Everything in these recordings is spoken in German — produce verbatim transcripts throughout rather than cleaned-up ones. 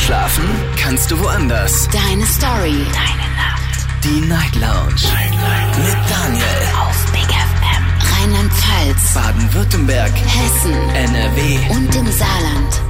Schlafen kannst du woanders. Deine Story. Deine Nacht. Die Night Lounge. Night, Night. Mit Daniel. Auf Big F M. Rheinland-Pfalz. Baden-Württemberg. Hessen. N R W. Und im Saarland.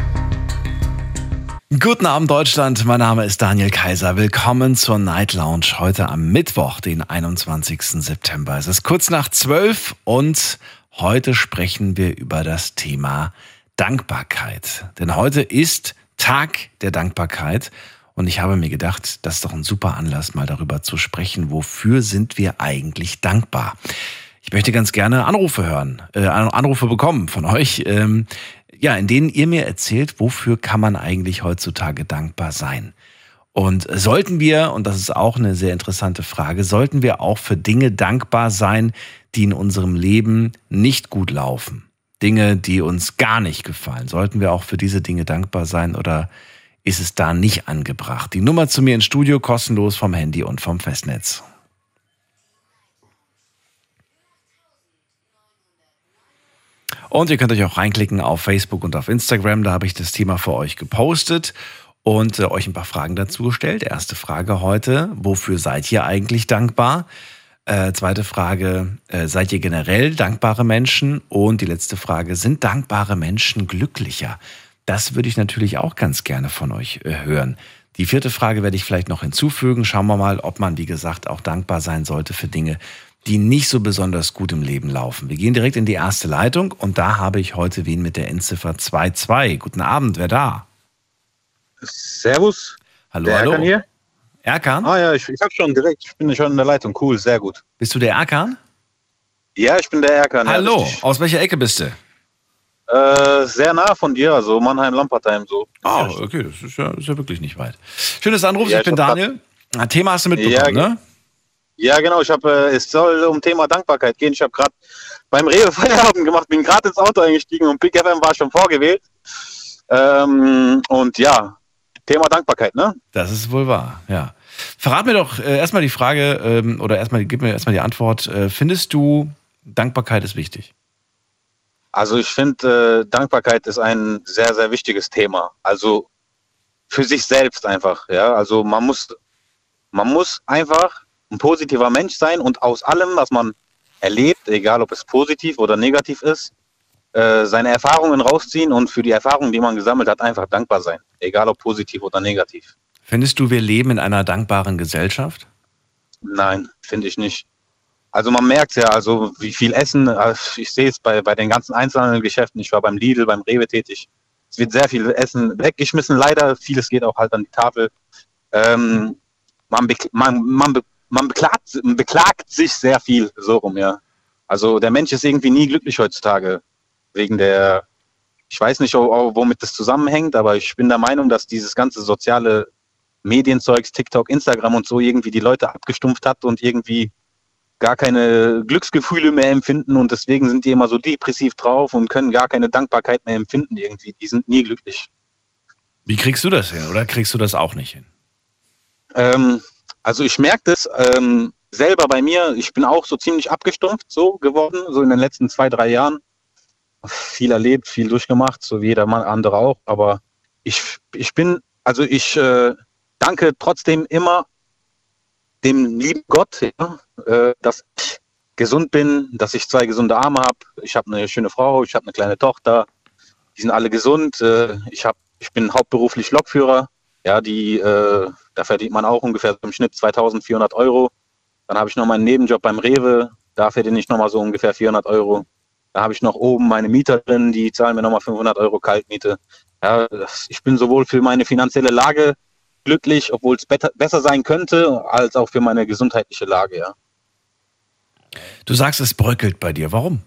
Guten Abend, Deutschland. Mein Name ist Daniel Kaiser. Willkommen zur Night Lounge heute am Mittwoch, den einundzwanzigsten September. Es ist kurz nach zwölf und heute sprechen wir über das Thema Dankbarkeit. Denn heute ist Tag der Dankbarkeit und ich habe mir gedacht, das ist doch ein super Anlass, mal darüber zu sprechen, wofür sind wir eigentlich dankbar. Ich möchte ganz gerne Anrufe hören, äh, Anrufe bekommen von euch, ähm, ja, in denen ihr mir erzählt, wofür kann man eigentlich heutzutage dankbar sein? Und sollten wir, und das ist auch eine sehr interessante Frage, sollten wir auch für Dinge dankbar sein, die in unserem Leben nicht gut laufen? Dinge, die uns gar nicht gefallen. Sollten wir auch für diese Dinge dankbar sein oder ist es da nicht angebracht? Die Nummer zu mir ins Studio, kostenlos vom Handy und vom Festnetz. Und ihr könnt euch auch reinklicken auf Facebook und auf Instagram. Da habe ich das Thema für euch gepostet und äh, euch ein paar Fragen dazu gestellt. Erste Frage heute, wofür seid ihr eigentlich dankbar? Äh, zweite Frage, äh, seid ihr generell dankbare Menschen? Und die letzte Frage, sind dankbare Menschen glücklicher? Das würde ich natürlich auch ganz gerne von euch äh, hören. Die vierte Frage werde ich vielleicht noch hinzufügen. Schauen wir mal, ob man, wie gesagt, auch dankbar sein sollte für Dinge, die nicht so besonders gut im Leben laufen. Wir gehen direkt in die erste Leitung und da habe ich heute wen mit der Endziffer zwei zwei. Guten Abend, wer da? Servus. Hallo, der hallo. Erkan hier? Erkan? Ah ja, ich, ich hab schon direkt, ich bin schon in der Leitung. Cool, sehr gut. Bist du der Erkan? Ja, ich bin der Erkan. Hallo, ja, aus welcher Ecke bist du? äh, sehr nah von dir, also Mannheim-Lampertheim so. Oh, okay, das ist ja, ist ja wirklich nicht weit. Schön, dass du anrufst, Ja, ich bin ich hab Daniel. Ein Thema hast du mitbekommen, Ja, ne? Ja, genau, ich habe, äh, es soll um Thema Dankbarkeit gehen. Ich habe gerade beim Rewe Feierabend gemacht, bin gerade ins Auto eingestiegen und Big F M war schon vorgewählt. Ähm, und ja, Thema Dankbarkeit, ne? Das ist wohl wahr, ja. Verrat mir doch äh, erstmal die Frage, ähm, oder erstmal, gib mir erstmal die Antwort. Äh, findest du, Dankbarkeit ist wichtig? Also ich finde, äh, Dankbarkeit ist ein sehr, sehr wichtiges Thema. Also für sich selbst einfach, ja. Also man muss, man muss einfach ein positiver Mensch sein und aus allem, was man erlebt, egal ob es positiv oder negativ ist, äh, seine Erfahrungen rausziehen und für die Erfahrungen, die man gesammelt hat, einfach dankbar sein, egal ob positiv oder negativ. Findest du, wir leben in einer dankbaren Gesellschaft? Nein, finde ich nicht. Also man merkt ja, also wie viel Essen, ich sehe es bei, bei den ganzen Einzelhandelsgeschäften, ich war beim Lidl, beim Rewe tätig, es wird sehr viel Essen weggeschmissen, leider, vieles geht auch halt an die Tafel. Ähm, man, be- man, man, be- man beklagt, beklagt sich sehr viel, so rum, ja. Also der Mensch ist irgendwie nie glücklich heutzutage, wegen der, ich weiß nicht, womit das zusammenhängt, aber ich bin der Meinung, dass dieses ganze soziale Medienzeugs, TikTok, Instagram und so irgendwie die Leute abgestumpft hat und irgendwie gar keine Glücksgefühle mehr empfinden und deswegen sind die immer so depressiv drauf und können gar keine Dankbarkeit mehr empfinden irgendwie. Die sind nie glücklich. Wie kriegst du das hin oder kriegst du das auch nicht hin? Ähm, also ich merke das ähm, selber bei mir. Ich bin auch so ziemlich abgestumpft so geworden, so in den letzten zwei, drei Jahren. Viel erlebt, viel durchgemacht, so wie jeder Mann andere auch. Aber ich, ich bin, also ich äh, danke trotzdem immer dem lieben Gott, ja, äh, dass ich gesund bin, dass ich zwei gesunde Arme habe. Ich habe eine schöne Frau, ich habe eine kleine Tochter. Die sind alle gesund. Äh, ich hab, ich bin hauptberuflich Lokführer. Ja, die, äh, da verdient man auch ungefähr im Schnitt zweitausendvierhundert Euro. Dann habe ich noch meinen Nebenjob beim Rewe. Da verdiene ich nochmal so ungefähr vierhundert Euro. Da habe ich noch oben meine Mieterin, die zahlen mir nochmal fünfhundert Euro Kaltmiete. Ja, das, ich bin sowohl für meine finanzielle Lage glücklich, obwohl es better, besser sein könnte, als auch für meine gesundheitliche Lage, ja. Du sagst, es bröckelt bei dir. Warum?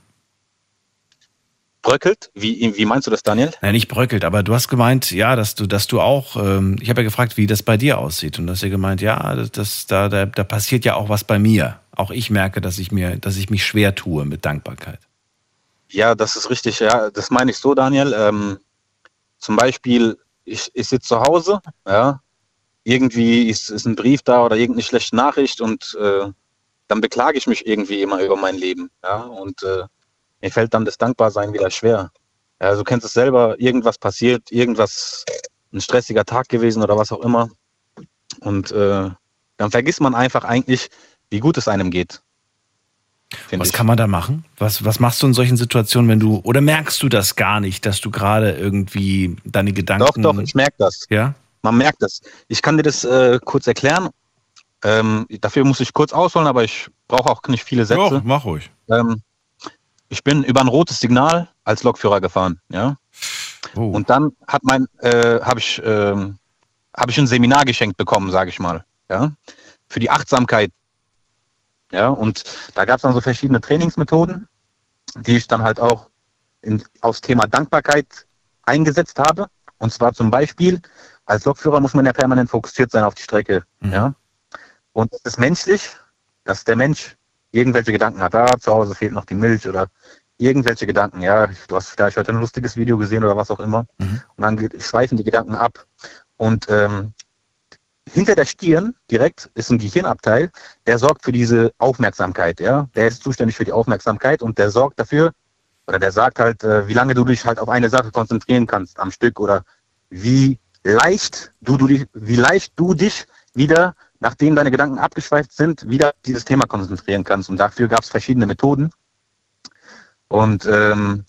Bröckelt? Wie, wie meinst du das, Daniel? Nein, nicht bröckelt, aber du hast gemeint, ja, dass du, dass du auch, ähm, ich habe ja gefragt, wie das bei dir aussieht. Und du hast ja gemeint, ja, das, das, da, da, da passiert ja auch was bei mir. Auch ich merke, dass ich mir, dass ich mich schwer tue mit Dankbarkeit. Ja, das ist richtig, ja. Das meine ich so, Daniel. Ähm, zum Beispiel, ich, ich sitze zu Hause, ja. Irgendwie ist, ist ein Brief da oder irgendeine schlechte Nachricht und äh, dann beklage ich mich irgendwie immer über mein Leben. Ja? Und äh, mir fällt dann das Dankbarsein wieder schwer. Ja, also du kennst es selber, irgendwas passiert, irgendwas ein stressiger Tag gewesen oder was auch immer. Und äh, dann vergisst man einfach eigentlich, wie gut es einem geht. Was ich. kann man da machen? Was, was machst du in solchen Situationen, wenn du, oder merkst du das gar nicht, dass du gerade irgendwie deine Gedanken... Doch, doch, ich merke das. Ja? Man merkt das. Ich kann dir das äh, kurz erklären. Ähm, dafür muss ich kurz ausholen, aber ich brauche auch nicht viele Sätze. Doch, mach ruhig. Ähm, ich bin über ein rotes Signal als Lokführer gefahren, ja. Oh. Und dann hat mein, äh, habe ich, äh, habe ich ein Seminar geschenkt bekommen, sage ich mal, ja, für die Achtsamkeit. Ja, und da gab es dann so verschiedene Trainingsmethoden, die ich dann halt auch in, aufs Thema Dankbarkeit eingesetzt habe. Und zwar zum Beispiel, als Lokführer muss man ja permanent fokussiert sein auf die Strecke. Mhm. Ja. Und es ist menschlich, dass der Mensch irgendwelche Gedanken hat. Ah, zu Hause fehlt noch die Milch oder irgendwelche Gedanken. Ja, du hast vielleicht heute ein lustiges Video gesehen oder was auch immer. Mhm. Und dann geht, schweifen die Gedanken ab. Und ähm, hinter der Stirn direkt ist ein Gehirnabteil, der sorgt für diese Aufmerksamkeit. Ja, der ist zuständig für die Aufmerksamkeit und der sorgt dafür, oder der sagt halt, äh, wie lange du dich halt auf eine Sache konzentrieren kannst am Stück oder wie leicht du, du dich, wie leicht du dich wieder, nachdem deine Gedanken abgeschweift sind, wieder dieses Thema konzentrieren kannst. Und dafür gab es verschiedene Methoden. Und ähm,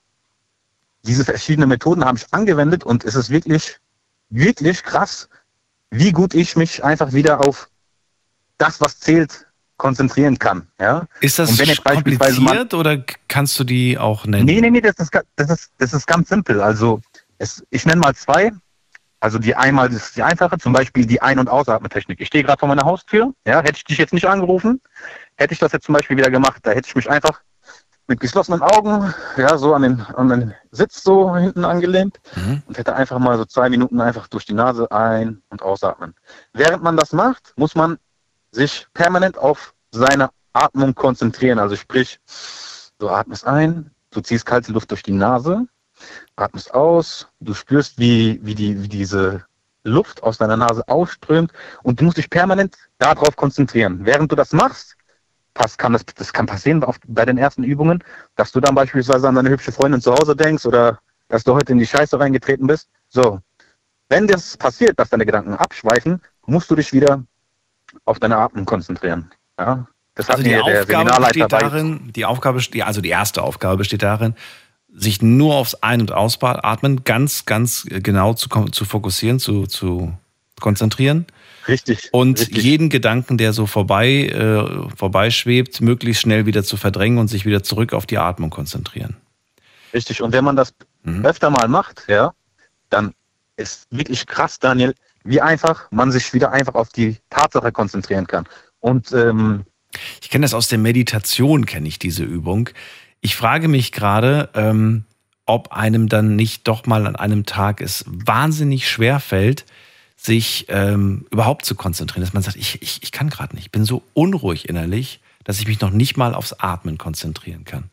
diese verschiedenen Methoden habe ich angewendet und es ist wirklich, wirklich krass, wie gut ich mich einfach wieder auf das, was zählt, konzentrieren kann. Ja? Ist das und wenn jetzt kompliziert man, oder kannst du die auch nennen? Nee, nee, nee, das ist, das ist, das ist ganz simpel. Also es, ich nenne mal zwei. Also die einmal das ist die einfache, zum Beispiel die Ein- und Ausatmetechnik. Ich stehe gerade vor meiner Haustür, ja, hätte ich dich jetzt nicht angerufen, hätte ich das jetzt zum Beispiel wieder gemacht, da hätte ich mich einfach mit geschlossenen Augen, ja, so an den, an den Sitz so hinten angelehnt mhm. und hätte einfach mal so zwei Minuten einfach durch die Nase ein- und ausatmen. Während man das macht, muss man sich permanent auf seine Atmung konzentrieren. Also sprich, du atmest ein, du ziehst kalte Luft durch die Nase, atmest aus, du spürst, wie, wie, die, wie diese Luft aus deiner Nase ausströmt und du musst dich permanent darauf konzentrieren. Während du das machst, pass, kann das, das kann passieren auf, bei den ersten Übungen, dass du dann beispielsweise an deine hübsche Freundin zu Hause denkst oder dass du heute in die Scheiße reingetreten bist. So, wenn das passiert, dass deine Gedanken abschweifen, musst du dich wieder auf deine Atmung konzentrieren. Ja? Das also hat die mir der Aufgabe Seminarleiter besteht darin, die Aufgabe, also die erste Aufgabe besteht darin, sich nur aufs Ein- und Ausatmen ganz, ganz genau zu, zu fokussieren, zu, zu konzentrieren. Richtig. Und richtig. jeden Gedanken, der so vorbei, äh, vorbeischwebt, möglichst schnell wieder zu verdrängen und sich wieder zurück auf die Atmung konzentrieren. Richtig. Und wenn man das mhm. öfter mal macht, ja, dann ist wirklich krass, Daniel, wie einfach man sich wieder einfach auf die Tatsache konzentrieren kann. Und ähm, ich kenne das aus der Meditation, kenne ich diese Übung. Ich frage mich gerade, ähm, ob einem dann nicht doch mal an einem Tag es wahnsinnig schwer fällt, sich ähm, überhaupt zu konzentrieren. Dass man sagt, ich, ich, ich kann gerade nicht. Ich bin so unruhig innerlich, dass ich mich noch nicht mal aufs Atmen konzentrieren kann.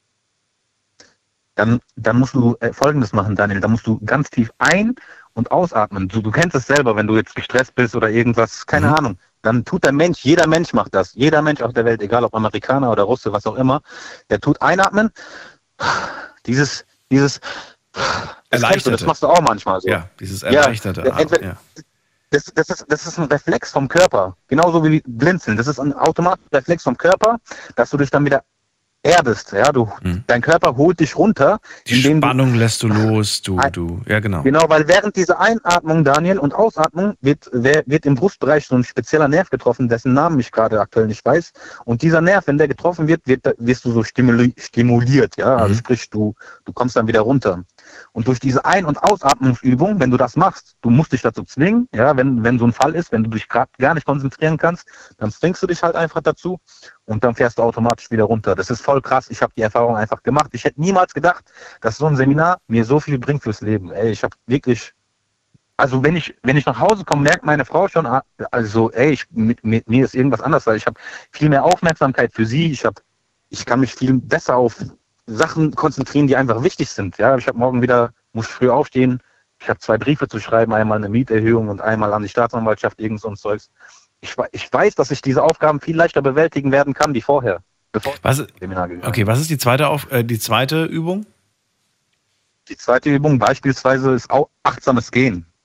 Dann, dann musst du äh, Folgendes machen, Daniel. Da musst du ganz tief ein- und ausatmen. Du, du kennst es selber, wenn du jetzt gestresst bist oder irgendwas, keine Mhm. Ahnung. Dann tut der Mensch, jeder Mensch macht das. Jeder Mensch auf der Welt, egal ob Amerikaner oder Russe, was auch immer, der tut einatmen. Dieses, dieses, das, kennst du, das machst du auch manchmal so. Ja, dieses erleichterte ja, Atmen. Ja. Das, das, ist, das ist ein Reflex vom Körper. Genauso wie Blinzeln. Das ist ein automatischer Reflex vom Körper, dass du dich dann wieder erdest. Ja, du, hm. Dein Körper holt dich runter. Die Spannung du, lässt du los. Du, du, ja, genau. Genau, weil während dieser Einatmung, Daniel, und Ausatmung wird, wird im Brustbereich so ein spezieller Nerv getroffen, dessen Namen ich gerade aktuell nicht weiß. Und dieser Nerv, wenn der getroffen wird, wird wirst du so stimuli- stimuliert. Ja, also mhm. sprich, du, du kommst dann wieder runter. Und durch diese Ein- und Ausatmungsübung, wenn du das machst, du musst dich dazu zwingen, ja, wenn, wenn so ein Fall ist, wenn du dich gerade gar nicht konzentrieren kannst, dann zwingst du dich halt einfach dazu und dann fährst du automatisch wieder runter. Das ist voll krass. Ich habe die Erfahrung einfach gemacht. Ich hätte niemals gedacht, dass so ein Seminar mir so viel bringt fürs Leben. Ey, ich habe wirklich, also wenn ich, wenn ich nach Hause komme, merkt meine Frau schon, also ey, ich, mit, mit mir ist irgendwas anders, weil ich habe viel mehr Aufmerksamkeit für sie. Ich habe, ich kann mich viel besser auf Sachen konzentrieren, die einfach wichtig sind. Ja, ich habe morgen wieder, muss früh aufstehen. Ich habe zwei Briefe zu schreiben, einmal eine Mieterhöhung und einmal an die Staatsanwaltschaft, irgend so ein Zeugs. Ich, ich weiß, dass ich diese Aufgaben viel leichter bewältigen werden kann, wie vorher. Bevor was, okay, was ist die zweite, Auf, äh, die zweite Übung? Die zweite Übung beispielsweise ist auch achtsames Gehen.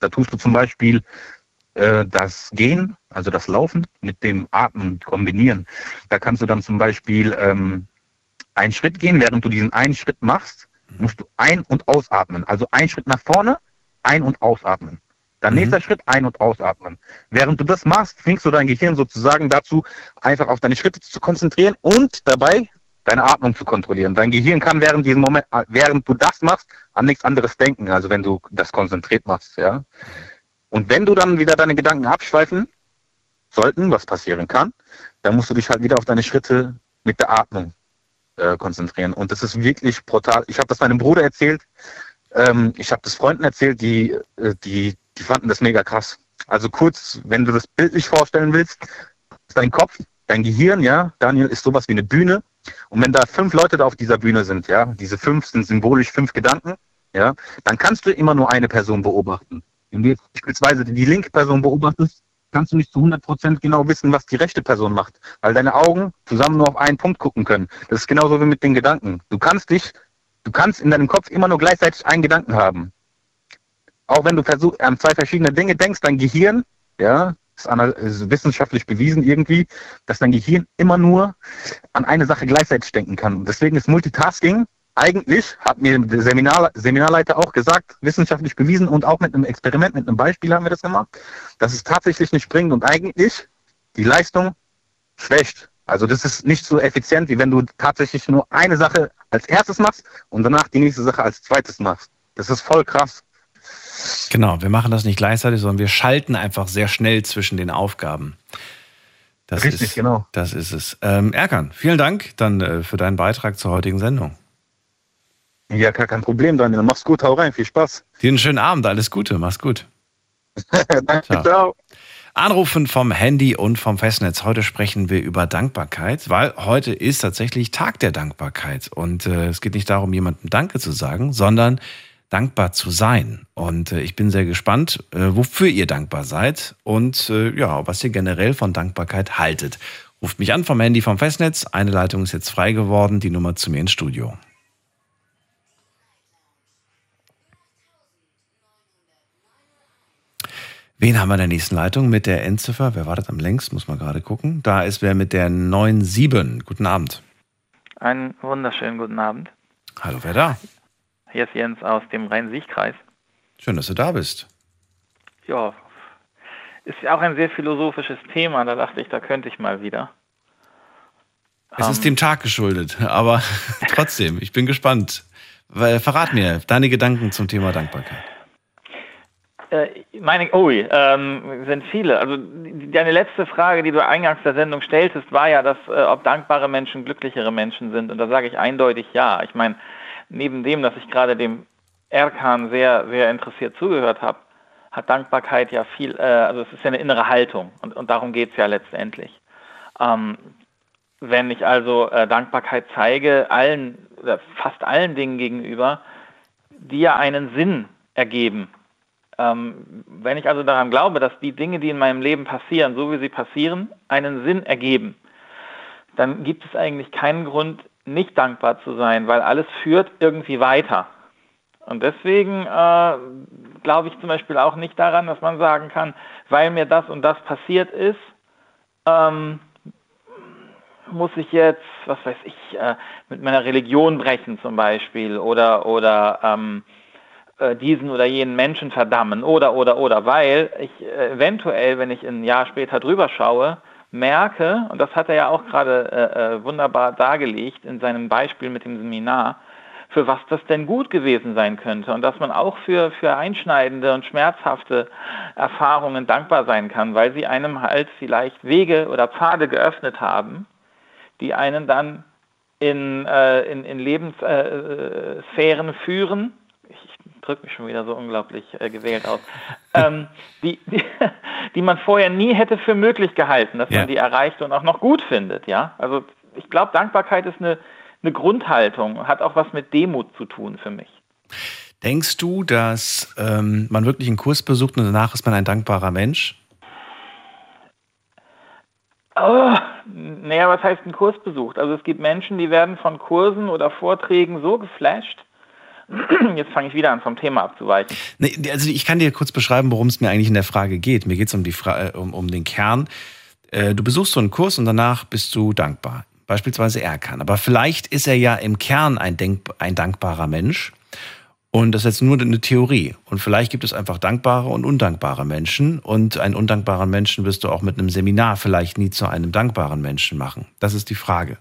Da tust du zum Beispiel äh, das Gehen, also das Laufen, mit dem Atmen kombinieren. Da kannst du dann zum Beispiel ähm, einen Schritt gehen. Während du diesen einen Schritt machst, musst du ein- und ausatmen. Also ein Schritt nach vorne, ein- und ausatmen. Dann mhm. nächster Schritt, ein- und ausatmen. Während du das machst, zwingst du dein Gehirn sozusagen dazu, einfach auf deine Schritte zu konzentrieren und dabei deine Atmung zu kontrollieren. Dein Gehirn kann während diesem Moment, während du das machst, an nichts anderes denken, also wenn du das konzentriert machst, ja. Und wenn du dann wieder deine Gedanken abschweifen sollten, was passieren kann, dann musst du dich halt wieder auf deine Schritte mit der Atmung äh, konzentrieren. Und das ist wirklich brutal. Ich habe das meinem Bruder erzählt, ähm, ich habe das Freunden erzählt, die, äh, die, die fanden das mega krass. Also kurz, wenn du das bildlich vorstellen willst, dein Kopf, dein Gehirn, ja, Daniel, ist sowas wie eine Bühne. Und wenn da fünf Leute da auf dieser Bühne sind, ja, diese fünf sind symbolisch fünf Gedanken, ja, dann kannst du immer nur eine Person beobachten. Wenn du jetzt beispielsweise die linke Person beobachtest, kannst du nicht zu hundert Prozent genau wissen, was die rechte Person macht, weil deine Augen zusammen nur auf einen Punkt gucken können. Das ist genauso wie mit den Gedanken. Du kannst dich, du kannst in deinem Kopf immer nur gleichzeitig einen Gedanken haben. Auch wenn du versuch, an zwei verschiedene Dinge denkst, dein Gehirn, ja, ist, ist wissenschaftlich bewiesen irgendwie, dass dein Gehirn immer nur an eine Sache gleichzeitig denken kann. Deswegen ist Multitasking eigentlich, hat mir der Seminar, Seminarleiter auch gesagt, wissenschaftlich bewiesen und auch mit einem Experiment, mit einem Beispiel haben wir das gemacht, dass es tatsächlich nicht bringt und eigentlich die Leistung schwächt. Also das ist nicht so effizient, wie wenn du tatsächlich nur eine Sache als erstes machst und danach die nächste Sache als zweites machst. Das ist voll krass. Genau, wir machen das nicht gleichzeitig, sondern wir schalten einfach sehr schnell zwischen den Aufgaben. Das Richtig, ist, genau. Das ist es. Ähm, Erkan, vielen Dank dann äh, für deinen Beitrag zur heutigen Sendung. Ja, gar kein Problem, Daniel. Mach's gut, hau rein, viel Spaß. Dir einen schönen Abend, alles Gute, mach's gut. Danke, ciao. ciao. Anrufen vom Handy und vom Festnetz. Heute sprechen wir über Dankbarkeit, weil heute ist tatsächlich Tag der Dankbarkeit. Und äh, es geht nicht darum, jemandem Danke zu sagen, sondern dankbar zu sein. Und äh, ich bin sehr gespannt, äh, wofür ihr dankbar seid und äh, ja, was ihr generell von Dankbarkeit haltet. Ruft mich an vom Handy vom Festnetz. Eine Leitung ist jetzt frei geworden, die Nummer zu mir ins Studio. Wen haben wir in der nächsten Leitung mit der Endziffer? Wer wartet am längst? Muss man gerade gucken. Da ist wer mit der neun sieben. Guten Abend. Einen wunderschönen guten Abend. Hallo, wer da? Hier ist Jens aus dem Rhein-Sieg-Kreis. Schön, dass du da bist. Ja, ist ja auch ein sehr philosophisches Thema. Da dachte ich, da könnte ich mal wieder. Es um, ist dem Tag geschuldet, aber trotzdem, ich bin gespannt. Verrat mir deine Gedanken zum Thema Dankbarkeit. Meine, oh, ähm, sind viele. Also deine letzte Frage, die du eingangs der Sendung stelltest, war ja, dass äh, ob dankbare Menschen glücklichere Menschen sind. Und da sage ich eindeutig ja. Ich meine, neben dem, dass ich gerade dem Erkan sehr, sehr interessiert zugehört habe, hat Dankbarkeit ja viel, äh, also es ist ja eine innere Haltung und, und darum geht es ja letztendlich. Ähm, wenn ich also äh, Dankbarkeit zeige, allen, oder fast allen Dingen gegenüber, die ja einen Sinn ergeben. Ähm, wenn ich also daran glaube, dass die Dinge, die in meinem Leben passieren, so wie sie passieren, einen Sinn ergeben, dann gibt es eigentlich keinen Grund, nicht dankbar zu sein, weil alles führt irgendwie weiter. Und deswegen äh, glaube ich zum Beispiel auch nicht daran, dass man sagen kann, weil mir das und das passiert ist, ähm, muss ich jetzt, was weiß ich, äh, mit meiner Religion brechen zum Beispiel oder, oder ähm, diesen oder jenen Menschen verdammen oder, oder, oder, weil ich äh, eventuell, wenn ich ein Jahr später drüber schaue, merke, und das hat er ja auch gerade äh, wunderbar dargelegt in seinem Beispiel mit dem Seminar, für was das denn gut gewesen sein könnte und dass man auch für, für einschneidende und schmerzhafte Erfahrungen dankbar sein kann, weil sie einem halt vielleicht Wege oder Pfade geöffnet haben, die einen dann in, äh, in, in Lebenssphären äh, führen, drückt mich schon wieder so unglaublich äh, gewählt aus, ähm, die, die, die man vorher nie hätte für möglich gehalten, dass ja. man die erreicht und auch noch gut findet. Ja? Also ich glaube, Dankbarkeit ist eine, eine Grundhaltung, hat auch was mit Demut zu tun für mich. Denkst du, dass ähm, man wirklich einen Kurs besucht und danach ist man ein dankbarer Mensch? Oh, naja, was heißt ein Kurs besucht? Also es gibt Menschen, die werden von Kursen oder Vorträgen so geflasht, Jetzt fange ich wieder an, vom Thema abzuweichen. Nee, also ich kann dir kurz beschreiben, worum es mir eigentlich in der Frage geht. Mir geht es um, die Fra- um, um den Kern. Äh, du besuchst so einen Kurs und danach bist du dankbar. Beispielsweise Erkan. Aber vielleicht ist er ja im Kern ein, denk- ein dankbarer Mensch. Und das ist jetzt nur eine Theorie. Und vielleicht gibt es einfach dankbare und undankbare Menschen. Und einen undankbaren Menschen wirst du auch mit einem Seminar vielleicht nie zu einem dankbaren Menschen machen. Das ist die Frage.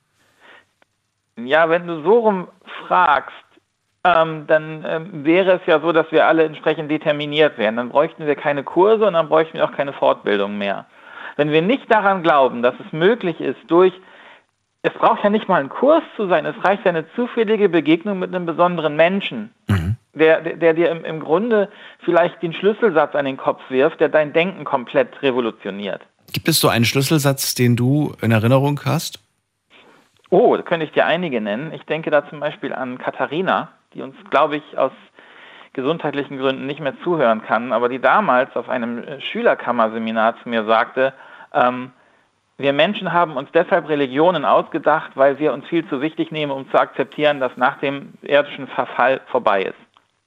Ja, wenn du so rum fragst, ähm, dann ähm, wäre es ja so, dass wir alle entsprechend determiniert wären. Dann bräuchten wir keine Kurse und dann bräuchten wir auch keine Fortbildung mehr. Wenn wir nicht daran glauben, dass es möglich ist, durch, es braucht ja nicht mal ein Kurs zu sein, es reicht ja eine zufällige Begegnung mit einem besonderen Menschen, mhm. der, der, der dir im, im Grunde vielleicht den Schlüsselsatz an den Kopf wirft, der dein Denken komplett revolutioniert. Gibt es so einen Schlüsselsatz, den du in Erinnerung hast? Oh, da könnte ich dir einige nennen. Ich denke da zum Beispiel an Katharina, die uns, glaube ich, aus gesundheitlichen Gründen nicht mehr zuhören kann, aber die damals auf einem Schülerkammerseminar zu mir sagte, ähm, wir Menschen haben uns deshalb Religionen ausgedacht, weil wir uns viel zu wichtig nehmen, um zu akzeptieren, dass nach dem irdischen Verfall vorbei ist.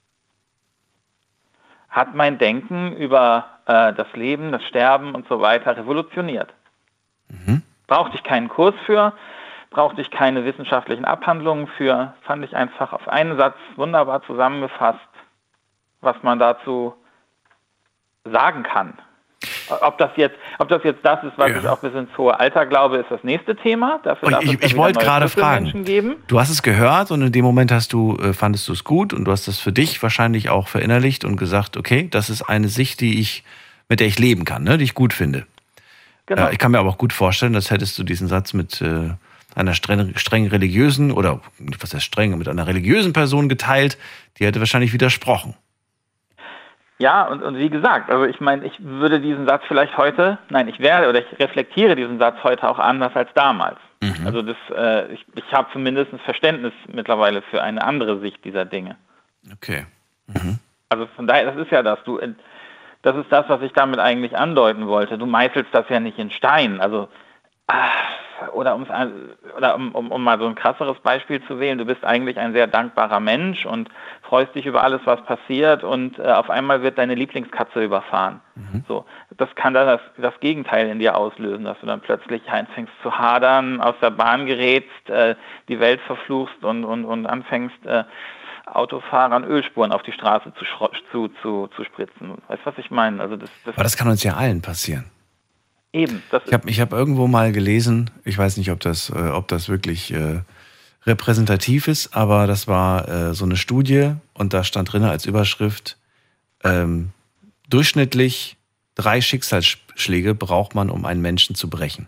Hat mein Denken über äh, das Leben, das Sterben und so weiter revolutioniert. Mhm. Brauchte ich keinen Kurs für, brauchte ich keine wissenschaftlichen Abhandlungen für, fand ich einfach auf einen Satz wunderbar zusammengefasst, was man dazu sagen kann. Ob das jetzt, ob das jetzt das ist, was ja. ich auch bis ins hohe Alter glaube, ist das nächste Thema. Dafür darf ich es ich wollte gerade fragen, Menschen geben. Du hast es gehört und in dem Moment hast du, äh, fandest du es gut und du hast das für dich wahrscheinlich auch verinnerlicht und gesagt, okay, das ist eine Sicht, die ich, mit der ich leben kann, ne, die ich gut finde. Genau. Äh, ich kann mir aber auch gut vorstellen, dass hättest du diesen Satz mit äh, einer streng, streng religiösen oder was heißt streng, mit einer religiösen Person geteilt, die hätte wahrscheinlich widersprochen. Ja, und, und wie gesagt, also ich meine, ich würde diesen Satz vielleicht heute, nein, ich werde oder ich reflektiere diesen Satz heute auch anders als damals. Mhm. Also das, äh, ich, ich habe zumindest Verständnis mittlerweile für eine andere Sicht dieser Dinge. Okay. Mhm. Also von daher, das ist ja das, du, das ist das, was ich damit eigentlich andeuten wollte. Du meißelst das ja nicht in Stein, also oder, um's, oder um, um, um mal so ein krasseres Beispiel zu wählen, du bist eigentlich ein sehr dankbarer Mensch und freust dich über alles, was passiert und äh, auf einmal wird deine Lieblingskatze überfahren. Mhm. So, das kann dann das, das Gegenteil in dir auslösen, dass du dann plötzlich anfängst zu hadern, aus der Bahn gerätst, äh, die Welt verfluchst und, und, und anfängst, äh, Autofahrern Ölspuren auf die Straße zu, zu, zu, zu spritzen. Weißt du, was ich meine? Also das, das Aber das kann uns ja allen passieren. Eben. Das ich habe ich hab irgendwo mal gelesen, ich weiß nicht, ob das, äh, ob das wirklich äh, repräsentativ ist, aber das war äh, so eine Studie und da stand drin als Überschrift, ähm, durchschnittlich drei Schicksalsschläge braucht man, um einen Menschen zu brechen.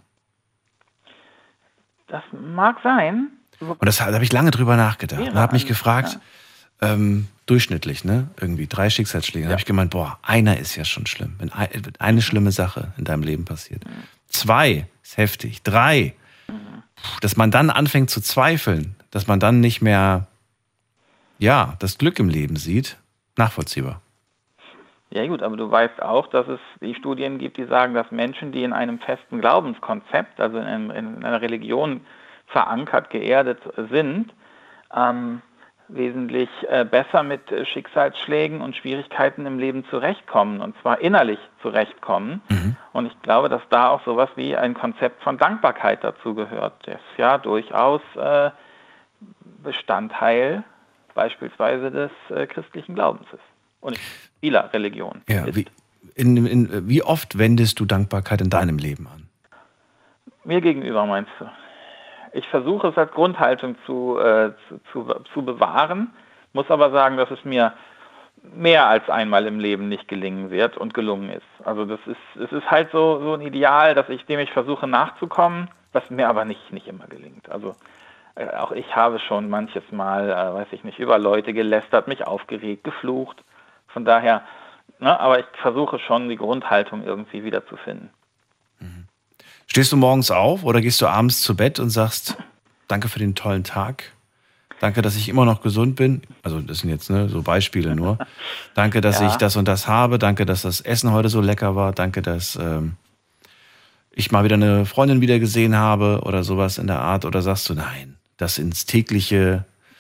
Das mag sein. Und das, da habe ich lange drüber nachgedacht und habe mich gefragt, ja. ähm, durchschnittlich, ne? Irgendwie drei Schicksalsschläge. Ja. Da habe ich gemeint, boah, einer ist ja schon schlimm. Wenn ein, eine schlimme Sache in deinem Leben passiert. Mhm. Zwei ist heftig. Drei. Mhm. Dass man dann anfängt zu zweifeln, dass man dann nicht mehr, ja, das Glück im Leben sieht, nachvollziehbar. Ja gut, aber du weißt auch, dass es die Studien gibt, die sagen, dass Menschen, die in einem festen Glaubenskonzept, also in, einem, in einer Religion verankert, geerdet sind, ähm, wesentlich äh, besser mit äh, Schicksalsschlägen und Schwierigkeiten im Leben zurechtkommen, und zwar innerlich zurechtkommen. Mhm. Und ich glaube, dass da auch sowas wie ein Konzept von Dankbarkeit dazu gehört, das ja durchaus äh, Bestandteil beispielsweise des äh, christlichen Glaubens ist und vieler Religionen. Ja, wie, in, in, wie oft wendest du Dankbarkeit in deinem Leben an? Mir gegenüber, meinst du? Ich versuche es als Grundhaltung zu, äh, zu, zu, zu bewahren, muss aber sagen, dass es mir mehr als einmal im Leben nicht gelingen wird und gelungen ist. Also das ist, es ist halt so, so ein Ideal, dass ich, dem ich versuche nachzukommen, was mir aber nicht, nicht immer gelingt. Also äh, auch ich habe schon manches Mal, äh, weiß ich nicht, über Leute gelästert, mich aufgeregt, geflucht. Von daher, ne, aber ich versuche schon, die Grundhaltung irgendwie wieder zu finden. Mhm. Stehst du morgens auf oder gehst du abends zu Bett und sagst, danke für den tollen Tag, danke, dass ich immer noch gesund bin, also das sind jetzt ne, so Beispiele nur, danke, dass ja. ich das und das habe, danke, dass das Essen heute so lecker war, danke, dass ähm, ich mal wieder eine Freundin wieder gesehen habe oder sowas in der Art, oder sagst du, nein, das ins tägliche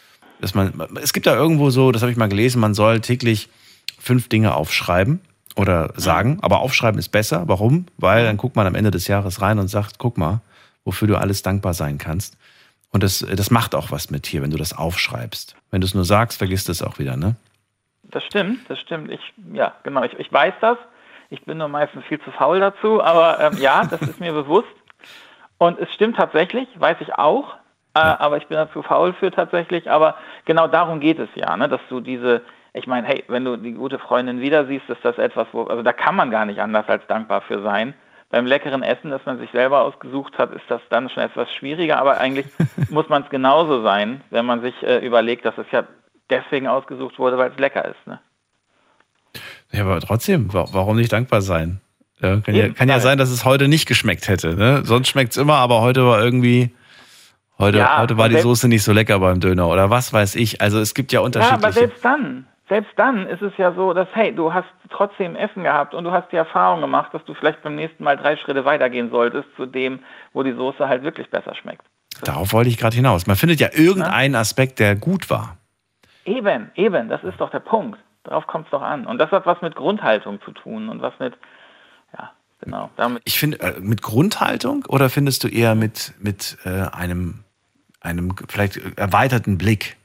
dass man, es gibt da irgendwo so, das habe ich mal gelesen, man soll täglich fünf Dinge aufschreiben oder sagen, aber aufschreiben ist besser. Warum? Weil dann guckt man am Ende des Jahres rein und sagt, guck mal, wofür du alles dankbar sein kannst. Und das, das macht auch was mit dir, wenn du das aufschreibst. Wenn du es nur sagst, vergisst es auch wieder, ne? Das stimmt, das stimmt. Ich, ja, genau, ich, ich weiß das. Ich bin nur meistens viel zu faul dazu, aber ähm, ja, das ist mir bewusst. Und es stimmt tatsächlich, weiß ich auch, äh, ja. aber ich bin da zu faul für tatsächlich. Aber genau darum geht es ja, ne? Dass du diese, ich meine, hey, wenn du die gute Freundin wieder siehst, ist das etwas, wo, also da kann man gar nicht anders als dankbar für sein. Beim leckeren Essen, das man sich selber ausgesucht hat, ist das dann schon etwas schwieriger, aber eigentlich muss man es genauso sein, wenn man sich äh, überlegt, dass es ja deswegen ausgesucht wurde, weil es lecker ist. Ne? Ja, aber trotzdem, warum nicht dankbar sein? Ja, kann ja, kann ja sein, dass es heute nicht geschmeckt hätte. Ne? Sonst schmeckt es immer, aber heute war irgendwie, heute, ja, heute war die Soße nicht so lecker beim Döner oder was weiß ich. Also es gibt ja unterschiedliche... Ja, aber selbst dann... Selbst dann ist es ja so, dass, hey, du hast trotzdem Essen gehabt und du hast die Erfahrung gemacht, dass du vielleicht beim nächsten Mal drei Schritte weitergehen solltest zu dem, wo die Soße halt wirklich besser schmeckt. Darauf wollte ich gerade hinaus. Man findet ja irgendeinen Aspekt, der gut war. Eben, eben, das ist doch der Punkt. Darauf kommt es doch an. Und das hat was mit Grundhaltung zu tun und was mit, ja, genau. Damit. Ich finde, äh, mit Grundhaltung oder findest du eher mit, mit äh, einem, einem vielleicht erweiterten Blick?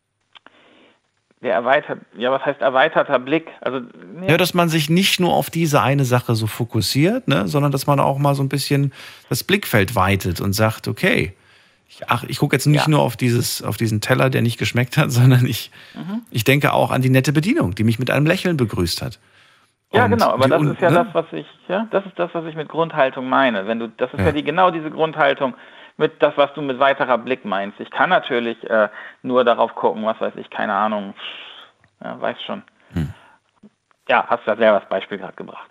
Der erweitert, ja, was heißt erweiterter Blick? Also, nee. Ja, dass man sich nicht nur auf diese eine Sache so fokussiert, ne, sondern dass man auch mal so ein bisschen das Blickfeld weitet und sagt, okay, ich, ach, ich gucke jetzt nicht ja. nur auf dieses, auf diesen Teller, der nicht geschmeckt hat, sondern ich, mhm. ich denke auch an die nette Bedienung, die mich mit einem Lächeln begrüßt hat. Und ja, genau, aber die, das und, ist ja ne? das, was ich, ja, das ist das, was ich mit Grundhaltung meine. Wenn du, das ist ja, ja die genau diese Grundhaltung. Mit das, was du mit weiterer Blick meinst. Ich kann natürlich äh, nur darauf gucken, was weiß ich, keine Ahnung, ja, weiß schon. Hm. Ja, hast ja selber das Beispiel gerade gebracht.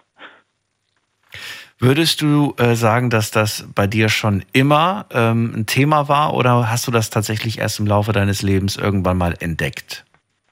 Würdest du äh, sagen, dass das bei dir schon immer ähm, ein Thema war oder hast du das tatsächlich erst im Laufe deines Lebens irgendwann mal entdeckt?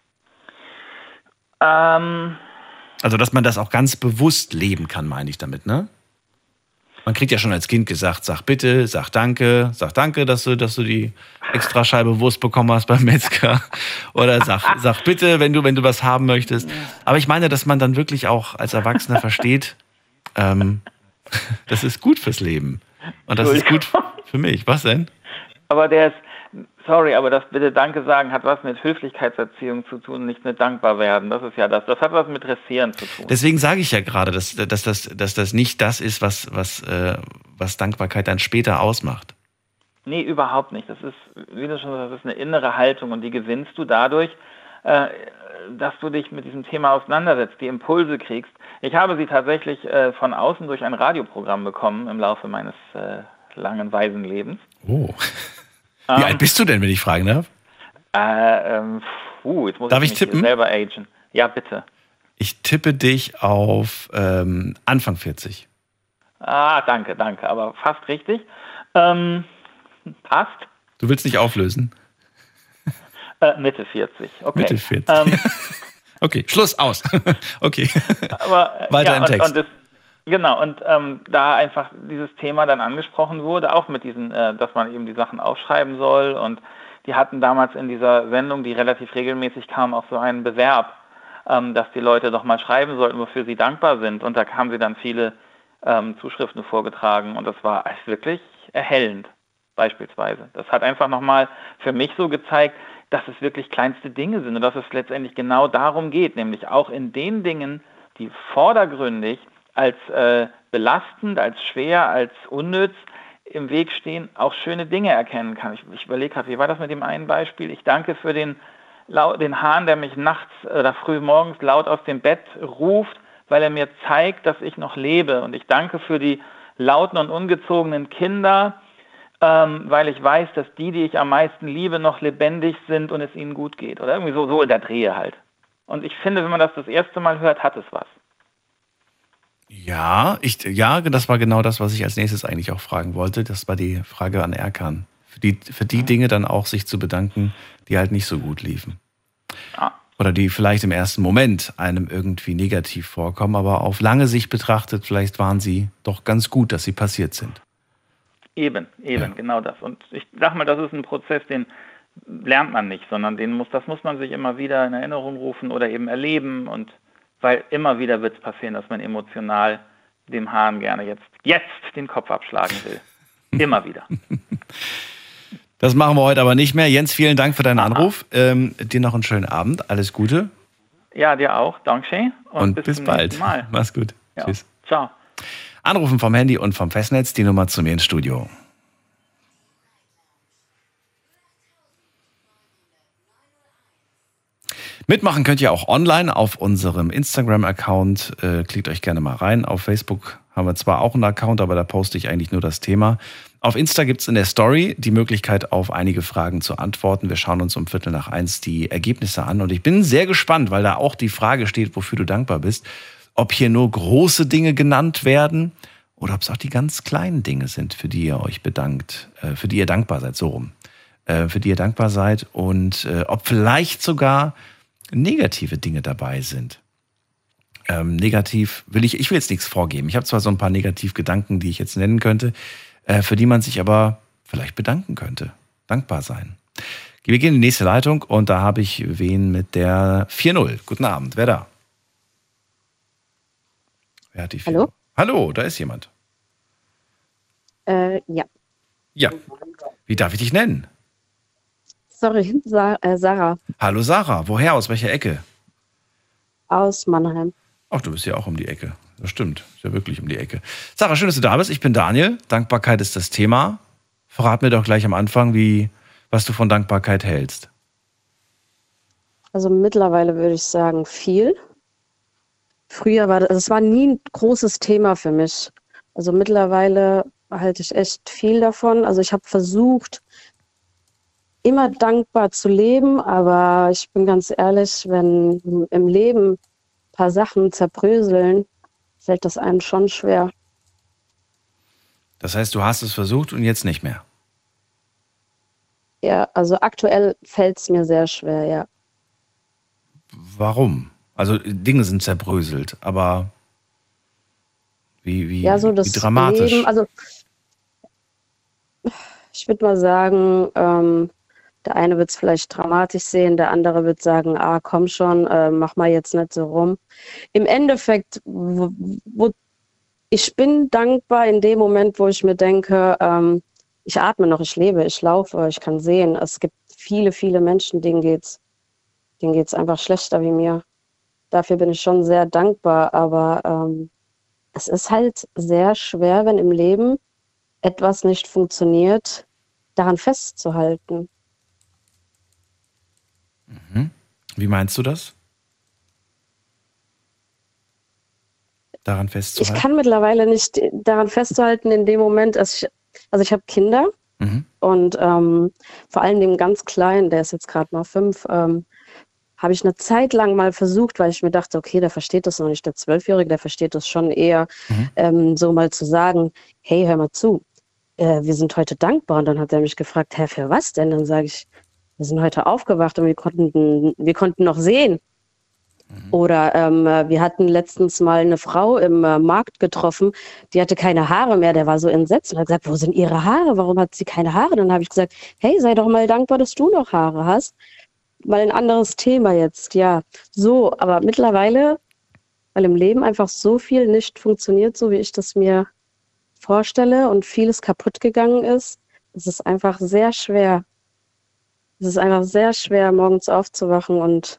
Ähm, also, dass man das auch ganz bewusst leben kann, meine ich damit, ne? Man kriegt ja schon als Kind gesagt, sag bitte, sag danke, sag danke, dass du, dass du die Extrascheibe Wurst bekommen hast beim Metzger. Oder sag, sag bitte, wenn du, wenn du was haben möchtest. Aber ich meine, dass man dann wirklich auch als Erwachsener versteht, ähm, das ist gut fürs Leben. Und das ist gut für mich. Was denn? Aber der ist, sorry, aber das bitte Danke sagen hat was mit Höflichkeitserziehung zu tun, nicht mit dankbar werden. Das ist ja das. Das hat was mit Dressieren zu tun. Deswegen sage ich ja gerade, dass, dass, das, dass das nicht das ist, was, was, äh, was Dankbarkeit dann später ausmacht. Nee, überhaupt nicht. Das ist, wie du schon sagst, das ist eine innere Haltung und die gewinnst du dadurch, äh, dass du dich mit diesem Thema auseinandersetzt, die Impulse kriegst. Ich habe sie tatsächlich äh, von außen durch ein Radioprogramm bekommen im Laufe meines äh, langen, weisen Lebens. Oh. Wie alt bist du denn, wenn ich fragen darf? Äh, ähm, uh, jetzt muss darf ich, ich tippen? selber agen. Ja, bitte. Ich tippe dich auf ähm, Anfang vierzig. Ah, danke, danke, aber fast richtig. Ähm, passt. Du willst nicht auflösen? Äh, Mitte vierzig, okay. Mitte vierzig. Ähm, okay, Schluss, aus. Okay, aber, weiter ja, im und, Text. Und das, genau, und ähm, da einfach dieses Thema dann angesprochen wurde, auch mit diesen, äh, dass man eben die Sachen aufschreiben soll. Und die hatten damals in dieser Sendung, die relativ regelmäßig kam, auch so einen Bewerb, ähm, dass die Leute doch mal schreiben sollten, wofür sie dankbar sind. Und da haben sie dann viele ähm, Zuschriften vorgetragen und das war wirklich erhellend, beispielsweise. Das hat einfach nochmal für mich so gezeigt, dass es wirklich kleinste Dinge sind und dass es letztendlich genau darum geht, nämlich auch in den Dingen, die vordergründig als äh, belastend, als schwer, als unnütz im Weg stehen, auch schöne Dinge erkennen kann. Ich, ich überlege gerade, wie war das mit dem einen Beispiel? Ich danke für den, den Hahn, der mich nachts oder früh morgens laut aus dem Bett ruft, weil er mir zeigt, dass ich noch lebe. Und ich danke für die lauten und ungezogenen Kinder, ähm, weil ich weiß, dass die, die ich am meisten liebe, noch lebendig sind und es ihnen gut geht. Oder irgendwie so, so in der Drehe halt. Und ich finde, wenn man das das erste Mal hört, hat es was. Ja, ich, ja, das war genau das, was ich als nächstes eigentlich auch fragen wollte. Das war die Frage an Erkan. Für die, für die Dinge dann auch sich zu bedanken, die halt nicht so gut liefen. Ah. Oder die vielleicht im ersten Moment einem irgendwie negativ vorkommen, aber auf lange Sicht betrachtet, vielleicht waren sie doch ganz gut, dass sie passiert sind. Eben, eben, ja. Genau das. Und ich sag mal, das ist ein Prozess, den lernt man nicht, sondern den muss, das muss man sich immer wieder in Erinnerung rufen oder eben erleben, und weil immer wieder wird es passieren, dass man emotional dem Hahn gerne jetzt, jetzt den Kopf abschlagen will. Immer wieder. Das machen wir heute aber nicht mehr. Jens, vielen Dank für deinen Aha. Anruf. Ähm, dir noch einen schönen Abend. Alles Gute. Ja, dir auch. Dankeschön. Und, und bis, bis zum bald. Nächsten Mal. Mach's gut. Ja. Tschüss. Ciao. Anrufen vom Handy und vom Festnetz, die Nummer zu mir ins Studio. Mitmachen könnt ihr auch online auf unserem Instagram-Account. Äh, klickt euch gerne mal rein. Auf Facebook haben wir zwar auch einen Account, aber da poste ich eigentlich nur das Thema. Auf Insta gibt es in der Story die Möglichkeit, auf einige Fragen zu antworten. Wir schauen uns um Viertel nach eins die Ergebnisse an. Und ich bin sehr gespannt, weil da auch die Frage steht, wofür du dankbar bist, ob hier nur große Dinge genannt werden oder ob es auch die ganz kleinen Dinge sind, für die ihr euch bedankt, äh, für die ihr dankbar seid, so rum. Äh, für die ihr dankbar seid und äh, ob vielleicht sogar negative Dinge dabei sind. Ähm, negativ will ich, ich will jetzt nichts vorgeben. Ich habe zwar so ein paar Negativgedanken, die ich jetzt nennen könnte, äh, für die man sich aber vielleicht bedanken könnte. Dankbar sein. Wir gehen in die nächste Leitung und da habe ich wen mit der vier null. Guten Abend, wer da? Wer hat die vier null? Hallo? Hallo, da ist jemand. Äh, ja. Ja. Wie darf ich dich nennen? Sorry, Sa- äh, Sarah. Hallo Sarah, woher, aus welcher Ecke? Aus Mannheim. Ach, du bist ja auch um die Ecke. Das stimmt, ist ja wirklich um die Ecke. Sarah, schön, dass du da bist. Ich bin Daniel. Dankbarkeit ist das Thema. Verrat mir doch gleich am Anfang, wie, was du von Dankbarkeit hältst. Also mittlerweile würde ich sagen, viel. Früher war das, also es war nie ein großes Thema für mich. Also mittlerweile halte ich echt viel davon. Also ich habe versucht, immer dankbar zu leben, aber ich bin ganz ehrlich, wenn im Leben ein paar Sachen zerbröseln, fällt das einem schon schwer. Das heißt, du hast es versucht und jetzt nicht mehr? Ja, also aktuell fällt es mir sehr schwer, ja. Warum? Also Dinge sind zerbröselt, aber wie, wie, ja, so das wie dramatisch? Leben, also ich würde mal sagen, ähm, der eine wird es vielleicht dramatisch sehen, der andere wird sagen, ah, komm schon, äh, mach mal jetzt nicht so rum. Im Endeffekt, wo, wo, ich bin dankbar in dem Moment, wo ich mir denke, ähm, ich atme noch, ich lebe, ich laufe, ich kann sehen. Es gibt viele, viele Menschen, denen geht's, denen geht's einfach schlechter wie mir. Dafür bin ich schon sehr dankbar, aber ähm, es ist halt sehr schwer, wenn im Leben etwas nicht funktioniert, daran festzuhalten. Mhm. Wie meinst du das? Daran festzuhalten? Ich kann mittlerweile nicht daran festzuhalten in dem Moment, dass ich, also ich habe Kinder mhm. und ähm, vor allem dem ganz Kleinen, der ist jetzt gerade mal fünf, ähm, habe ich eine Zeit lang mal versucht, weil ich mir dachte, okay, der versteht das noch nicht, der Zwölfjährige, der versteht das schon eher, mhm. ähm, so mal zu sagen, hey, hör mal zu, äh, wir sind heute dankbar. Und dann hat er mich gefragt, hä, für was denn? Dann sage ich, wir sind heute aufgewacht und wir konnten, wir konnten noch sehen. Mhm. Oder ähm, wir hatten letztens mal eine Frau im äh, Markt getroffen, die hatte keine Haare mehr, der war so entsetzt und hat gesagt, wo sind ihre Haare? Warum hat sie keine Haare? Dann habe ich gesagt, hey, sei doch mal dankbar, dass du noch Haare hast. Mal ein anderes Thema jetzt, ja. So, aber mittlerweile, weil im Leben einfach so viel nicht funktioniert, so wie ich das mir vorstelle und vieles kaputt gegangen ist, ist es einfach sehr schwer. Es ist einfach sehr schwer, morgens aufzuwachen und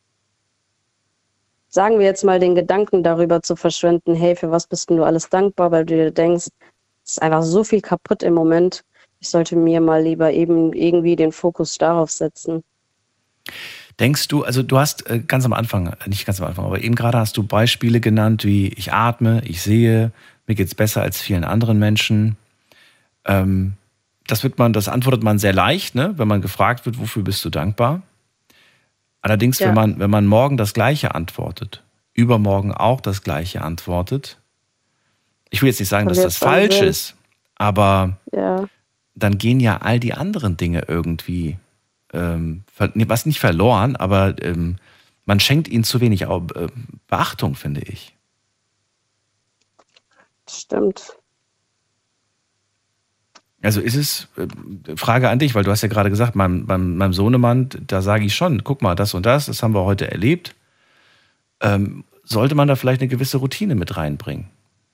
sagen wir jetzt mal den Gedanken darüber zu verschwenden, hey, für was bist denn du alles dankbar, weil du dir denkst, es ist einfach so viel kaputt im Moment. Ich sollte mir mal lieber eben irgendwie den Fokus darauf setzen. Denkst du, also du hast äh, ganz am Anfang, nicht ganz am Anfang, aber eben gerade hast du Beispiele genannt, wie ich atme, ich sehe, mir geht's besser als vielen anderen Menschen. Ähm, das wird man, das antwortet man sehr leicht, ne, wenn man gefragt wird, wofür bist du dankbar? Allerdings, ja. wenn man, wenn man morgen das Gleiche antwortet, übermorgen auch das Gleiche antwortet, ich will jetzt nicht sagen, dass das falsch ist, aber ja. dann gehen ja all die anderen Dinge irgendwie Ähm, was nicht verloren, aber ähm, man schenkt ihnen zu wenig äh, Beachtung, finde ich. Stimmt. Also ist es, äh, Frage an dich, weil du hast ja gerade gesagt, meinem, meinem, meinem Sohnemann, da sage ich schon, guck mal, das und das, das haben wir heute erlebt. Ähm, sollte man da vielleicht eine gewisse Routine mit reinbringen?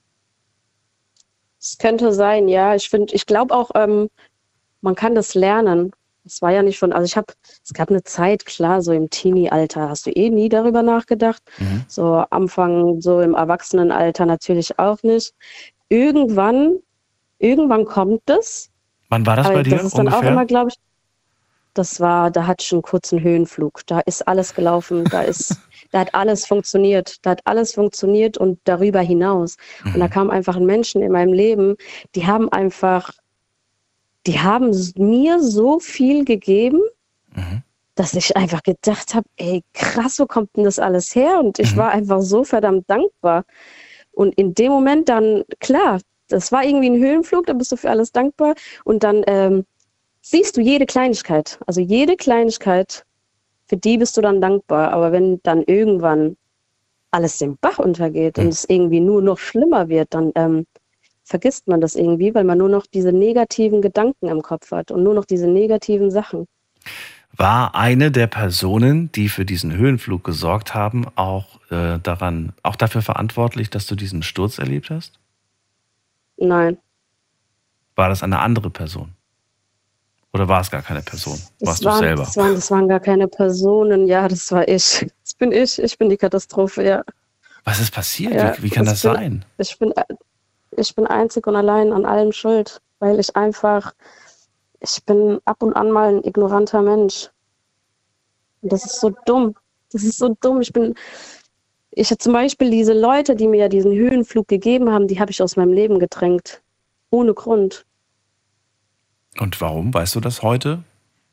Es könnte sein, ja. Ich finde, ich glaube auch, ähm, man kann das lernen. Es war ja nicht von, also ich habe, es gab eine Zeit, klar, so im Teenie-Alter hast du eh nie darüber nachgedacht. Mhm. So Anfang, so im Erwachsenenalter natürlich auch nicht. Irgendwann, irgendwann kommt es. Wann war das Aber bei dir das ist dann ungefähr? auch immer, glaube ich, das war, da hatte ich einen kurzen Höhenflug. Da ist alles gelaufen, da ist, da hat alles funktioniert. Da hat alles funktioniert und darüber hinaus. Mhm. Und da kamen einfach Menschen in meinem Leben, die haben einfach, die haben mir so viel gegeben, Mhm. dass ich einfach gedacht habe, ey, krass, wo kommt denn das alles her? Und ich Mhm. war einfach so verdammt dankbar. Und in dem Moment dann, klar, das war irgendwie ein Höhenflug, da bist du für alles dankbar. Und dann ähm, siehst du jede Kleinigkeit, also jede Kleinigkeit, für die bist du dann dankbar. Aber wenn dann irgendwann alles den Bach untergeht Mhm. und es irgendwie nur noch schlimmer wird, dann ähm, vergisst man das irgendwie, weil man nur noch diese negativen Gedanken im Kopf hat und nur noch diese negativen Sachen. War eine der Personen, die für diesen Höhenflug gesorgt haben, auch äh, daran, auch dafür verantwortlich, dass du diesen Sturz erlebt hast? Nein. War das eine andere Person? Oder war es gar keine Person? Das Warst waren, du selber? Das waren, das waren gar keine Personen. Ja, das war ich. Das bin ich. Ich bin die Katastrophe, ja. Was ist passiert? Ja, wie, wie kann das bin, sein? Ich bin, ich bin einzig und allein an allem schuld, weil ich einfach, ich bin ab und an mal ein ignoranter Mensch. Und das ist so dumm. Das ist so dumm. Ich bin, ich habe zum Beispiel diese Leute, die mir ja diesen Höhenflug gegeben haben, die habe ich aus meinem Leben gedrängt. Ohne Grund. Und warum? Weißt du das heute?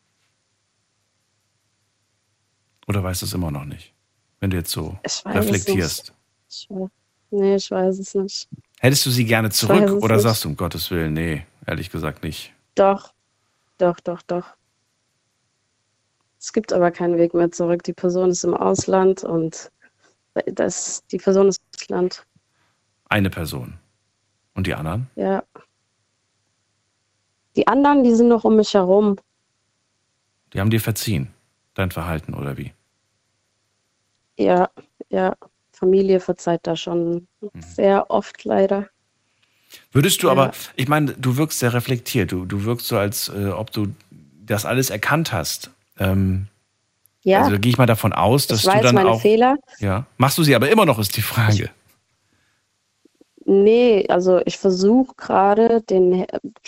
Oder weißt du es immer noch nicht? Wenn du jetzt so Ich weiß reflektierst. es nicht. Ich, nee, ich weiß es nicht. Hättest du sie gerne weiß zurück es oder nicht. sagst du, um Gottes Willen, nee, ehrlich gesagt nicht. Doch, doch, doch, doch. Es gibt aber keinen Weg mehr zurück. Die Person ist im Ausland und das, die Person ist im Ausland. Eine Person. Und die anderen? Ja. Die anderen, die sind noch um mich herum. Die haben dir verziehen, dein Verhalten oder wie? Ja, ja. Familie verzeiht da schon sehr oft leider. Würdest du Ja. aber, ich meine, du wirkst sehr reflektiert, du, du wirkst so, als äh, ob du das alles erkannt hast. Ähm, Ja, Also da gehe ich mal davon aus, dass ich du weiß dann meine auch. Fehler. Ja. Machst du sie aber immer noch, ist die Frage. Nee, also ich versuche gerade den,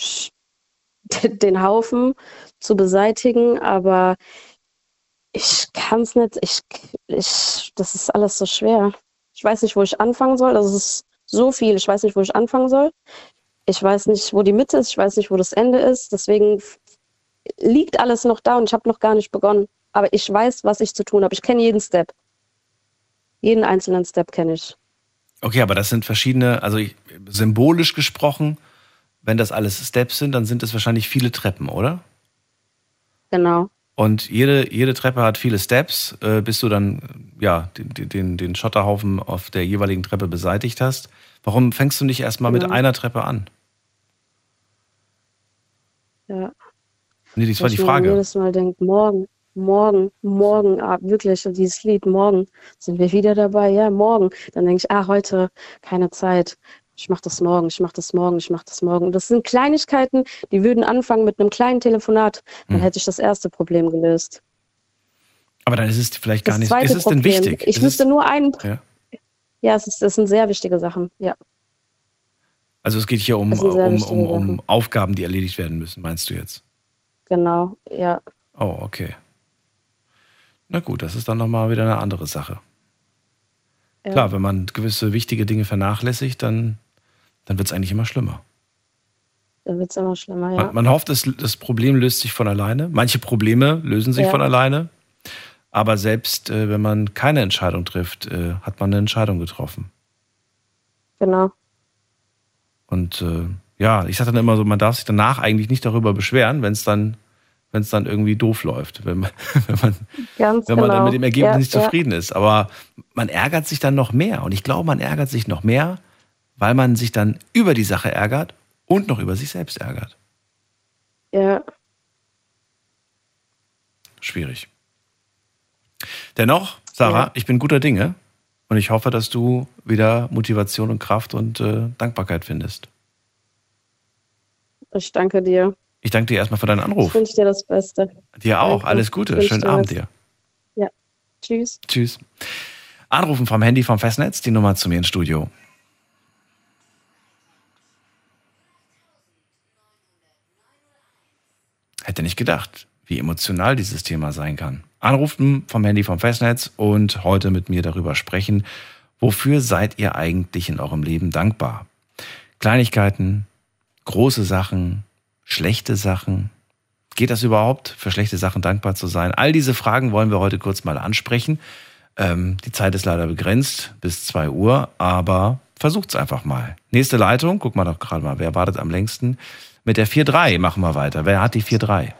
den Haufen zu beseitigen, aber ich kann es nicht, ich, ich, das ist alles so schwer. Ich weiß nicht, wo ich anfangen soll. Das ist so viel, ich weiß nicht, wo ich anfangen soll. Ich weiß nicht, wo die Mitte ist, ich weiß nicht, wo das Ende ist. Deswegen f- liegt alles noch da und ich habe noch gar nicht begonnen. Aber ich weiß, was ich zu tun habe. Ich kenne jeden Step. Jeden einzelnen Step kenne ich. Okay, aber das sind verschiedene, also ich, symbolisch gesprochen, wenn das alles Steps sind, dann sind es wahrscheinlich viele Treppen, oder? Genau. Und jede, jede Treppe hat viele Steps, äh, bis du dann ja, den, den, den Schotterhaufen auf der jeweiligen Treppe beseitigt hast. Warum fängst du nicht erstmal mit Genau. einer Treppe an? Ja. Nee, das war die Ich mir Frage. jedes Mal denke, morgen, morgen, morgen, ah, wirklich, dieses Lied, morgen sind wir wieder dabei, ja, morgen. Dann denke ich, ah, heute keine Zeit. Ich mache das morgen, ich mache das morgen, ich mache das morgen. Das sind Kleinigkeiten, die würden anfangen mit einem kleinen Telefonat. Dann Hm. hätte ich das erste Problem gelöst. Aber dann ist es vielleicht gar Das nicht. zweite Ist es denn Problem, wichtig? ich Ist müsste es, nur einen, ja. ja, es ist, das sind sehr wichtige Sachen, ja. Also es geht hier um, Das sind sehr um, wichtige um, um Sachen. Aufgaben, die erledigt werden müssen, meinst du jetzt? Genau, ja. Oh, okay. Na gut, das ist dann nochmal wieder eine andere Sache. ja. Klar, wenn man gewisse wichtige Dinge vernachlässigt, dann, dann wird es eigentlich immer schlimmer. Dann wird es immer schlimmer, ja. Man, man hofft, es, das Problem löst sich von alleine. Manche Probleme lösen sich Ja. von alleine. Aber selbst äh, wenn man keine Entscheidung trifft, äh, hat man eine Entscheidung getroffen. Genau. Und äh, ja, ich sage dann immer so, man darf sich danach eigentlich nicht darüber beschweren, wenn es dann, wenn es dann irgendwie doof läuft, wenn man, wenn man, Ganz wenn man genau. dann mit dem Ergebnis Ja, nicht ja. zufrieden ist. Aber man ärgert sich dann noch mehr. Und ich glaube, man ärgert sich noch mehr, weil man sich dann über die Sache ärgert und noch über sich selbst ärgert. Ja. Schwierig. Dennoch, Sarah, ja. ich bin guter Dinge und ich hoffe, dass du wieder Motivation und Kraft und äh, Dankbarkeit findest. Ich danke dir. Ich danke dir erstmal für deinen Anruf. Ich wünsche dir das Beste. Dir auch. Danke. Alles Gute. Schönen Abend was. dir. Ja. Tschüss. Tschüss. Anrufen vom Handy vom Festnetz, die Nummer zu mir ins Studio. Hätte nicht gedacht, wie emotional dieses Thema sein kann. Anrufen vom Handy vom Festnetz und heute mit mir darüber sprechen, wofür seid ihr eigentlich in eurem Leben dankbar? Kleinigkeiten, große Sachen, schlechte Sachen. Geht das überhaupt, für schlechte Sachen dankbar zu sein? All diese Fragen wollen wir heute kurz mal ansprechen. Ähm, die Zeit ist leider begrenzt bis zwei Uhr, aber versucht's einfach mal. Nächste Leitung, guck mal doch gerade mal, wer wartet am längsten? Mit der vier drei machen wir weiter. Wer hat die vier drei?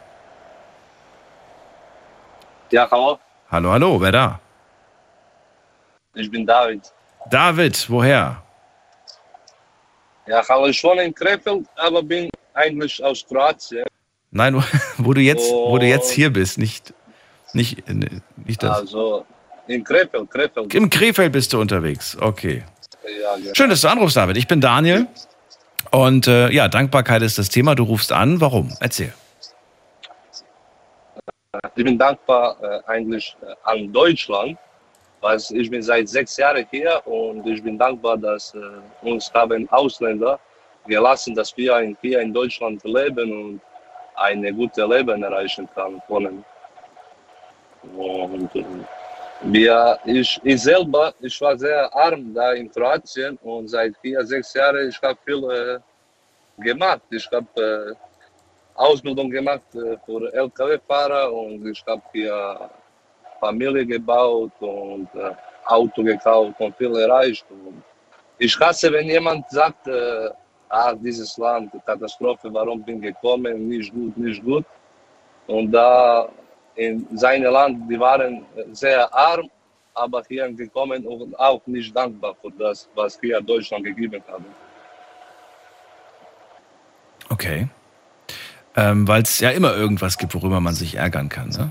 Ja, hallo. Hallo, hallo, wer da? Ich bin David. David, woher? Ja, hallo, ich wohne in Krefeld, aber bin eigentlich aus Kroatien. Nein, wo, wo du jetzt, wo du jetzt hier bist, nicht, nicht, nicht das. Also in Krefeld, Krefeld. Im Krefeld bist du unterwegs, okay. Ja, genau. Schön, dass du anrufst, David. Ich bin Daniel und äh, ja, Dankbarkeit ist das Thema. Du rufst an. Warum? Erzähl. Ich bin dankbar äh, eigentlich äh, an Deutschland, weil ich bin seit sechs Jahren hier und ich bin dankbar, dass äh, uns haben Ausländer gelassen, dass wir in, hier in Deutschland leben und ein gutes Leben erreichen kann, können. Und äh, wir, ich, ich selber, ich war sehr arm da in Kroatien und seit vier, sechs Jahren, ich habe viel äh, gemacht. Ich habe äh, Ausbildung gemacht äh, für L K W-Fahrer und ich habe hier Familie gebaut und äh, Auto gekauft und viel erreicht. Und ich hasse, wenn jemand sagt, äh, ah, dieses Land, Katastrophe, warum bin ich gekommen, nicht gut, nicht gut. Und da in seinem Land, die waren sehr arm, aber hier gekommen und auch nicht dankbar für das, was hier Deutschland gegeben hat. Okay. Ähm, weil es ja immer irgendwas gibt, worüber man sich ärgern kann, ne?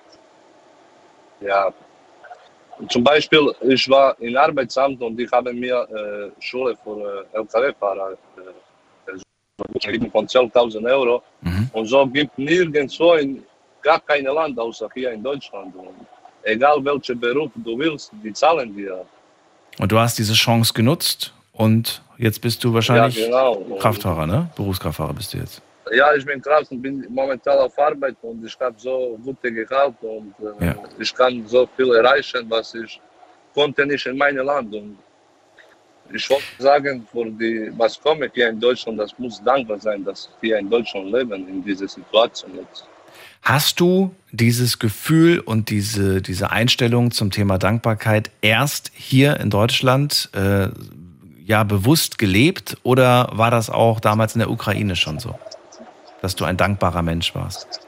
Ja. Zum Beispiel, ich war im Arbeitsamt und die haben mir äh, Schule für äh, L K W-Fahrer äh, von zwölftausend Euro. Mhm. Und so gibt nirgendwo in gar kein Land außer hier in Deutschland. Und egal welchen Beruf du willst, die zahlen dir. Und du hast diese Chance genutzt und jetzt bist du wahrscheinlich ja, genau. Kraftfahrer, ne? Berufskraftfahrer bist du jetzt. Ja, ich bin Kraft und bin momentan auf Arbeit und ich habe so gute Gehalt und äh, ja. ich kann so viel erreichen, was ich konnte nicht in meinem Land. Und ich wollte sagen, für die, was komme hier in Deutschland, das muss dankbar sein, dass wir in Deutschland leben, in dieser Situation jetzt. Hast du dieses Gefühl und diese, diese Einstellung zum Thema Dankbarkeit erst hier in Deutschland äh, ja bewusst gelebt oder war das auch damals in der Ukraine schon so, dass du ein dankbarer Mensch warst?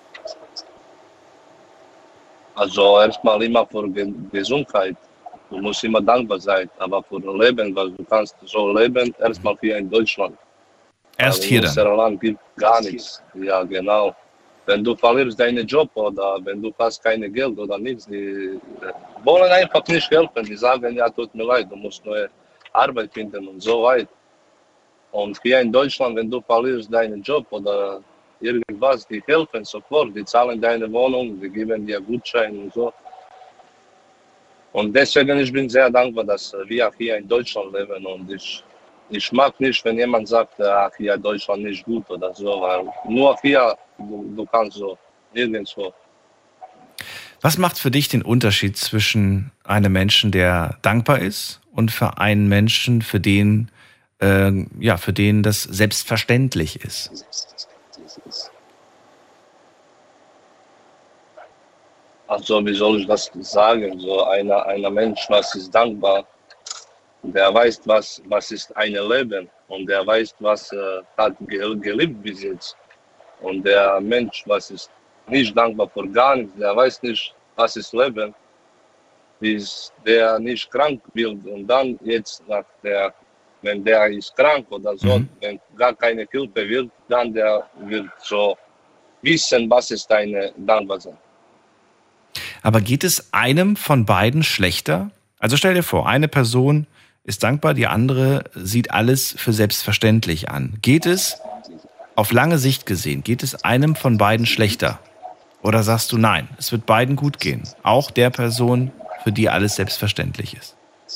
Also erstmal immer für Gesundheit. Du musst immer dankbar sein, aber für das Leben, weil du kannst so leben, erstmal hier in Deutschland. Erst also hier in dann? In Land gibt gar nichts. Ja, genau. Wenn du verlierst deinen Job oder wenn du hast kein Geld oder nichts, die wollen einfach nicht helfen. Die sagen, ja, tut mir leid, du musst neue Arbeit finden und so weiter. Und hier in Deutschland, wenn du verlierst deinen Job oder irgendwas, die helfen sofort, die zahlen deine Wohnung, die geben dir Gutschein und so. Und deswegen ich bin sehr dankbar, dass wir hier in Deutschland leben und ich, ich mag nicht, wenn jemand sagt, ach, hier in Deutschland nicht gut oder so, weil nur hier, du, du kannst so, nirgendwo. Was macht für dich den Unterschied zwischen einem Menschen, der dankbar ist und für einen Menschen, für den, äh, ja, für den das selbstverständlich ist? Also wie soll ich das sagen? So einer, einer Mensch, was ist dankbar, der weiß, was, was ist ein Leben und der weiß, was äh, hat gelebt bis jetzt. Und der Mensch, was ist nicht dankbar für gar nichts, der weiß nicht, was ist Leben, bis der nicht krank wird und dann jetzt nach der wenn der ist krank oder so, Mhm. wenn gar keine Hilfe wird, dann der wird so wissen, was ist deine Dankbarkeit. Aber geht es einem von beiden schlechter? Also stell dir vor, eine Person ist dankbar, die andere sieht alles für selbstverständlich an. Geht es auf lange Sicht gesehen, geht es einem von beiden schlechter? Oder sagst du, nein, es wird beiden gut gehen? Auch der Person, für die alles selbstverständlich ist.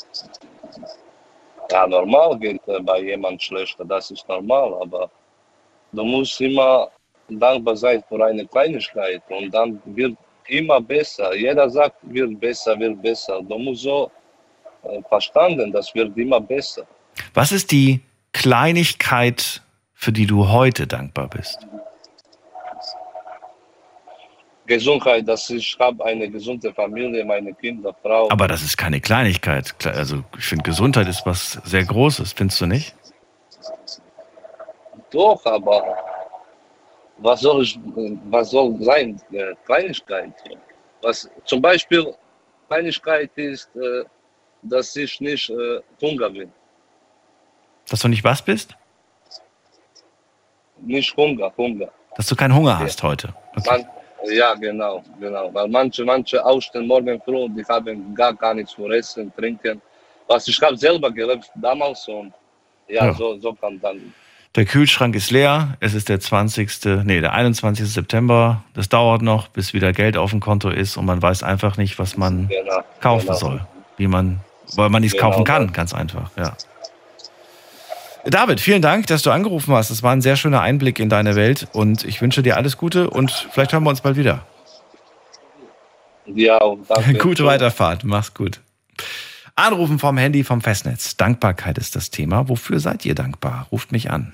Ja, normal geht äh, bei jemand schlechter, das ist normal, aber du musst immer dankbar sein für eine Kleinigkeit und dann wird immer besser. Jeder sagt, wird besser, wird besser. Du musst so äh, verstanden, das wird immer besser. Was ist die Kleinigkeit, für die du heute dankbar bist? Gesundheit, dass ich habe eine gesunde Familie, meine Kinder, Frau. Aber das ist keine Kleinigkeit. Klar, also ich finde, Gesundheit ist was sehr Großes, findest du nicht? Doch, aber was soll ich, was soll sein? Äh, Kleinigkeit. Was zum Beispiel Kleinigkeit ist, äh, dass ich nicht äh, Hunger bin. Dass du nicht was bist? Nicht Hunger, Hunger. Dass du keinen Hunger hast heute. Okay. Man, ja, genau, genau. Weil manche, manche aufstehen morgen früh und die haben gar, gar nichts zu essen, trinken. Was ich habe selber gelebt damals und ja, Ja. So, so kann dann. Der Kühlschrank ist leer. Es ist der zwanzigste, nee, der einundzwanzigste September. Das dauert noch, bis wieder Geld auf dem Konto ist und man weiß einfach nicht, was man Genau, kaufen genau. soll. Wie man, weil man nichts Genau, kaufen kann, ja. ganz einfach, ja. David, vielen Dank, dass du angerufen hast. Das war ein sehr schöner Einblick in deine Welt und ich wünsche dir alles Gute und vielleicht hören wir uns bald wieder. Ja, danke. Gute Weiterfahrt, mach's gut. Anrufen vom Handy, vom Festnetz. Dankbarkeit ist das Thema. Wofür seid ihr dankbar? Ruft mich an.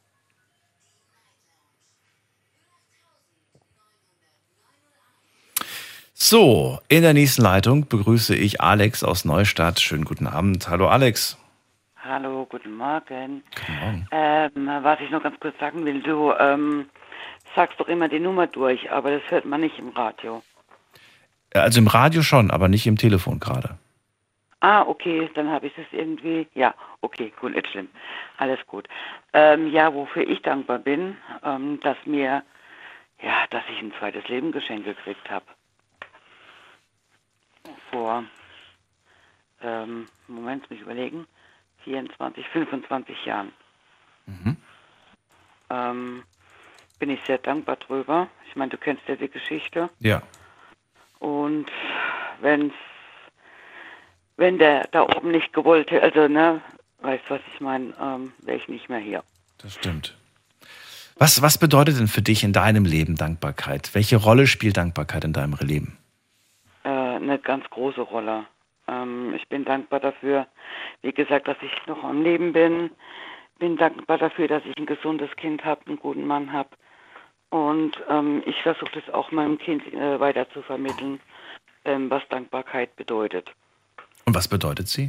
So, in der nächsten Leitung begrüße ich Alex aus Neustadt. Schönen guten Abend. Hallo Alex. Hallo, guten Morgen. Guten Morgen. Ähm, was ich noch ganz kurz sagen will, du ähm, sagst doch immer die Nummer durch, aber das hört man nicht im Radio. Also im Radio schon, aber nicht im Telefon gerade. Ah, okay, dann habe ich das irgendwie, ja, okay, gut, nicht schlimm, alles gut. Ähm, ja, wofür ich dankbar bin, ähm, dass mir, ja, dass ich ein zweites Leben geschenkt gekriegt habe. Vor, ähm, Moment, mich überlegen, vierundzwanzig, fünfundzwanzig Jahren. Mhm. Ähm, bin ich sehr dankbar drüber. Ich meine, du kennst ja die Geschichte. Ja. Und wenn's, wenn der da oben nicht gewollt hätte, also, ne, weißt du, was ich meine, ähm, wäre ich nicht mehr hier. Das stimmt. Was, was bedeutet denn für dich in deinem Leben Dankbarkeit? Welche Rolle spielt Dankbarkeit in deinem Leben? Äh, eine ganz große Rolle. Ähm, ich bin dankbar dafür, wie gesagt, dass ich noch am Leben bin. Bin dankbar dafür, dass ich ein gesundes Kind habe, einen guten Mann habe. Und ähm, ich versuche das auch meinem Kind äh, weiter zu vermitteln, ähm, was Dankbarkeit bedeutet. Und was bedeutet sie?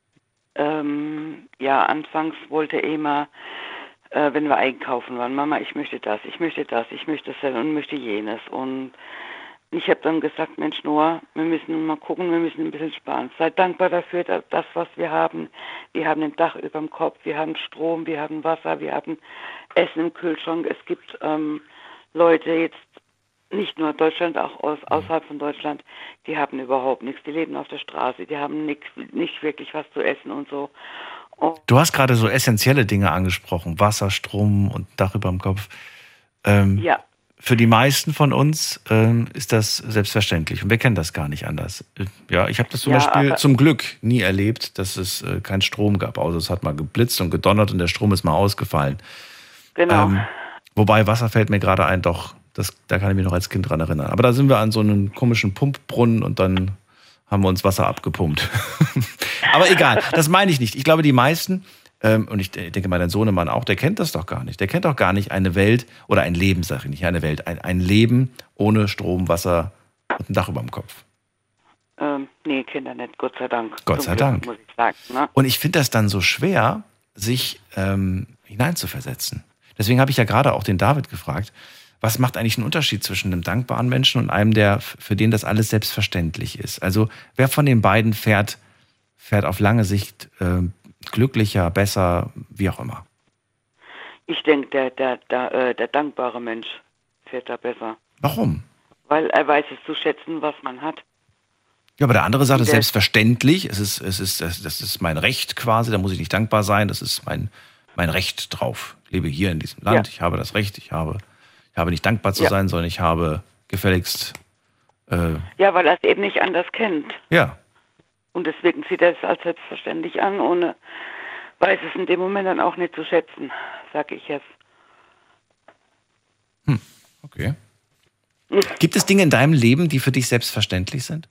Ähm, ja, anfangs wollte er immer, äh, wenn wir einkaufen waren, Mama, ich möchte das, ich möchte das, ich möchte das und möchte jenes. Und ich habe dann gesagt, Mensch, Noah, wir müssen mal gucken, wir müssen ein bisschen sparen. Sei dankbar dafür, dass das, was wir haben, wir haben ein Dach über dem Kopf, wir haben Strom, wir haben Wasser, wir haben Essen im Kühlschrank. Es gibt ähm, Leute jetzt, nicht nur Deutschland, auch aus, außerhalb von Deutschland, die haben überhaupt nichts. Die leben auf der Straße, die haben nix, nicht wirklich was zu essen und so. Und Du hast gerade so essentielle Dinge angesprochen. Wasser, Strom und Dach über dem Kopf. Ähm, ja, Für die meisten von uns ähm, ist das selbstverständlich und wir kennen das gar nicht anders. Äh, Ja, ich habe das zum Ja, Beispiel aber- zum Glück nie erlebt, dass es äh, keinen Strom gab. Also es hat mal geblitzt und gedonnert und der Strom ist mal ausgefallen. genau. Ähm, wobei Wasser fällt mir gerade ein, doch, das, da kann ich mich noch als Kind dran erinnern. Aber da sind wir an so einem komischen Pumpbrunnen und dann haben wir uns Wasser abgepumpt. Aber egal, das meine ich nicht. Ich glaube, die meisten, ähm, und ich denke mal, dein Sohnemann auch, der kennt das doch gar nicht. Der kennt doch gar nicht eine Welt oder ein Leben, sage ich nicht eine Welt, ein, ein Leben ohne Strom, Wasser und ein Dach über dem Kopf. Ähm, nee, Kinder nicht, Gott sei Dank. Gott Zum sei Glück, Dank. muss ich sagen. Ne? Und ich finde das dann so schwer, sich ähm, hineinzuversetzen. Deswegen habe ich ja gerade auch den David gefragt, was macht eigentlich einen Unterschied zwischen einem dankbaren Menschen und einem, der für den das alles selbstverständlich ist? Also wer von den beiden fährt, fährt auf lange Sicht äh, glücklicher, besser, wie auch immer? Ich denke, der, der, der, äh, der dankbare Mensch fährt da besser. Warum? Weil er weiß es zu schätzen, was man hat. Ja, aber der andere sagt es Der- selbstverständlich. Es ist, es ist, das, das ist mein Recht quasi. Da muss ich nicht dankbar sein. Das ist mein, mein Recht drauf. Ich lebe hier in diesem Land. Ja. Ich habe das Recht. Ich habe, ich habe nicht dankbar zu Ja. sein, sondern ich habe gefälligst. Äh, Ja, weil er es eben nicht anders kennt. ja, Und deswegen sieht er es als selbstverständlich an und äh, weiß es in dem Moment dann auch nicht zu schätzen, sage ich jetzt. okay. Gibt es Dinge in deinem Leben, die für dich selbstverständlich sind?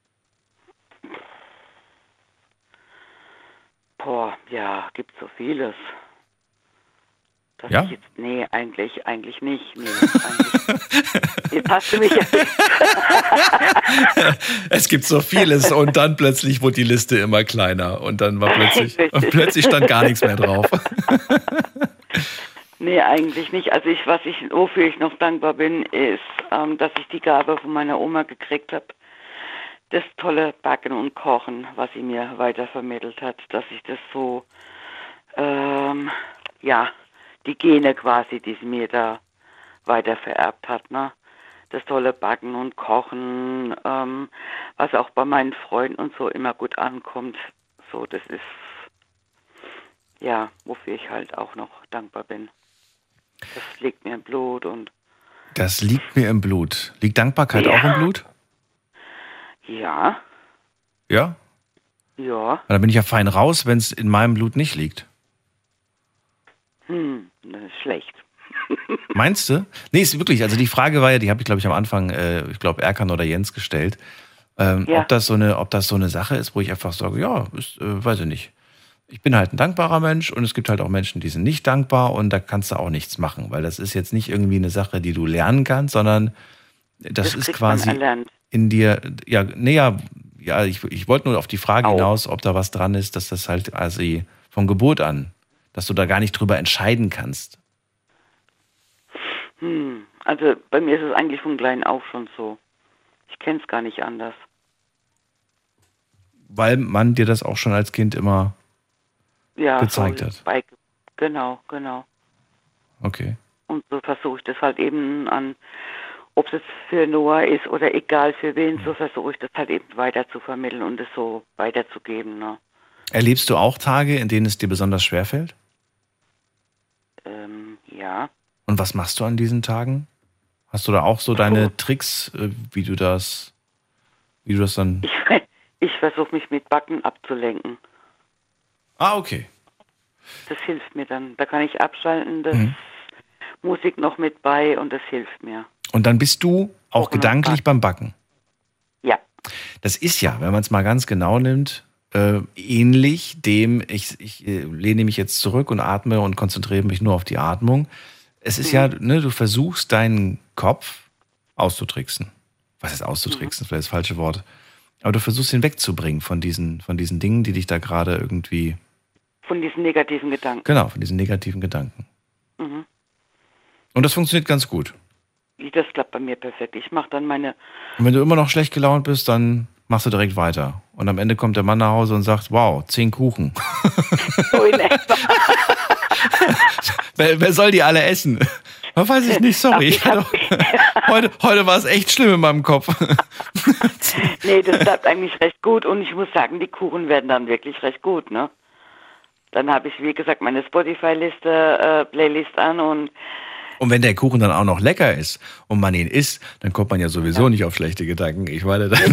Boah, ja, gibt so vieles. Das Ja? ich jetzt, nee, eigentlich, eigentlich nicht. Nee, eigentlich. Jetzt hast du mich ja. Es gibt so vieles und dann plötzlich wurde die Liste immer kleiner und dann war plötzlich, Richtig. und plötzlich stand gar nichts mehr drauf. Nee, eigentlich nicht. Also ich, was ich, wofür ich noch dankbar bin, ist, ähm, dass ich die Gabe von meiner Oma gekriegt habe. Das tolle Backen und Kochen, was sie mir weitervermittelt hat, dass ich das so, ähm, ja, die Gene quasi, die sie mir da weiter vererbt hat, ne? Das tolle Backen und Kochen, ähm, was auch bei meinen Freunden und so immer gut ankommt. So, das ist, ja, wofür ich halt auch noch dankbar bin. Das liegt mir im Blut und Das liegt mir im Blut. Liegt Dankbarkeit Ja. auch im Blut? ja, Ja? ja, Da bin ich ja fein raus, wenn es in meinem Blut nicht liegt. hm, das ist schlecht. Meinst du? Nee, ist wirklich, also die Frage war ja, die habe ich glaube ich am Anfang, äh, ich glaube Erkan oder Jens gestellt, ähm, Ja. ob das so eine, ob das so eine Sache ist, wo ich einfach sage, ja, ist, äh, weiß ich nicht. Ich bin halt ein dankbarer Mensch und es gibt halt auch Menschen, die sind nicht dankbar und da kannst du auch nichts machen, weil das ist jetzt nicht irgendwie eine Sache, die du lernen kannst, sondern das, Das ist kriegt quasi man erlernt. in dir, ja, nee, ja, ja ich, ich wollte nur auf die Frage Au. hinaus, ob da was dran ist, dass das halt also von Geburt an, dass du da gar nicht drüber entscheiden kannst. Hm, also bei mir ist es eigentlich von klein auf schon so. Ich kenne es gar nicht anders. Weil man dir das auch schon als Kind immer Ja, gezeigt so hat. Bei, genau, genau. Okay. Und so versuche ich das halt eben an, ob es jetzt für Noah ist oder egal für wen, so versuche ich das halt eben weiter zu vermitteln und es so weiterzugeben. Ne? Erlebst du auch Tage, in denen es dir besonders schwerfällt? Ähm, ja. Und was machst du an diesen Tagen? Hast du da auch so deine Oh. Tricks, äh, wie du das, wie du das dann... Ich, ich versuche mich mit Backen abzulenken. Ah, okay. Das hilft mir dann. Da kann ich abschalten, das Mhm. Musik noch mit bei und das hilft mir. Und dann bist du auch Kochen und gedanklich beim Backen. Ja. Das ist ja, wenn man es mal ganz genau nimmt, äh, ähnlich dem, ich, ich äh, lehne mich jetzt zurück und atme und konzentriere mich nur auf die Atmung. Es ist Mhm. ja, ne, du versuchst deinen Kopf auszutricksen. Was ist auszutricksen? Mhm. Vielleicht das falsche Wort. Aber du versuchst ihn wegzubringen von diesen, von diesen Dingen, die dich da gerade irgendwie, Von diesen negativen Gedanken. genau, von diesen negativen Gedanken. Mhm. Und das funktioniert ganz gut. Das klappt bei mir perfekt. Ich mache dann meine, Und wenn du immer noch schlecht gelaunt bist, dann machst du direkt weiter. Und am Ende kommt der Mann nach Hause und sagt, wow, zehn Kuchen. so in etwa. wer, wer soll die alle essen? Weiß ich nicht, sorry. Ach, ich hab- heute, heute war es echt schlimm in meinem Kopf. Nee, das klappt eigentlich recht gut und ich muss sagen, die Kuchen werden dann wirklich recht gut, ne? Dann habe ich, wie gesagt, meine Spotify-Liste, äh, Playlist an und Und wenn der Kuchen dann auch noch lecker ist und man ihn isst, dann kommt man ja sowieso nicht auf schlechte Gedanken. Ich meine, das,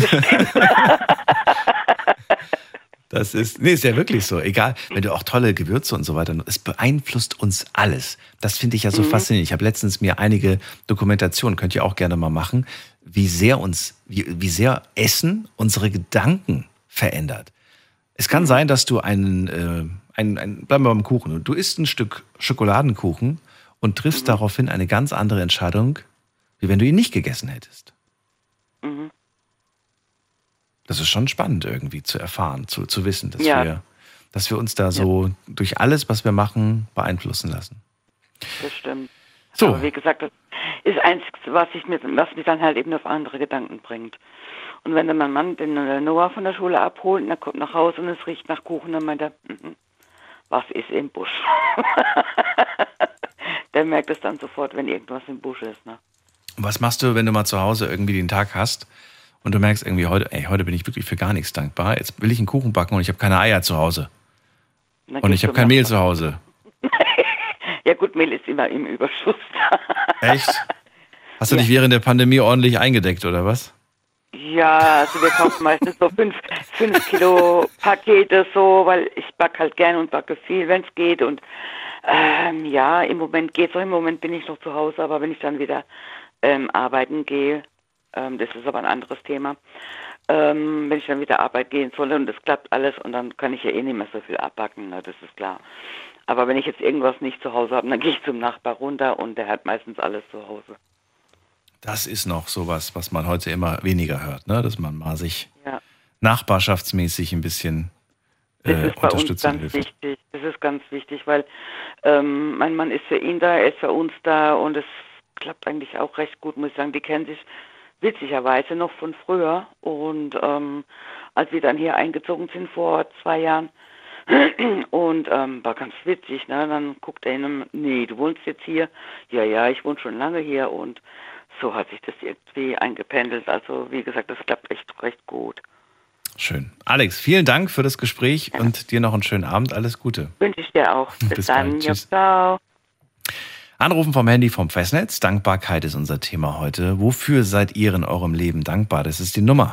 das ist, nee, ist ja wirklich so. Egal, wenn du auch tolle Gewürze und so weiter, es beeinflusst uns alles. Das finde ich ja so faszinierend. Ich habe letztens mir einige Dokumentationen, könnt ihr auch gerne mal machen, wie sehr uns, wie, wie sehr Essen unsere Gedanken verändert. Es kann sein, dass du einen, äh, einen, einen, bleiben wir beim Kuchen, du isst ein Stück Schokoladenkuchen und triffst daraufhin eine ganz andere Entscheidung, wie wenn du ihn nicht gegessen hättest. mhm. Das ist schon spannend irgendwie zu erfahren, zu, zu wissen, dass, Ja. wir, dass wir uns da so durch alles, was wir machen, beeinflussen lassen. Das stimmt. So. Aber wie gesagt, das ist das Einzige, was, ich mir, was mich dann halt eben auf andere Gedanken bringt. Und wenn dann mein Mann den Noah von der Schule abholt und er kommt nach Hause und es riecht nach Kuchen, dann meint er, mm, mm, was ist im Busch. Der merkt es dann sofort, wenn irgendwas im Busch ist. Ne? Was machst du, wenn du mal zu Hause irgendwie den Tag hast und du merkst irgendwie, heute, ey, heute bin ich wirklich für gar nichts dankbar. Jetzt will ich einen Kuchen backen und ich habe keine Eier zu Hause. Und ich habe kein Mehl zu Hause. Ja gut, Mehl ist immer im Überschuss. Echt? Hast du ja. dich während der Pandemie ordentlich eingedeckt, oder was? Ja, also wir kaufen meistens so fünf, fünf Kilo Pakete so, weil ich backe halt gerne und backe viel, wenn es geht. Und ähm, ja, im Moment geht's auch, im Moment bin ich noch zu Hause, aber wenn ich dann wieder ähm, arbeiten gehe, ähm, das ist aber ein anderes Thema, ähm, wenn ich dann wieder arbeiten gehen soll und es klappt alles und dann kann ich ja eh nicht mehr so viel abbacken, ne, das ist klar. Aber wenn ich jetzt irgendwas nicht zu Hause habe, dann gehe ich zum Nachbar runter und der hat meistens alles zu Hause. Das ist noch sowas, was man heute immer weniger hört, ne? Dass man mal sich ja. nachbarschaftsmäßig ein bisschen äh, das ist bei uns ganz hilft. wichtig. Das ist ganz wichtig, weil ähm, mein Mann ist für ihn da, er ist für uns da und es klappt eigentlich auch recht gut, muss ich sagen. Die kennen sich witzigerweise noch von früher und ähm, als wir dann hier eingezogen sind vor zwei Jahren und ähm, war ganz witzig, ne? Dann guckt er hin, nee, du wohnst jetzt hier? Ja, ja, ich wohne schon lange hier und so hat sich das irgendwie eingependelt. Also wie gesagt, das klappt echt recht gut. Schön. Alex, vielen Dank für das Gespräch ja. und dir noch einen schönen Abend. Alles Gute. Wünsche ich dir auch. Bis, Bis dann. Bald. Tschüss. Ja, ciao. Anrufen vom Handy vom Festnetz. Dankbarkeit ist unser Thema heute. Wofür seid ihr in eurem Leben dankbar? Das ist die Nummer.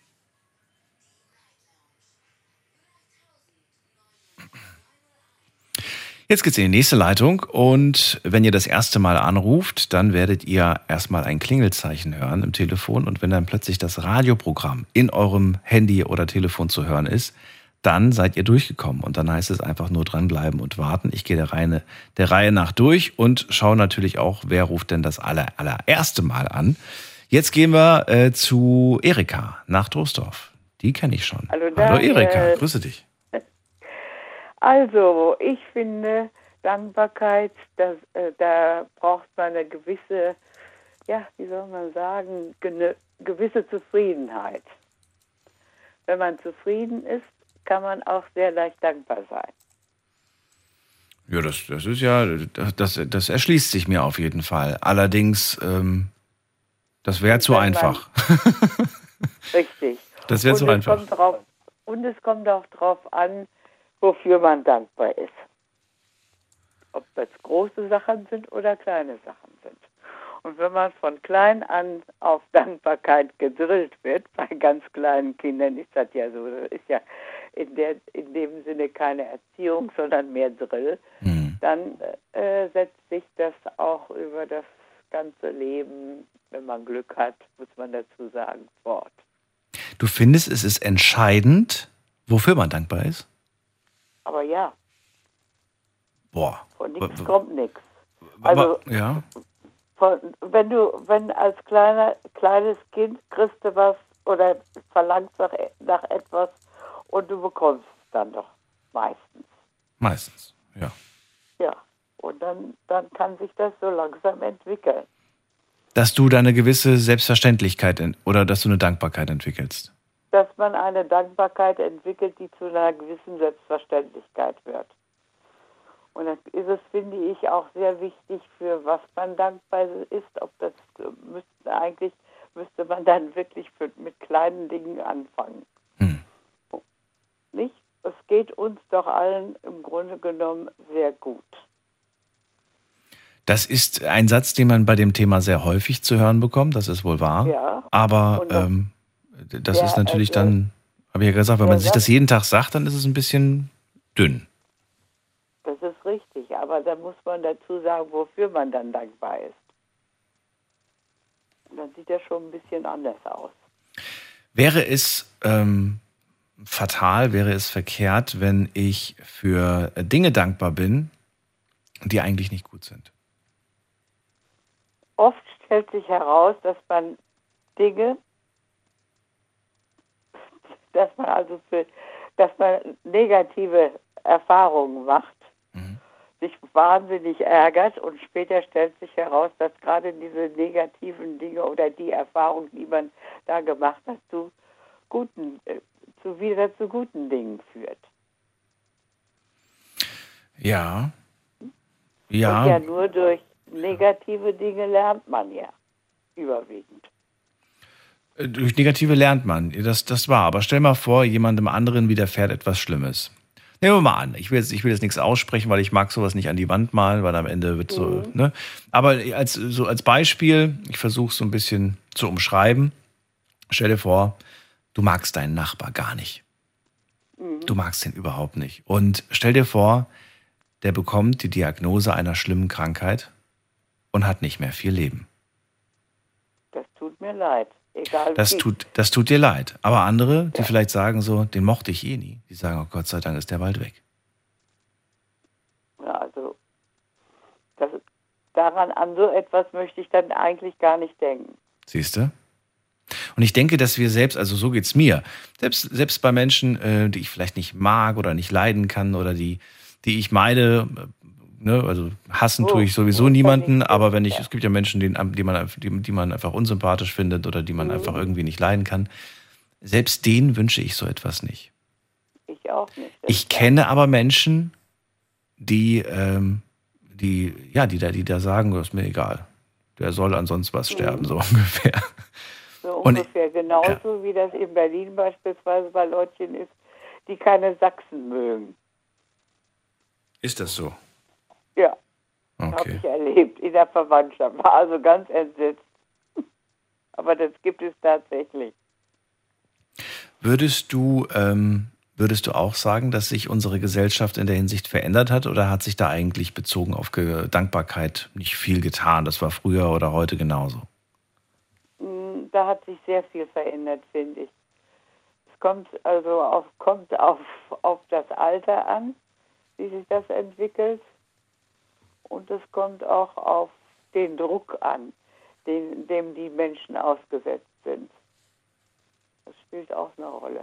Jetzt geht's in die nächste Leitung und wenn ihr das erste Mal anruft, dann werdet ihr erstmal ein Klingelzeichen hören im Telefon und wenn dann plötzlich das Radioprogramm in eurem Handy oder Telefon zu hören ist, dann seid ihr durchgekommen und dann heißt es einfach nur dranbleiben und warten. Ich gehe der Reihe, der Reihe nach durch und schaue natürlich auch, wer ruft denn das aller, allererste Mal an. Jetzt gehen wir äh, zu Erika nach Troisdorf. Die kenne ich schon. Hallo, Hallo Erika, grüße dich. Also, ich finde, Dankbarkeit, das, äh, da braucht man eine gewisse, ja, wie soll man sagen, eine gewisse Zufriedenheit. Wenn man zufrieden ist, kann man auch sehr leicht dankbar sein. Ja, das, das ist ja, das, das erschließt sich mir auf jeden Fall. Allerdings, ähm, das wäre zu einfach. Richtig. Das wäre zu einfach. Kommt drauf, und es kommt auch drauf an, wofür man dankbar ist. Ob das große Sachen sind oder kleine Sachen sind. Und wenn man von klein an auf Dankbarkeit gedrillt wird, bei ganz kleinen Kindern ist das ja so, das ist ja in, der, in dem Sinne keine Erziehung, sondern mehr Drill, mhm. dann äh, setzt sich das auch über das ganze Leben, wenn man Glück hat, muss man dazu sagen, fort. Du findest, es ist entscheidend, wofür man dankbar ist? Aber ja. Boah. Von nichts kommt nichts. Also, ja. Von, wenn du, wenn als kleiner, kleines Kind kriegst du was oder verlangst nach, nach etwas und du bekommst es dann doch meistens. Meistens, ja. Ja, und dann, dann kann sich das so langsam entwickeln. Dass du da eine gewisse Selbstverständlichkeit oder dass du eine Dankbarkeit entwickelst. Dass man eine Dankbarkeit entwickelt, die zu einer gewissen Selbstverständlichkeit wird. Und dann ist es, finde ich, auch sehr wichtig, für was man dankbar ist. Ob das müsste eigentlich müsste man dann wirklich für, mit kleinen Dingen anfangen. Hm. Nicht? Es geht uns doch allen im Grunde genommen sehr gut. Das ist ein Satz, den man bei dem Thema sehr häufig zu hören bekommt, das ist wohl wahr. Ja. Aber ähm, das der, ist natürlich also, dann, habe ich ja gesagt, wenn man sich das jeden Tag sagt, dann ist es ein bisschen dünn. Das ist richtig, aber da muss man dazu sagen, wofür man dann dankbar ist. Und dann sieht das schon ein bisschen anders aus. Wäre es ähm, fatal, wäre es verkehrt, wenn ich für Dinge dankbar bin, die eigentlich nicht gut sind? Oft stellt sich heraus, dass man Dinge, dass man also für, dass man negative Erfahrungen macht, mhm. sich wahnsinnig ärgert und später stellt sich heraus, dass gerade diese negativen Dinge oder die Erfahrungen, die man da gemacht hat, zu guten, äh, zu wieder zu guten Dingen führt. Ja. Ja. Und ja nur durch negative Dinge lernt man ja überwiegend. Durch Negative lernt man, das, das war. Aber stell mal vor, jemandem anderen widerfährt etwas Schlimmes. Nehmen wir mal an, ich will, jetzt, ich will jetzt nichts aussprechen, weil ich mag sowas nicht an die Wand malen, weil am Ende wird so, mhm. ne? Aber als, so als Beispiel, ich versuche es so ein bisschen zu umschreiben. Stell dir vor, du magst deinen Nachbar gar nicht. Mhm. Du magst ihn überhaupt nicht. Und stell dir vor, der bekommt die Diagnose einer schlimmen Krankheit und hat nicht mehr viel Leben. Das tut mir leid. Egal das, wie. tut, das tut dir leid. Aber andere, die ja. vielleicht sagen so, den mochte ich eh nie, die sagen, oh Gott sei Dank ist der bald weg. Ja, also das, daran, an so etwas möchte ich dann eigentlich gar nicht denken. Siehst du? Und ich denke, dass wir selbst, also so geht's mir, selbst, selbst bei Menschen, äh, die ich vielleicht nicht mag oder nicht leiden kann oder die, die ich meide, ne, also hassen oh, tue ich sowieso oh, niemanden, aber wenn ich, ja. es gibt ja Menschen, die, die, man, die, die man einfach unsympathisch findet oder die man mhm. einfach irgendwie nicht leiden kann, selbst denen wünsche ich so etwas nicht. Ich auch nicht. Ich kenne aber Menschen, die, ähm, die, ja, die da, die da sagen, das ist mir egal, der soll ansonsten was sterben, mhm. so ungefähr. So ungefähr, Und, genauso ja. wie das in Berlin beispielsweise bei Leutchen ist, die keine Sachsen mögen. Ist das so? Ja, okay. habe ich erlebt in der Verwandtschaft. War also ganz entsetzt. Aber das gibt es tatsächlich. Würdest du, ähm, würdest du auch sagen, dass sich unsere Gesellschaft in der Hinsicht verändert hat oder hat sich da eigentlich bezogen auf Dankbarkeit nicht viel getan? Das war früher oder heute genauso? Da hat sich sehr viel verändert, finde ich. Es kommt also auf, kommt auf, auf das Alter an, wie sich das entwickelt. Und es kommt auch auf den Druck an, den, dem die Menschen ausgesetzt sind. Das spielt auch eine Rolle.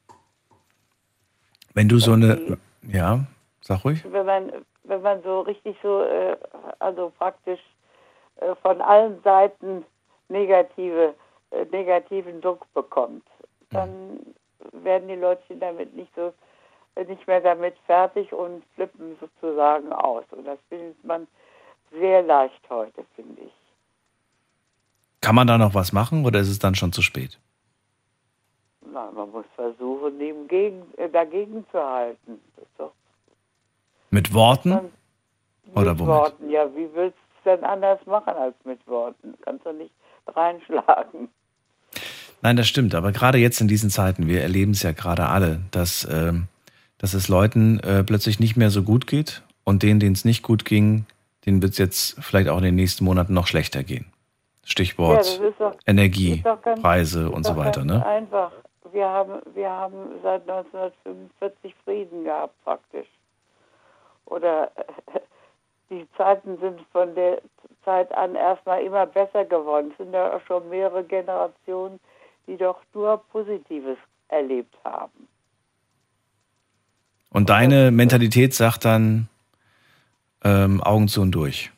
Wenn du so eine, ja, sag ruhig. Wenn man, wenn man so richtig so, äh, also praktisch äh, von allen Seiten negative, äh, negativen Druck bekommt, dann mhm. werden die Leute damit nicht so nicht mehr damit fertig und flippen sozusagen aus. Und das findet man sehr leicht heute, finde ich. Kann man da noch was machen oder ist es dann schon zu spät? Nein, man muss versuchen, dem gegen, äh, dagegen zu halten. Das ist doch mit Worten? Dann, oder mit womit? Worten, ja. Wie willst du es denn anders machen als mit Worten? Kannst du nicht reinschlagen. Nein, das stimmt. Aber gerade jetzt in diesen Zeiten, wir erleben es ja gerade alle, dass... Ähm, dass es Leuten äh, plötzlich nicht mehr so gut geht und denen, denen es nicht gut ging, denen wird es jetzt vielleicht auch in den nächsten Monaten noch schlechter gehen. Stichwort ja, doch, Energie, ganz, Preise und so weiter. Ne? Einfach. Wir haben, wir haben seit neunzehnhundertfünfundvierzig Frieden gehabt praktisch. Oder äh, die Zeiten sind von der Zeit an erstmal immer besser geworden. Es sind ja schon mehrere Generationen, die doch nur Positives erlebt haben. Und deine Mentalität sagt dann ähm, Augen zu und durch?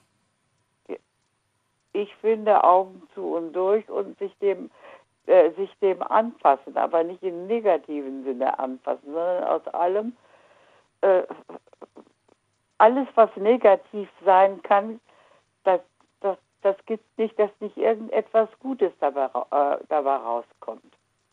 Ich finde Augen zu und durch und sich dem, äh, sich dem anpassen, aber nicht im negativen Sinne anpassen, sondern aus allem, äh, alles was negativ sein kann, das, das, das gibt nicht, dass nicht irgendetwas Gutes dabei, äh, dabei rauskommt.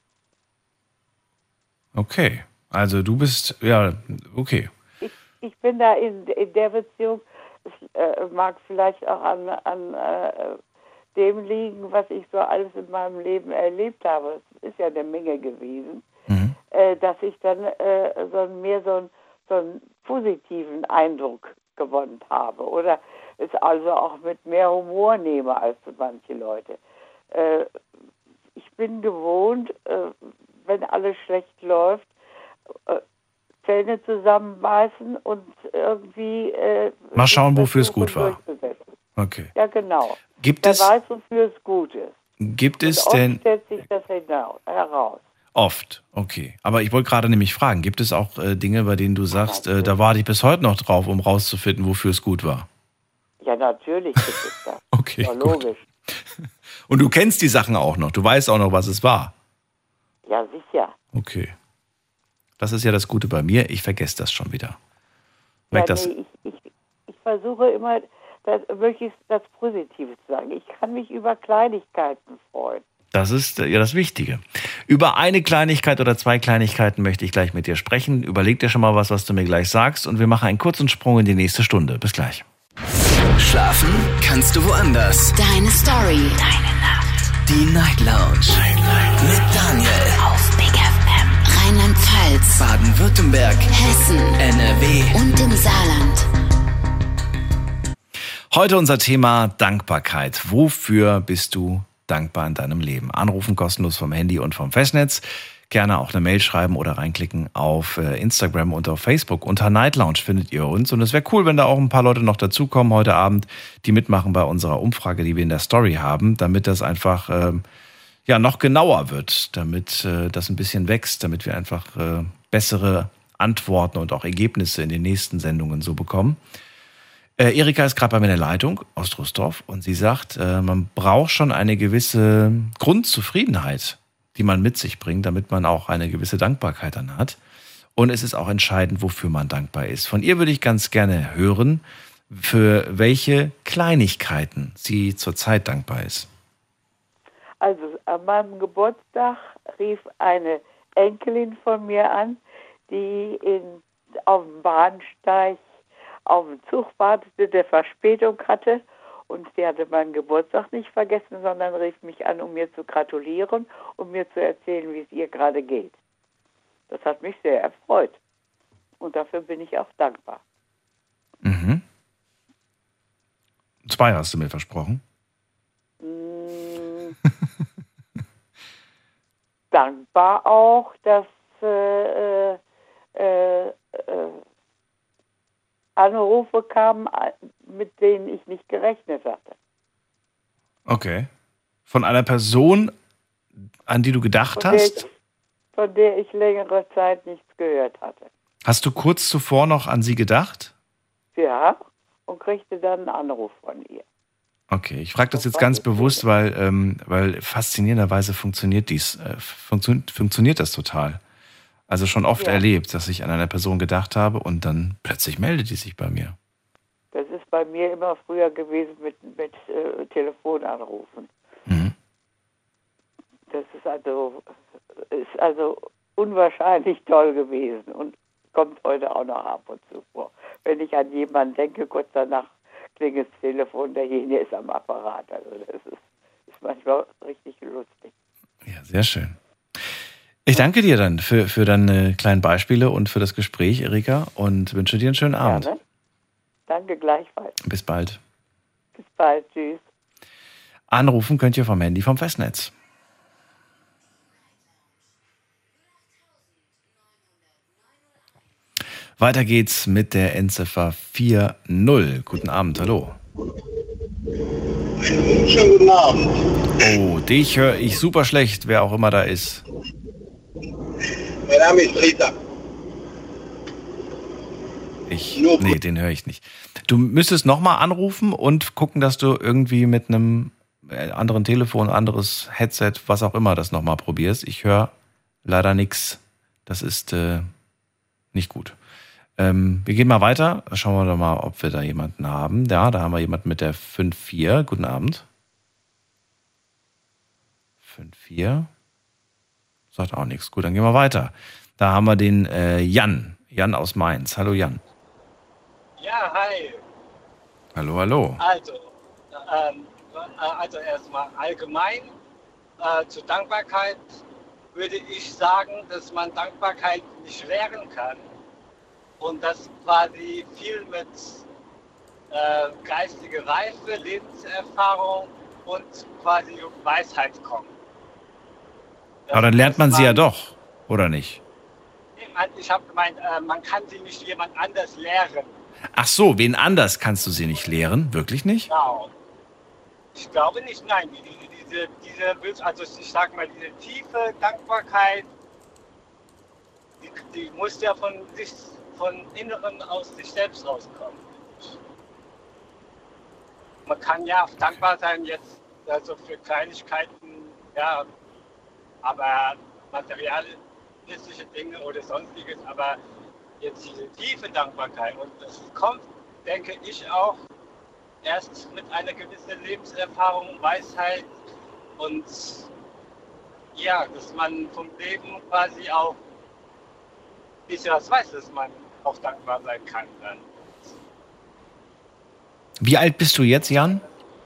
Okay. Also du bist, ja, okay. Ich, ich bin da in, in der Beziehung, es äh, mag vielleicht auch an, an äh, dem liegen, was ich so alles in meinem Leben erlebt habe. Es ist ja eine Menge gewesen, mhm. äh, dass ich dann äh, so mehr so, ein, so einen positiven Eindruck gewonnen habe. Oder es also auch mit mehr Humor nehme als manche Leute. Äh, ich bin gewohnt, äh, wenn alles schlecht läuft, Zähne zusammenbeißen und irgendwie... Äh, mal schauen, wofür es gut war. Okay. Ja, genau. Gibt Wer es, weiß, wofür es gut ist. Gibt es und oft denn... stellt sich das heraus. Oft, okay. Aber ich wollte gerade nämlich fragen, gibt es auch äh, Dinge, bei denen du sagst, äh, da warte ich bis heute noch drauf, um rauszufinden, wofür es gut war? Ja, natürlich gibt es das. Okay, ja, logisch. Und du kennst die Sachen auch noch, du weißt auch noch, was es war? Ja, sicher. Okay. Das ist ja das Gute bei mir, ich vergesse das schon wieder. Merk ja, das. nee, ich, ich, ich versuche immer, das, möglichst das Positive zu sagen. Ich kann mich über Kleinigkeiten freuen. Das ist ja das Wichtige. Über eine Kleinigkeit oder zwei Kleinigkeiten möchte ich gleich mit dir sprechen. Überleg dir schon mal was, was du mir gleich sagst. Und wir machen einen kurzen Sprung in die nächste Stunde. Bis gleich. Schlafen kannst du woanders. Deine Story. Deine Nacht. Die Night Lounge. Night, Night. Mit Daniel. Auf Big F M. Rheinland-Pfalz. Baden-Württemberg. Hessen. N R W. Und im Saarland. Heute unser Thema Dankbarkeit. Wofür bist du dankbar in deinem Leben? Anrufen kostenlos vom Handy und vom Festnetz. Gerne auch eine Mail schreiben oder reinklicken auf Instagram und auf Facebook. Unter Night Lounge findet ihr uns. Und es wäre cool, wenn da auch ein paar Leute noch dazukommen heute Abend, die mitmachen bei unserer Umfrage, die wir in der Story haben, damit das einfach ähm, ja, noch genauer wird, damit äh, das ein bisschen wächst, damit wir einfach äh, bessere Antworten und auch Ergebnisse in den nächsten Sendungen so bekommen. Äh, Erika ist gerade bei mir in der Leitung aus Trostorf und sie sagt, äh, man braucht schon eine gewisse Grundzufriedenheit, die man mit sich bringt, damit man auch eine gewisse Dankbarkeit dann hat. Und es ist auch entscheidend, wofür man dankbar ist. Von ihr würde ich ganz gerne hören, für welche Kleinigkeiten sie zurzeit dankbar ist. Also an meinem Geburtstag rief eine Enkelin von mir an, die in, auf dem Bahnsteig auf den Zug wartete, der Verspätung hatte. Und sie hatte meinen Geburtstag nicht vergessen, sondern rief mich an, um mir zu gratulieren und mir zu erzählen, wie es ihr gerade geht. Das hat mich sehr erfreut. Und dafür bin ich auch dankbar. Mhm. Zwei hast du mir versprochen. Mm, dankbar auch, dass äh, äh, äh, Anrufe kamen, mit denen ich nicht gerechnet hatte. Okay. Von einer Person, an die du gedacht von hast? Der ich, von der ich längere Zeit nichts gehört hatte. Hast du kurz zuvor noch an sie gedacht? Ja, und kriegte dann einen Anruf von ihr. Okay, ich frage das jetzt ganz bewusst, weil, ähm, weil faszinierenderweise funktioniert dies, äh, funktio- funktioniert das total. Also schon oft Ja. erlebt, dass ich an eine Person gedacht habe und dann plötzlich meldet die sich bei mir. Das ist bei mir immer früher gewesen mit, mit äh, Telefonanrufen. Mhm. Das ist also, ist also unwahrscheinlich toll gewesen und kommt heute auch noch ab und zu vor. Wenn ich an jemanden denke, kurz danach klingelt das Telefon, derjenige ist am Apparat. Also das ist, ist manchmal richtig lustig. Ja, sehr schön. Ich danke dir dann für, für deine kleinen Beispiele und für das Gespräch, Erika, und wünsche dir einen schönen Abend. Gerne. Danke gleichfalls. Bis bald. Bis bald. Tschüss. Anrufen könnt ihr vom Handy vom Festnetz. Weiter geht's mit der Endziffer vier null. Guten Abend, hallo. Einen schönen guten Abend. Oh, dich höre ich super schlecht, wer auch immer da ist. Mein Name ist Rita. Ich, nee, den höre ich nicht. Du müsstest nochmal anrufen und gucken, dass du irgendwie mit einem anderen Telefon, anderes Headset, was auch immer, das nochmal probierst. Ich höre leider nichts. Das ist äh, nicht gut. Ähm, wir gehen mal weiter. Schauen wir doch mal, ob wir da jemanden haben. Ja, da haben wir jemanden mit der fünf vier. Guten Abend. fünf vier. Sagt auch nichts. Gut, dann gehen wir weiter. Da haben wir den äh, Jan. Jan aus Mainz. Hallo Jan. Ja, hi. Hallo, hallo. Also, ähm, also erstmal allgemein äh, zur Dankbarkeit würde ich sagen, dass man Dankbarkeit nicht lernen kann und dass quasi viel mit äh, geistiger Reife, Lebenserfahrung und quasi Weisheit kommt. Aber dann lernt man sie ja doch, oder nicht? Ich habe gemeint, äh, man kann sie nicht jemand anders lehren. Ach so, wen anders kannst du sie nicht lehren? Wirklich nicht? Genau. Ich glaube nicht, nein. Diese, diese, also ich sag mal, diese tiefe Dankbarkeit, die, die muss ja von sich, von Inneren aus sich selbst rauskommen. Man kann ja dankbar sein jetzt also für Kleinigkeiten, ja, aber materialistische Dinge oder sonstiges, aber jetzt diese tiefe Dankbarkeit. Und das kommt, denke ich, auch erst mit einer gewissen Lebenserfahrung, Weisheit und ja, dass man vom Leben quasi auch ein bisschen was weiß, dass man auch dankbar sein kann dann. Wie alt bist du jetzt, Jan?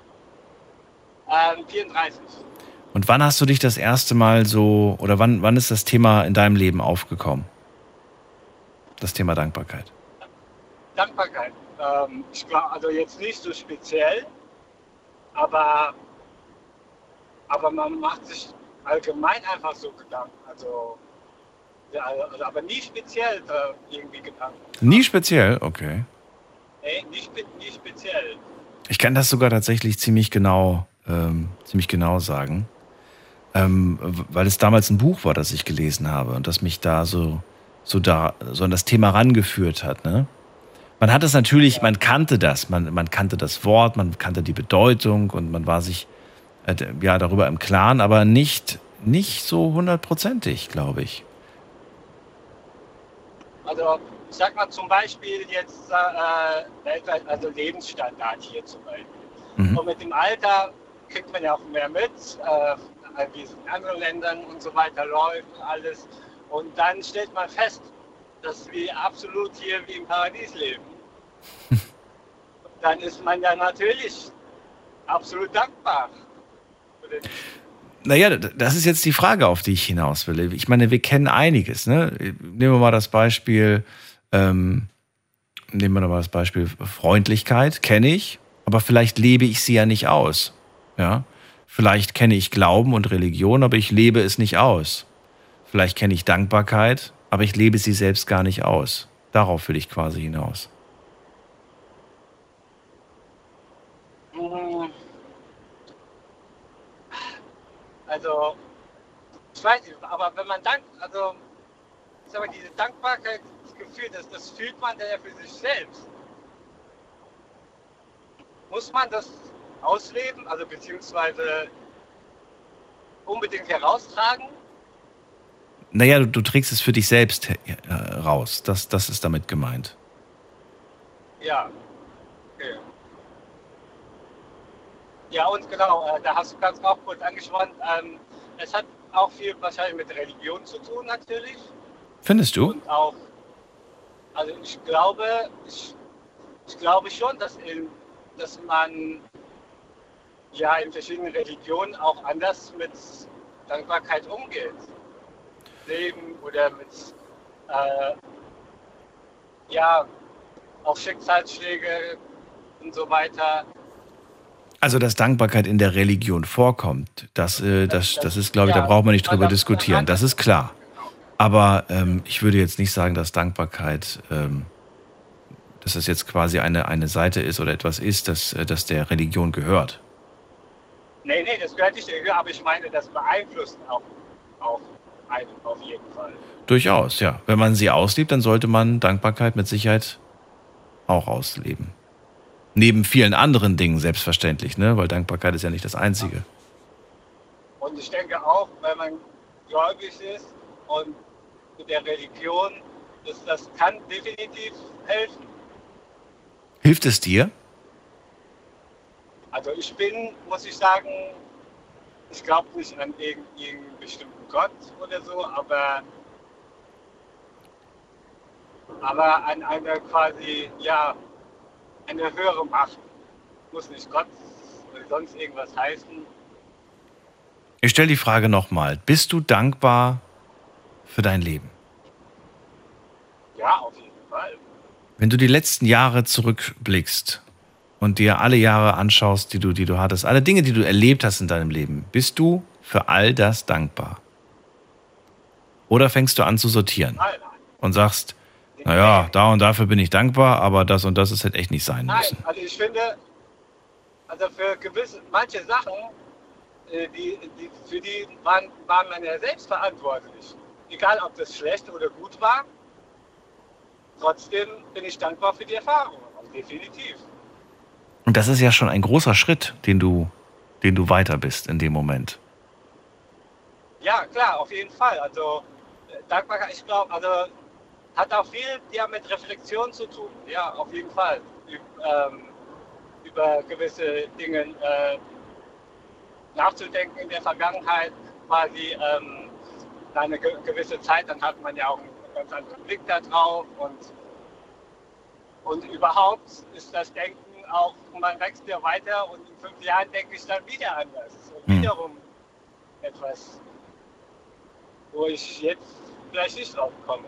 Ähm, vierunddreißig. Und wann hast du dich das erste Mal so, oder wann, wann ist das Thema in deinem Leben aufgekommen? Das Thema Dankbarkeit. Dankbarkeit. Ähm, ich glaube, also jetzt nicht so speziell, aber, aber man macht sich allgemein einfach so Gedanken. Also, ja, also aber nie speziell äh, irgendwie Gedanken. Nie speziell? Okay. Nee, nicht, nicht speziell. Ich kann das sogar tatsächlich ziemlich genau, ähm, ziemlich genau sagen, ähm, weil es damals ein Buch war, das ich gelesen habe und das mich da so, so da, so an das Thema rangeführt hat. Ne? Man hat es natürlich, man kannte das, man, man kannte das Wort, man kannte die Bedeutung und man war sich äh, ja darüber im Klaren, aber nicht, nicht so hundertprozentig, glaube ich. Also ich sag mal zum Beispiel jetzt äh, weltweit, also Lebensstandard hier zum Beispiel. Mhm. Und mit dem Alter kriegt man ja auch mehr mit, äh, wie es in anderen Ländern und so weiter läuft und alles. Und dann stellt man fest, dass wir absolut hier wie im Paradies leben. Dann ist man ja natürlich absolut dankbar. Naja, das ist jetzt die Frage, auf die ich hinaus will. Ich meine, wir kennen einiges. Ne? Nehmen wir mal das Beispiel, ähm, nehmen wir mal das Beispiel Freundlichkeit, kenne ich, aber vielleicht lebe ich sie ja nicht aus. Ja? Vielleicht kenne ich Glauben und Religion, aber ich lebe es nicht aus. Vielleicht kenne ich Dankbarkeit, aber ich lebe sie selbst gar nicht aus. Darauf will ich quasi hinaus. Also, ich weiß nicht, aber wenn man dankt, also, ich sag mal, diese Dankbarkeitsgefühl, das, das fühlt man ja für sich selbst. Muss man das ausleben, also beziehungsweise unbedingt heraustragen? Naja, du, du trägst es für dich selbst äh, raus. Das, das ist damit gemeint. Ja, okay. Ja, und genau, äh, da hast du ganz auch kurz angesprochen, ähm, es hat auch viel wahrscheinlich mit Religion zu tun natürlich. Findest du? Und auch, also ich glaube, ich, ich glaube schon, dass, in, dass man ja in verschiedenen Religionen auch anders mit Dankbarkeit umgeht. Leben oder mit, äh, ja, auch Schicksalsschläge und so weiter. Also, dass Dankbarkeit in der Religion vorkommt, das, äh, das, das ist, glaube ich, da braucht man nicht drüber diskutieren. Das ist klar. Aber ähm, ich würde jetzt nicht sagen, dass Dankbarkeit, ähm, dass das jetzt quasi eine, eine Seite ist oder etwas ist, das, das der Religion gehört. Nee, nee, das gehört nicht der Religion, aber ich meine, das beeinflusst auch, auch einen auf jeden Fall. Durchaus, ja. Wenn man sie auslebt, dann sollte man Dankbarkeit mit Sicherheit auch ausleben. Neben vielen anderen Dingen selbstverständlich, ne? Weil Dankbarkeit ist ja nicht das Einzige. Und ich denke auch, wenn man gläubig ist und mit der Religion, das, das kann definitiv helfen. Hilft es dir? Also ich bin, muss ich sagen, ich glaube nicht an irgendeinen bestimmten Gott oder so, aber, aber an eine quasi, ja, eine höhere Macht. Muss nicht Gott oder sonst irgendwas heißen. Ich stelle die Frage nochmal. Bist du dankbar für dein Leben? Ja, auf jeden Fall. Wenn du die letzten Jahre zurückblickst und dir alle Jahre anschaust, die du, die du hattest, alle Dinge, die du erlebt hast in deinem Leben, bist du für all das dankbar? Oder fängst du an zu sortieren Nein, nein. und sagst, naja, da und dafür bin ich dankbar, aber das und das ist halt echt nicht sein müssen. Nein, also ich finde, also für gewisse, manche Sachen, die, die, für die waren, waren man ja selbst verantwortlich. Egal, ob das schlecht oder gut war, trotzdem bin ich dankbar für die Erfahrung, definitiv. Und das ist ja schon ein großer Schritt, den du, den du weiter bist in dem Moment. Ja, klar, auf jeden Fall. Also Dankbarkeit, ich glaube, also hat auch viel ja, mit Reflexion zu tun, ja, auf jeden Fall. Üb, ähm, über gewisse Dinge äh, nachzudenken in der Vergangenheit, quasi ähm, eine ge- gewisse Zeit, dann hat man ja auch einen ganz anderen Blick da drauf und, und überhaupt ist das Denken auch, man wächst ja weiter und in fünf Jahren denke ich dann wieder anders und Hm. wiederum etwas, wo ich jetzt vielleicht nicht drauf komme.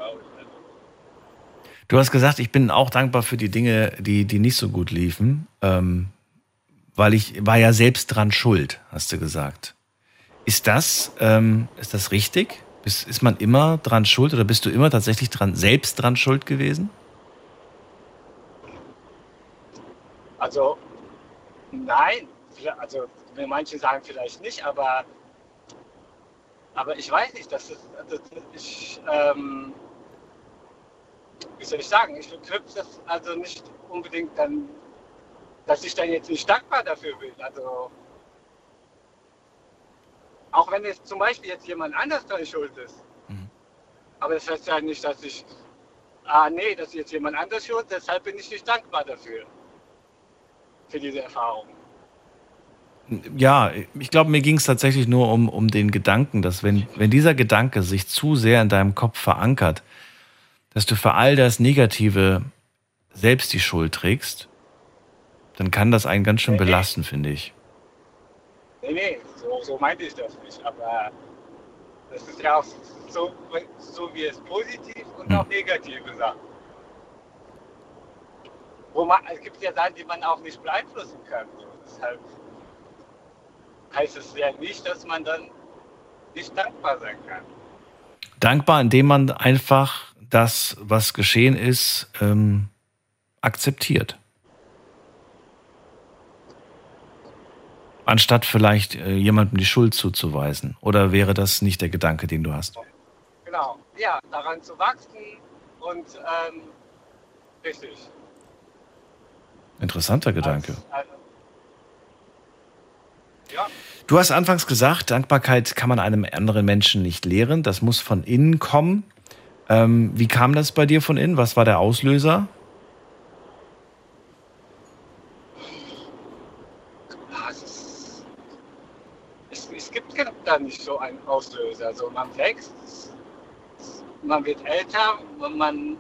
Du hast gesagt, ich bin auch dankbar für die Dinge, die, die nicht so gut liefen, ähm, weil ich war ja selbst dran schuld, hast du gesagt. Ist das, ähm, ist das richtig? Ist, ist man immer dran schuld oder bist du immer tatsächlich dran, selbst dran schuld gewesen? Also, nein, also manche sagen vielleicht nicht, aber, aber ich weiß nicht, dass es, also ich, ähm, wie soll ich sagen, ich verknüpfe das also nicht unbedingt dann, dass ich dann jetzt nicht dankbar dafür bin. Also, auch wenn jetzt zum Beispiel jetzt jemand anders dran schuld ist. Mhm. Aber das heißt ja nicht, dass ich, ah nee, das ist jetzt jemand anders schuld, deshalb bin ich nicht dankbar dafür. Für diese Erfahrung. Ja, ich glaube, mir ging es tatsächlich nur um, um den Gedanken, dass wenn, wenn dieser Gedanke sich zu sehr in deinem Kopf verankert, dass du für all das Negative selbst die Schuld trägst, dann kann das einen ganz schön nee, belasten, nee. finde ich. Nee, nee, so, so meinte ich das nicht. Aber das ist ja auch so, so wie es positiv und hm. auch negative Sachen. Wo man, es gibt ja Sachen, die man auch nicht beeinflussen kann. So. Deshalb heißt es ja nicht, dass man dann nicht dankbar sein kann. Dankbar, indem man einfach das, was geschehen ist, ähm, akzeptiert. Anstatt vielleicht äh, jemandem die Schuld zuzuweisen. Oder wäre das nicht der Gedanke, den du hast? Genau, ja, daran zu wachsen und ähm, richtig. Interessanter Gedanke. Also, ja. Du hast anfangs gesagt, Dankbarkeit kann man einem anderen Menschen nicht lehren. Das muss von innen kommen. Ähm, wie kam das bei dir von innen? Was war der Auslöser? Es, ist, es, es gibt da nicht so einen Auslöser. Also man wächst, man wird älter, man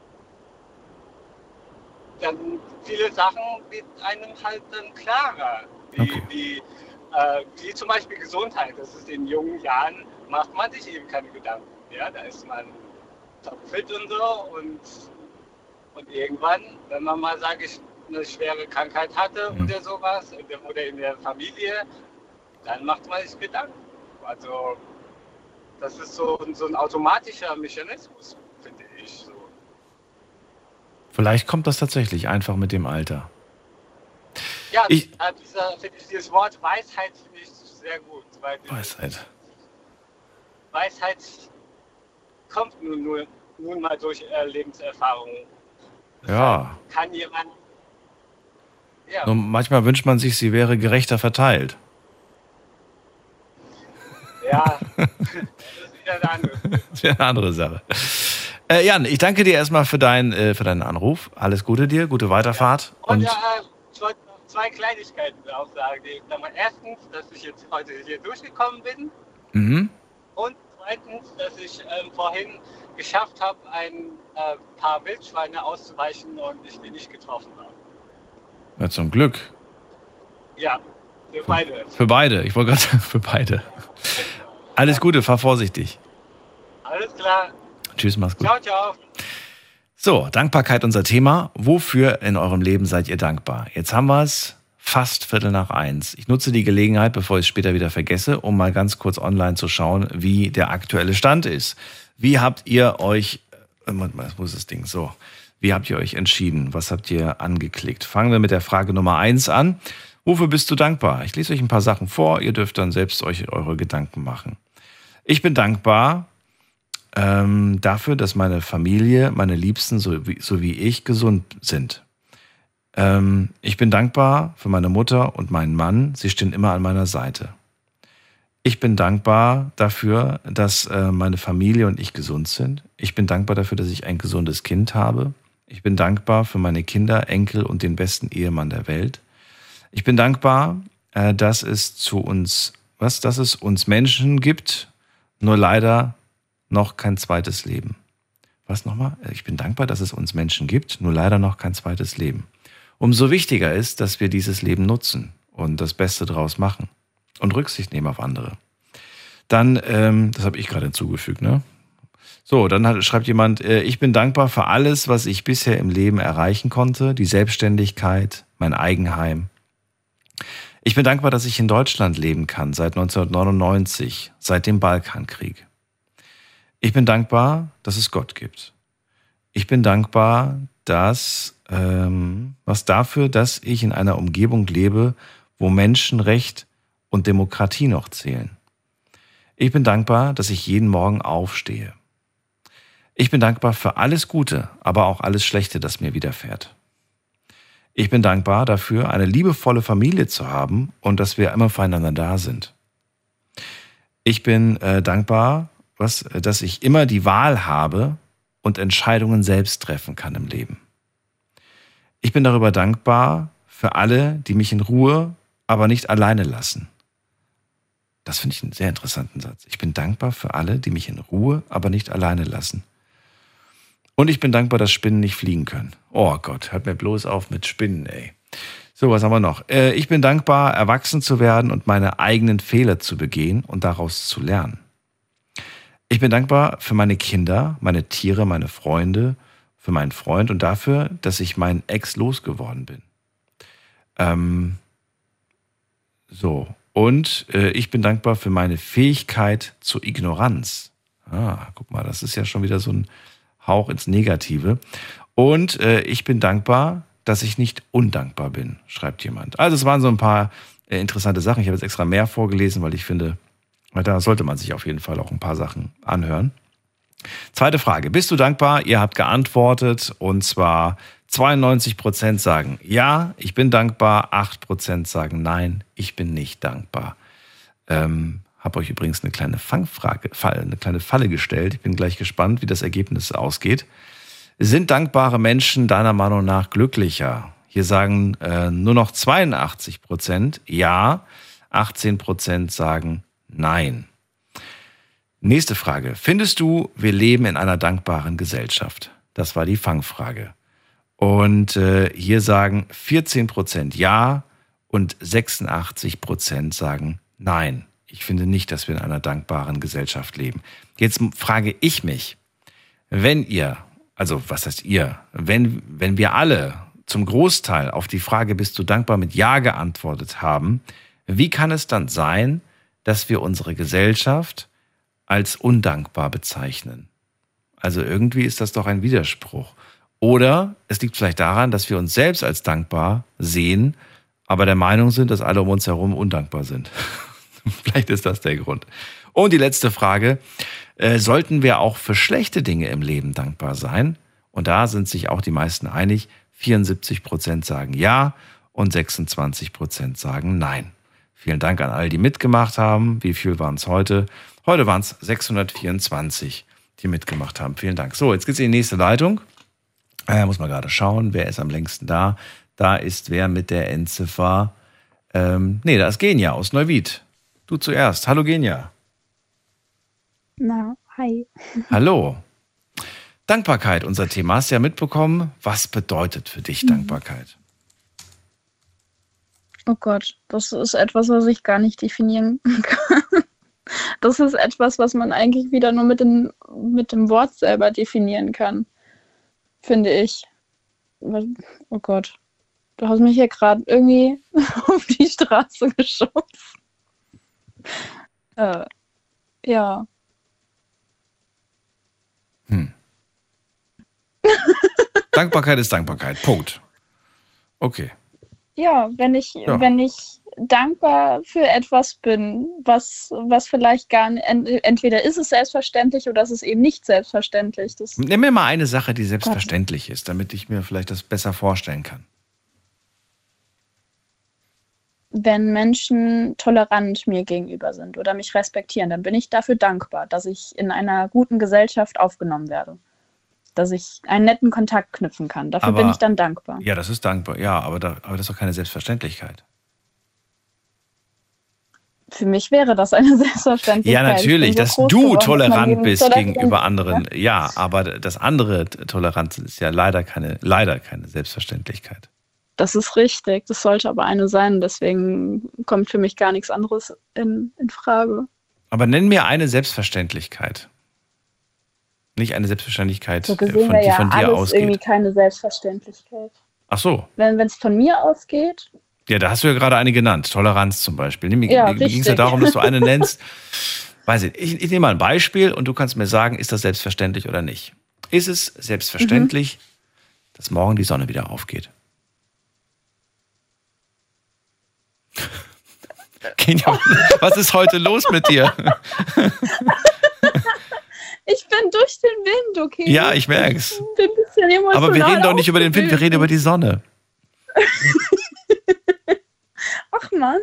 dann viele Sachen wird einem halt dann klarer. Wie, Okay. wie, äh, wie zum Beispiel Gesundheit. Das ist in jungen Jahren, macht man sich eben keine Gedanken. Ja? Da ist man topfit und so. Und, und irgendwann, wenn man mal, sage ich, eine schwere Krankheit hatte Mhm. oder sowas, oder in der Familie, dann macht man sich Gedanken. Also das ist so, so ein automatischer Mechanismus, finde ich. So. Vielleicht kommt das tatsächlich einfach mit dem Alter. Ja, Ich- äh, dieser, finde ich, dieses Wort Weisheit finde ich sehr gut. Weil die Weisheit. Weisheit kommt nun, nur, nun mal durch äh, Lebenserfahrung. Ja. Kann jemand. Ja, Nur manchmal wünscht man sich, sie wäre gerechter verteilt. ja. Das ist wieder eine andere. Das ist ja eine andere Sache. Äh, Jan, ich danke dir erstmal für, dein, äh, für deinen Anruf. Alles Gute dir, gute Weiterfahrt. Und, Und ja, äh, ich wollte noch zwei Kleinigkeiten auch sagen. Die, sag mal, erstens, dass ich jetzt heute hier durchgekommen bin. mhm. Und zweitens, dass ich ähm, vorhin geschafft habe, ein äh, paar Wildschweine auszuweichen und ich die nicht getroffen habe. Ja, zum Glück. Ja, für beide. Für beide. Ich wollte gerade sagen, für beide. Alles Gute, fahr vorsichtig. Alles klar. Tschüss, mach's gut. Ciao, ciao. So, Dankbarkeit unser Thema. Wofür in eurem Leben seid ihr dankbar? Jetzt haben wir es fast Viertel nach eins. Ich nutze die Gelegenheit, bevor ich es später wieder vergesse, um mal ganz kurz online zu schauen, wie der aktuelle Stand ist. Wie habt ihr euch, äh, wo ist das Ding? So, wie habt ihr euch entschieden? Was habt ihr angeklickt? Fangen wir mit der Frage Nummer eins an. Wofür bist du dankbar? Ich lese euch ein paar Sachen vor. Ihr dürft dann selbst euch eure Gedanken machen. Ich bin dankbar ähm, dafür, dass meine Familie, meine Liebsten so wie, so wie ich gesund sind. Ähm, ich bin dankbar für meine Mutter und meinen Mann. Sie stehen immer an meiner Seite. Ich bin dankbar dafür, dass äh, meine Familie und ich gesund sind. Ich bin dankbar dafür, dass ich ein gesundes Kind habe. Ich bin dankbar für meine Kinder, Enkel und den besten Ehemann der Welt. Ich bin dankbar, äh, dass es zu uns, was, dass es uns Menschen gibt, nur leider noch kein zweites Leben. Was nochmal? Ich bin dankbar, dass es uns Menschen gibt, nur leider noch kein zweites Leben. Umso wichtiger ist, dass wir dieses Leben nutzen und das Beste draus machen und Rücksicht nehmen auf andere. Dann, ähm, das habe ich gerade hinzugefügt, ne? So, dann hat, schreibt jemand, äh, ich bin dankbar für alles, was ich bisher im Leben erreichen konnte, die Selbstständigkeit, mein Eigenheim. Ich bin dankbar, dass ich in Deutschland leben kann, seit neunzehnhundertneunundneunzig, seit dem Balkankrieg. Ich bin dankbar, dass es Gott gibt. Ich bin dankbar, dass, ähm, was dafür, dass ich in einer Umgebung lebe, wo Menschenrecht und Demokratie noch zählen. Ich bin dankbar, dass ich jeden Morgen aufstehe. Ich bin dankbar für alles Gute, aber auch alles Schlechte, das mir widerfährt. Ich bin dankbar dafür, eine liebevolle Familie zu haben und dass wir immer füreinander da sind. Ich bin äh, dankbar, was, dass ich immer die Wahl habe und Entscheidungen selbst treffen kann im Leben. Ich bin darüber dankbar für alle, die mich in Ruhe, aber nicht alleine lassen. Das finde ich einen sehr interessanten Satz. Ich bin dankbar für alle, die mich in Ruhe, aber nicht alleine lassen. Und ich bin dankbar, dass Spinnen nicht fliegen können. Oh Gott, hört mir bloß auf mit Spinnen, ey. So, was haben wir noch? Äh, ich bin dankbar, erwachsen zu werden und meine eigenen Fehler zu begehen und daraus zu lernen. Ich bin dankbar für meine Kinder, meine Tiere, meine Freunde, für meinen Freund und dafür, dass ich meinen Ex losgeworden bin. Ähm, so, und äh, ich bin dankbar für meine Fähigkeit zur Ignoranz. Ah, guck mal, das ist ja schon wieder so ein Hauch ins Negative. Und äh, ich bin dankbar, dass ich nicht undankbar bin, schreibt jemand. Also es waren so ein paar äh, interessante Sachen. Ich habe jetzt extra mehr vorgelesen, weil ich finde, da sollte man sich auf jeden Fall auch ein paar Sachen anhören. Zweite Frage. Bist du dankbar? Ihr habt geantwortet und zwar zweiundneunzig Prozent sagen ja, ich bin dankbar. acht Prozent sagen nein, ich bin nicht dankbar. Ähm, habe euch übrigens eine kleine Fangfrage, eine kleine Falle gestellt. Ich bin gleich gespannt, wie das Ergebnis ausgeht. Sind dankbare Menschen deiner Meinung nach glücklicher? Hier sagen äh, nur noch zweiundachtzig Prozent ja, achtzehn Prozent sagen nein. Nächste Frage. Findest du, wir leben in einer dankbaren Gesellschaft? Das war die Fangfrage. Und äh, hier sagen vierzehn Prozent ja und sechsundachtzig Prozent sagen nein. Ich finde nicht, dass wir in einer dankbaren Gesellschaft leben. Jetzt frage ich mich, wenn ihr, also was heißt ihr, wenn, wenn wir alle zum Großteil auf die Frage, bist du dankbar, mit Ja geantwortet haben, wie kann es dann sein, dass wir unsere Gesellschaft als undankbar bezeichnen? Also irgendwie ist das doch ein Widerspruch. Oder es liegt vielleicht daran, dass wir uns selbst als dankbar sehen, aber der Meinung sind, dass alle um uns herum undankbar sind. Vielleicht ist das der Grund. Und die letzte Frage. Äh, sollten wir auch für schlechte Dinge im Leben dankbar sein? Und da sind sich auch die meisten einig. vierundsiebzig Prozent sagen ja und sechsundzwanzig Prozent sagen nein. Vielen Dank an all die mitgemacht haben. Wie viel waren es heute? Heute waren es sechshundertvierundzwanzig, die mitgemacht haben. Vielen Dank. So, jetzt geht's in die nächste Leitung. Äh, muss man gerade schauen, wer ist am längsten da. Da ist wer mit der Endziffer. Ähm, nee, da ist Genia aus Neuwied. Du zuerst. Hallo Genia. Na, hi. Hallo. Dankbarkeit, unser Thema. Hast du ja mitbekommen. Was bedeutet für dich Dankbarkeit? Oh Gott, das ist etwas, was ich gar nicht definieren kann. Das ist etwas, was man eigentlich wieder nur mit dem, mit dem Wort selber definieren kann, finde ich. Oh Gott, du hast mich hier gerade irgendwie auf die Straße geschubst. Äh, ja. Hm. Dankbarkeit ist Dankbarkeit. Punkt. Okay. Ja, wenn ich, Ja. wenn ich dankbar für etwas bin, was, was vielleicht gar nicht, entweder ist es selbstverständlich oder ist es eben nicht selbstverständlich. Das Nimm mir mal eine Sache, die selbstverständlich ist, damit ich mir vielleicht das besser vorstellen kann. wenn Menschen tolerant mir gegenüber sind oder mich respektieren, dann bin ich dafür dankbar, dass ich in einer guten Gesellschaft aufgenommen werde. Dass ich einen netten Kontakt knüpfen kann. Dafür aber, bin ich dann dankbar. Ja, das ist dankbar. Ja, aber, da, aber das ist doch keine Selbstverständlichkeit. Für mich wäre das eine Selbstverständlichkeit. Ja, natürlich, so dass groß du geworden, tolerant bist tolerant gegenüber anderen. ja? Ja, aber das andere Toleranz ist ja leider keine, leider keine Selbstverständlichkeit. Das ist richtig. Das sollte aber eine sein. Deswegen kommt für mich gar nichts anderes in, in Frage. Aber nenn mir eine Selbstverständlichkeit. Nicht eine Selbstverständlichkeit, So von, gesehen die wäre ja von dir alles ausgeht. irgendwie keine Selbstverständlichkeit. Ach so. Wenn es von mir ausgeht, Ja, da hast du ja gerade eine genannt. Toleranz zum Beispiel. Mir, Ja, mir ging es ja richtig. darum, dass du eine nennst. Weiß ich, ich, ich nehme mal ein Beispiel und du kannst mir sagen, ist das selbstverständlich oder nicht. Ist es selbstverständlich, mhm. dass morgen die Sonne wieder aufgeht? Kenia, was ist heute los mit dir? ich bin durch den Wind, okay? Ja, ich merk's. Ich bin ein bisschen emotional Aber wir reden doch nicht über den Wind, wir aufgewühlt. reden über die Sonne. Ach Mann.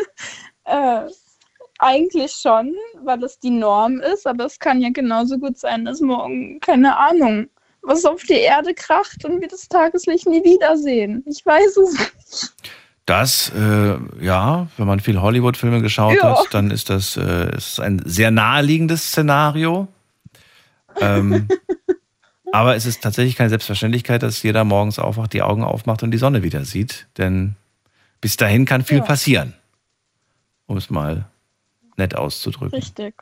äh, eigentlich schon, weil es die Norm ist, aber es kann ja genauso gut sein, dass morgen, keine Ahnung, was auf die Erde kracht und wir das Tageslicht nie wiedersehen. Ich weiß es nicht. Das, äh, ja, wenn man viel Hollywood-Filme geschaut Ja. hat, dann ist das äh, ist ein sehr naheliegendes Szenario. Ähm, aber es ist tatsächlich keine Selbstverständlichkeit, dass jeder morgens aufwacht, die Augen aufmacht und die Sonne wieder sieht. Denn bis dahin kann viel Ja. passieren. Um es mal nett auszudrücken. Richtig.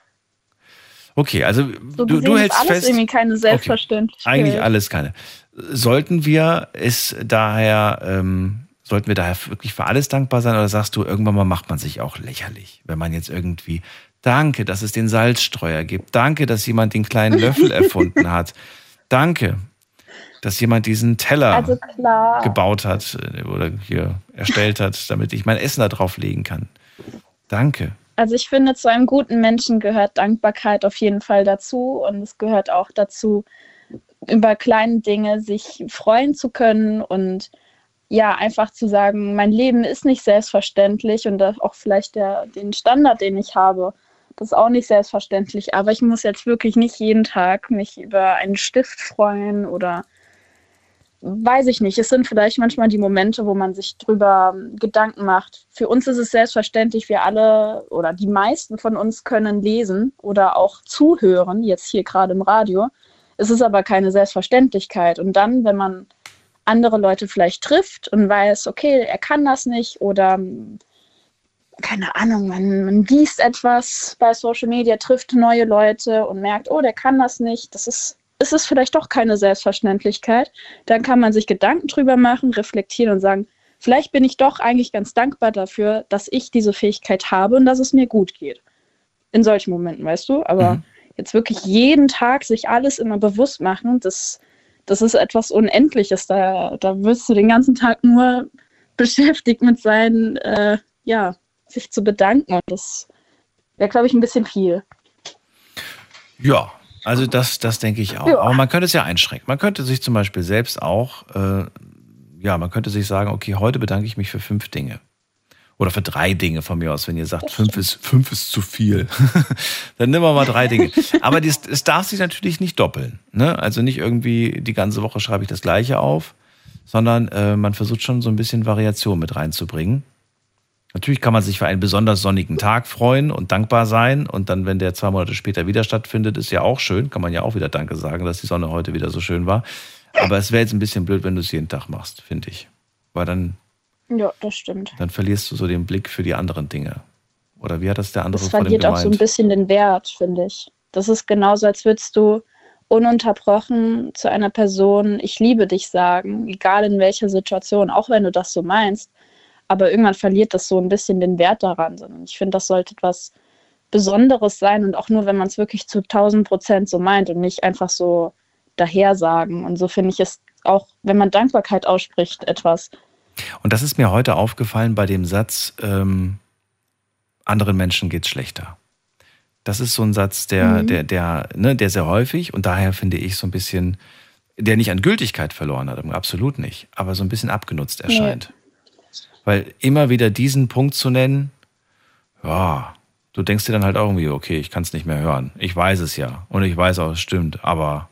Okay, also So du, gesehen du ist hältst alles fest. irgendwie keine Selbstverständlichkeit. Okay, eigentlich alles keine. Sollten wir es daher, ähm, sollten wir daher wirklich für alles dankbar sein, oder sagst du, irgendwann mal macht man sich auch lächerlich, wenn man jetzt irgendwie, danke, dass es den Salzstreuer gibt, danke, dass jemand den kleinen Löffel erfunden hat, danke, dass jemand diesen Teller Also klar. gebaut hat äh, oder hier erstellt hat, damit ich mein Essen da drauf legen kann. Danke. Also ich finde, zu einem guten Menschen gehört Dankbarkeit auf jeden Fall dazu. Und es gehört auch dazu, über kleine Dinge sich freuen zu können und ja, einfach zu sagen, mein Leben ist nicht selbstverständlich und auch vielleicht der, den Standard, den ich habe, das ist auch nicht selbstverständlich. Aber ich muss jetzt wirklich nicht jeden Tag mich über einen Stift freuen oder weiß ich nicht. Es sind vielleicht manchmal die Momente, wo man sich drüber Gedanken macht. Für uns ist es selbstverständlich, wir alle oder die meisten von uns können lesen oder auch zuhören, jetzt hier gerade im Radio. Es ist aber keine Selbstverständlichkeit. Und dann, wenn man andere Leute vielleicht trifft und weiß, okay, er kann das nicht oder keine Ahnung, man, man liest etwas bei Social Media, trifft neue Leute und merkt, oh, der kann das nicht, das ist ist es vielleicht doch keine Selbstverständlichkeit, dann kann man sich Gedanken drüber machen, reflektieren und sagen, vielleicht bin ich doch eigentlich ganz dankbar dafür, dass ich diese Fähigkeit habe und dass es mir gut geht. In solchen Momenten, weißt du? Aber mhm. jetzt wirklich jeden Tag sich alles immer bewusst machen, das, das ist etwas Unendliches. Da, da wirst du den ganzen Tag nur beschäftigt mit sein, äh, ja, sich zu bedanken. Und das wäre, glaube ich, ein bisschen viel. Ja. Also das, das denke ich auch. Ja. Aber man könnte es ja einschränken. Man könnte sich zum Beispiel selbst auch, äh, ja, man könnte sich sagen, okay, heute bedanke ich mich für fünf Dinge. Oder für drei Dinge von mir aus, wenn ihr sagt, fünf ist, fünf ist zu viel. Dann nehmen wir mal drei Dinge. Aber es darf sich natürlich nicht doppeln. Ne? Also nicht irgendwie die ganze Woche schreibe ich das Gleiche auf, sondern äh, man versucht schon so ein bisschen Variation mit reinzubringen. Natürlich kann man sich für einen besonders sonnigen Tag freuen und dankbar sein. Und dann, wenn der zwei Monate später wieder stattfindet, ist ja auch schön. Kann man ja auch wieder Danke sagen, dass die Sonne heute wieder so schön war. Aber es wäre jetzt ein bisschen blöd, wenn du es jeden Tag machst, finde ich. Weil dann, ja, das stimmt. Dann verlierst du so den Blick für die anderen Dinge. Oder wie hat das der andere das vor dem verliert gemeint? auch so ein bisschen den Wert, finde ich. Das ist genauso, als würdest du ununterbrochen zu einer Person, ich liebe dich sagen, egal in welcher Situation, auch wenn du das so meinst. Aber irgendwann verliert das so ein bisschen den Wert daran. Sondern ich finde, das sollte etwas Besonderes sein und auch nur, wenn man es wirklich zu tausend Prozent so meint und nicht einfach so daher sagen. Und so finde ich es auch, wenn man Dankbarkeit ausspricht, etwas. Und das ist mir heute aufgefallen bei dem Satz, ähm, anderen Menschen geht's schlechter. Das ist so ein Satz, der, mhm. der, der, ne, der sehr häufig und daher finde ich so ein bisschen, der nicht an Gültigkeit verloren hat, absolut nicht, aber so ein bisschen abgenutzt erscheint. Nee. Weil immer wieder diesen Punkt zu nennen, ja, du denkst dir dann halt irgendwie, okay, ich kann es nicht mehr hören. Ich weiß es ja und ich weiß auch, es stimmt, aber...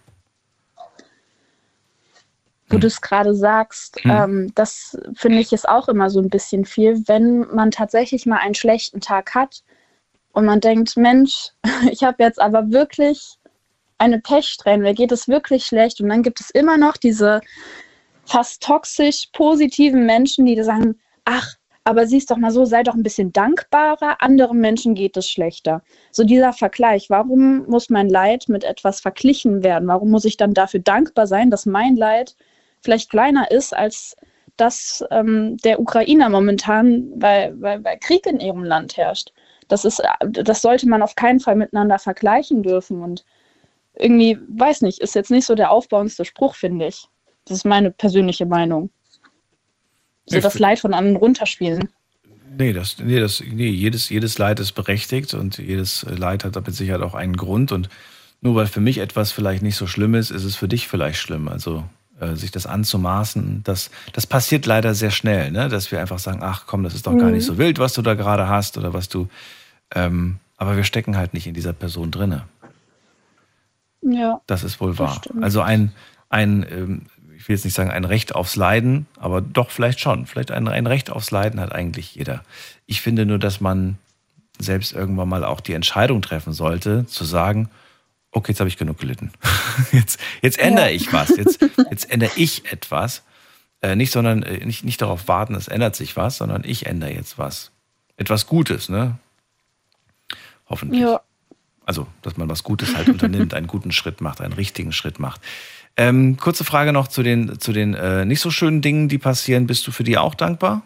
Wo hm. du es gerade sagst, hm. ähm, das finde ich ist auch immer so ein bisschen viel, wenn man tatsächlich mal einen schlechten Tag hat und man denkt, Mensch, ich habe jetzt aber wirklich eine Pechsträhne, mir geht es wirklich schlecht und dann gibt es immer noch diese fast toxisch positiven Menschen, die sagen, ach, aber siehst doch mal so, sei doch ein bisschen dankbarer, anderen Menschen geht es schlechter. So dieser Vergleich, warum muss mein Leid mit etwas verglichen werden? Warum muss ich dann dafür dankbar sein, dass mein Leid vielleicht kleiner ist als das ähm, der Ukrainer momentan, weil, weil, weil Krieg in ihrem Land herrscht? Das ist, das sollte man auf keinen Fall miteinander vergleichen dürfen und irgendwie, weiß nicht, ist jetzt nicht so der aufbauendste Spruch, finde ich. Das ist meine persönliche Meinung. So das Leid von anderen runterspielen. Nee, das, nee, das, nee jedes, jedes Leid ist berechtigt und jedes Leid hat mit Sicherheit auch einen Grund. Und nur weil für mich etwas vielleicht nicht so schlimm ist, ist es für dich vielleicht schlimm. Also äh, sich das anzumaßen, das, das passiert leider sehr schnell, ne? Dass wir einfach sagen, ach komm, das ist doch mhm. gar nicht so wild, was du da gerade hast oder was du... Ähm, aber wir stecken halt nicht in dieser Person drinne. Ja. Das ist wohl wahr. Also ein, ein ähm, ich will jetzt nicht sagen ein Recht aufs Leiden, aber doch vielleicht schon. Vielleicht ein, ein Recht aufs Leiden hat eigentlich jeder. Ich finde nur, dass man selbst irgendwann mal auch die Entscheidung treffen sollte, zu sagen, okay, jetzt habe ich genug gelitten. Jetzt, jetzt ändere ja. ich was. Jetzt, jetzt ändere ich etwas. Äh, nicht, sondern äh, nicht, nicht darauf warten, es ändert sich was, sondern ich ändere jetzt was. Etwas Gutes, ne? Hoffentlich. Ja. Also, dass man was Gutes halt unternimmt, einen guten Schritt macht, einen richtigen Schritt macht. Ähm, kurze Frage noch zu den, zu den äh, nicht so schönen Dingen, die passieren. Bist du für die auch dankbar?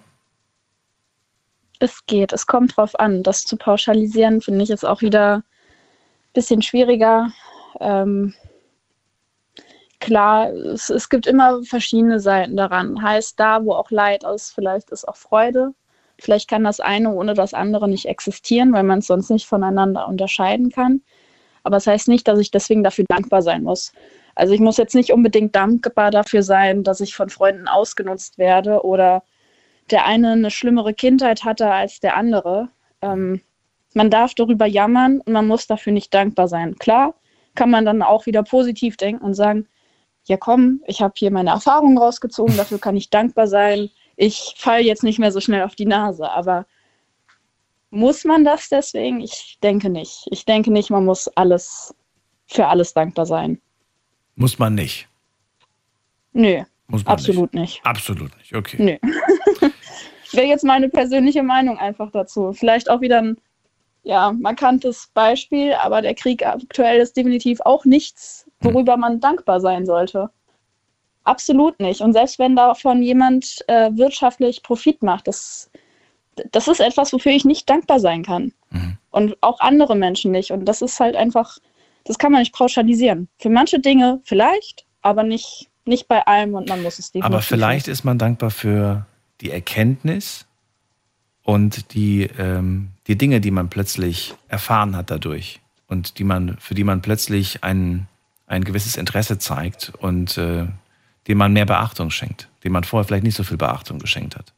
Es geht, es kommt drauf an. Das zu pauschalisieren, finde ich, ist auch wieder ein bisschen schwieriger. Ähm, klar, es, es gibt immer verschiedene Seiten daran. Heißt, da, wo auch Leid ist, vielleicht ist auch Freude. Vielleicht kann das eine ohne das andere nicht existieren, weil man es sonst nicht voneinander unterscheiden kann. Aber das heißt nicht, dass ich deswegen dafür dankbar sein muss. Also ich muss jetzt nicht unbedingt dankbar dafür sein, dass ich von Freunden ausgenutzt werde oder der eine eine schlimmere Kindheit hatte als der andere. Ähm, man darf darüber jammern und man muss dafür nicht dankbar sein. Klar kann man dann auch wieder positiv denken und sagen, ja komm, ich habe hier meine Erfahrungen rausgezogen, dafür kann ich dankbar sein. Ich falle jetzt nicht mehr so schnell auf die Nase, aber muss man das deswegen? Ich denke nicht. Ich denke nicht, man muss alles für alles dankbar sein. Muss man nicht? Nö, muss man absolut nicht. nicht. Absolut nicht, okay. Nö. Wäre jetzt meine persönliche Meinung einfach dazu. Vielleicht auch wieder ein ja, markantes Beispiel, aber der Krieg aktuell ist definitiv auch nichts, worüber hm. man dankbar sein sollte. Absolut nicht. Und selbst wenn davon jemand äh, wirtschaftlich Profit macht, das, das ist etwas, wofür ich nicht dankbar sein kann. Mhm. Und auch andere Menschen nicht. Und das ist halt einfach, das kann man nicht pauschalisieren. Für manche Dinge vielleicht, aber nicht, nicht bei allem und man muss es definitiv. Aber vielleicht ist man dankbar für die Erkenntnis und die, ähm, die Dinge, die man plötzlich erfahren hat dadurch und die man, für die man plötzlich ein, ein gewisses Interesse zeigt und äh, dem man mehr Beachtung schenkt, dem man vorher vielleicht nicht so viel Beachtung geschenkt hat.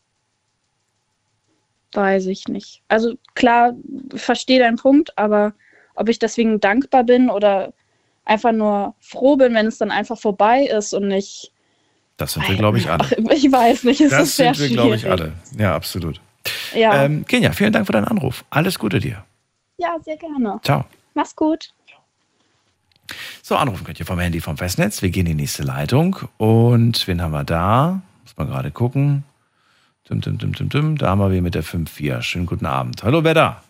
Weiß ich nicht. Also klar, ich verstehe deinen Punkt, aber ob ich deswegen dankbar bin oder einfach nur froh bin, wenn es dann einfach vorbei ist und nicht... Das sind wir, glaube ich, alle. Ach, ich weiß nicht, es das ist sehr schwierig. Das sind wir, glaube ich, alle. Ja, absolut. Ja. Ähm, Kenia, vielen Dank für deinen Anruf. Alles Gute dir. Ja, sehr gerne. Ciao. Mach's gut. So, anrufen könnt ihr vom Handy vom Festnetz. Wir gehen in die nächste Leitung. Und wen haben wir da? Muss mal gerade gucken. Dim, dim, dim, dim, dim. Da haben wir wen mit der fünf vier. Schönen guten Abend. Hallo, wer da?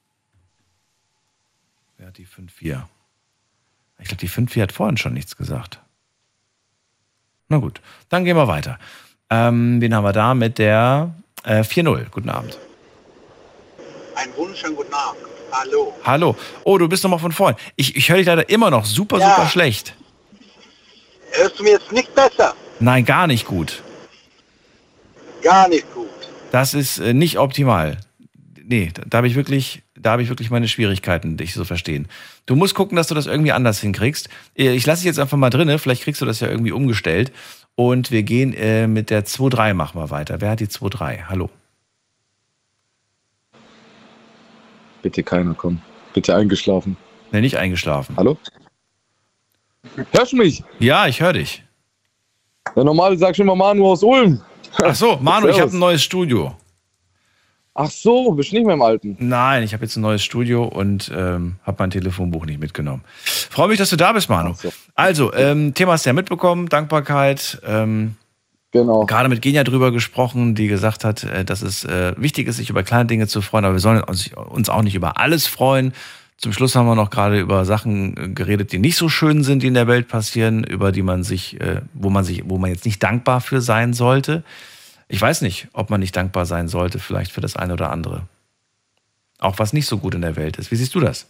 Wer hat die fünf vier? Ich glaube, die fünf vier hat vorhin schon nichts gesagt. Na gut, dann gehen wir weiter. Ähm, wen haben wir da mit der äh, vier null? Guten Abend. Einen wunderschönen guten Abend. Hallo. Hallo. Oh, du bist noch mal von vorhin. Ich, ich höre dich leider immer noch super, ja. super schlecht. Hörst du mir jetzt nicht besser? Nein, gar nicht gut. Gar nicht gut. Das ist äh, nicht optimal. Nee, da, da habe ich wirklich, da habe ich wirklich meine Schwierigkeiten, dich zu verstehen. Du musst gucken, dass du das irgendwie anders hinkriegst. Ich lasse dich jetzt einfach mal drinne. Vielleicht kriegst du das ja irgendwie umgestellt. Und wir gehen äh, mit der zwei drei machen wir weiter. Wer hat die zwei drei? Hallo. bitte keiner, komm. Bitte eingeschlafen. Nee, nicht eingeschlafen. Hallo? Hörst du mich? Ja, ich höre dich. Ja, normal sagst du immer Manu aus Ulm. Ach so, Manu, ich habe ein neues Studio. Ach so, bist du nicht mehr im Alten? Nein, ich habe jetzt ein neues Studio und ähm, habe mein Telefonbuch nicht mitgenommen. Freue mich, dass du da bist, Manu. So. Also, ähm, Thema hast du ja mitbekommen, Dankbarkeit. Ähm, genau. Gerade mit Genia drüber gesprochen, die gesagt hat, äh, dass es äh, wichtig ist, sich über kleine Dinge zu freuen, aber wir sollen uns, uns auch nicht über alles freuen. Zum Schluss haben wir noch gerade über Sachen geredet, die nicht so schön sind, die in der Welt passieren, über die man sich, äh, wo man sich, wo man jetzt nicht dankbar für sein sollte. Ich weiß nicht, ob man nicht dankbar sein sollte, vielleicht für das eine oder andere. Auch was nicht so gut in der Welt ist. Wie siehst du das?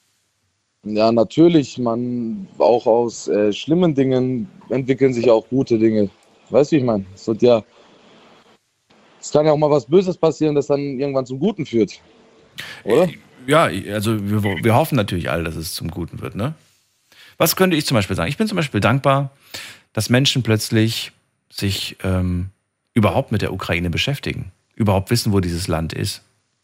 Ja, natürlich. Man, auch aus äh, schlimmen Dingen entwickeln sich auch gute Dinge. Weißt du, wie ich meine? Es wird ja, es kann ja auch mal was Böses passieren, das dann irgendwann zum Guten führt. Oder? Ja, also wir, wir hoffen natürlich alle, dass es zum Guten wird, ne? Was könnte ich zum Beispiel sagen? Ich bin zum Beispiel dankbar, dass Menschen plötzlich sich ähm, überhaupt mit der Ukraine beschäftigen, überhaupt wissen, wo dieses Land ist.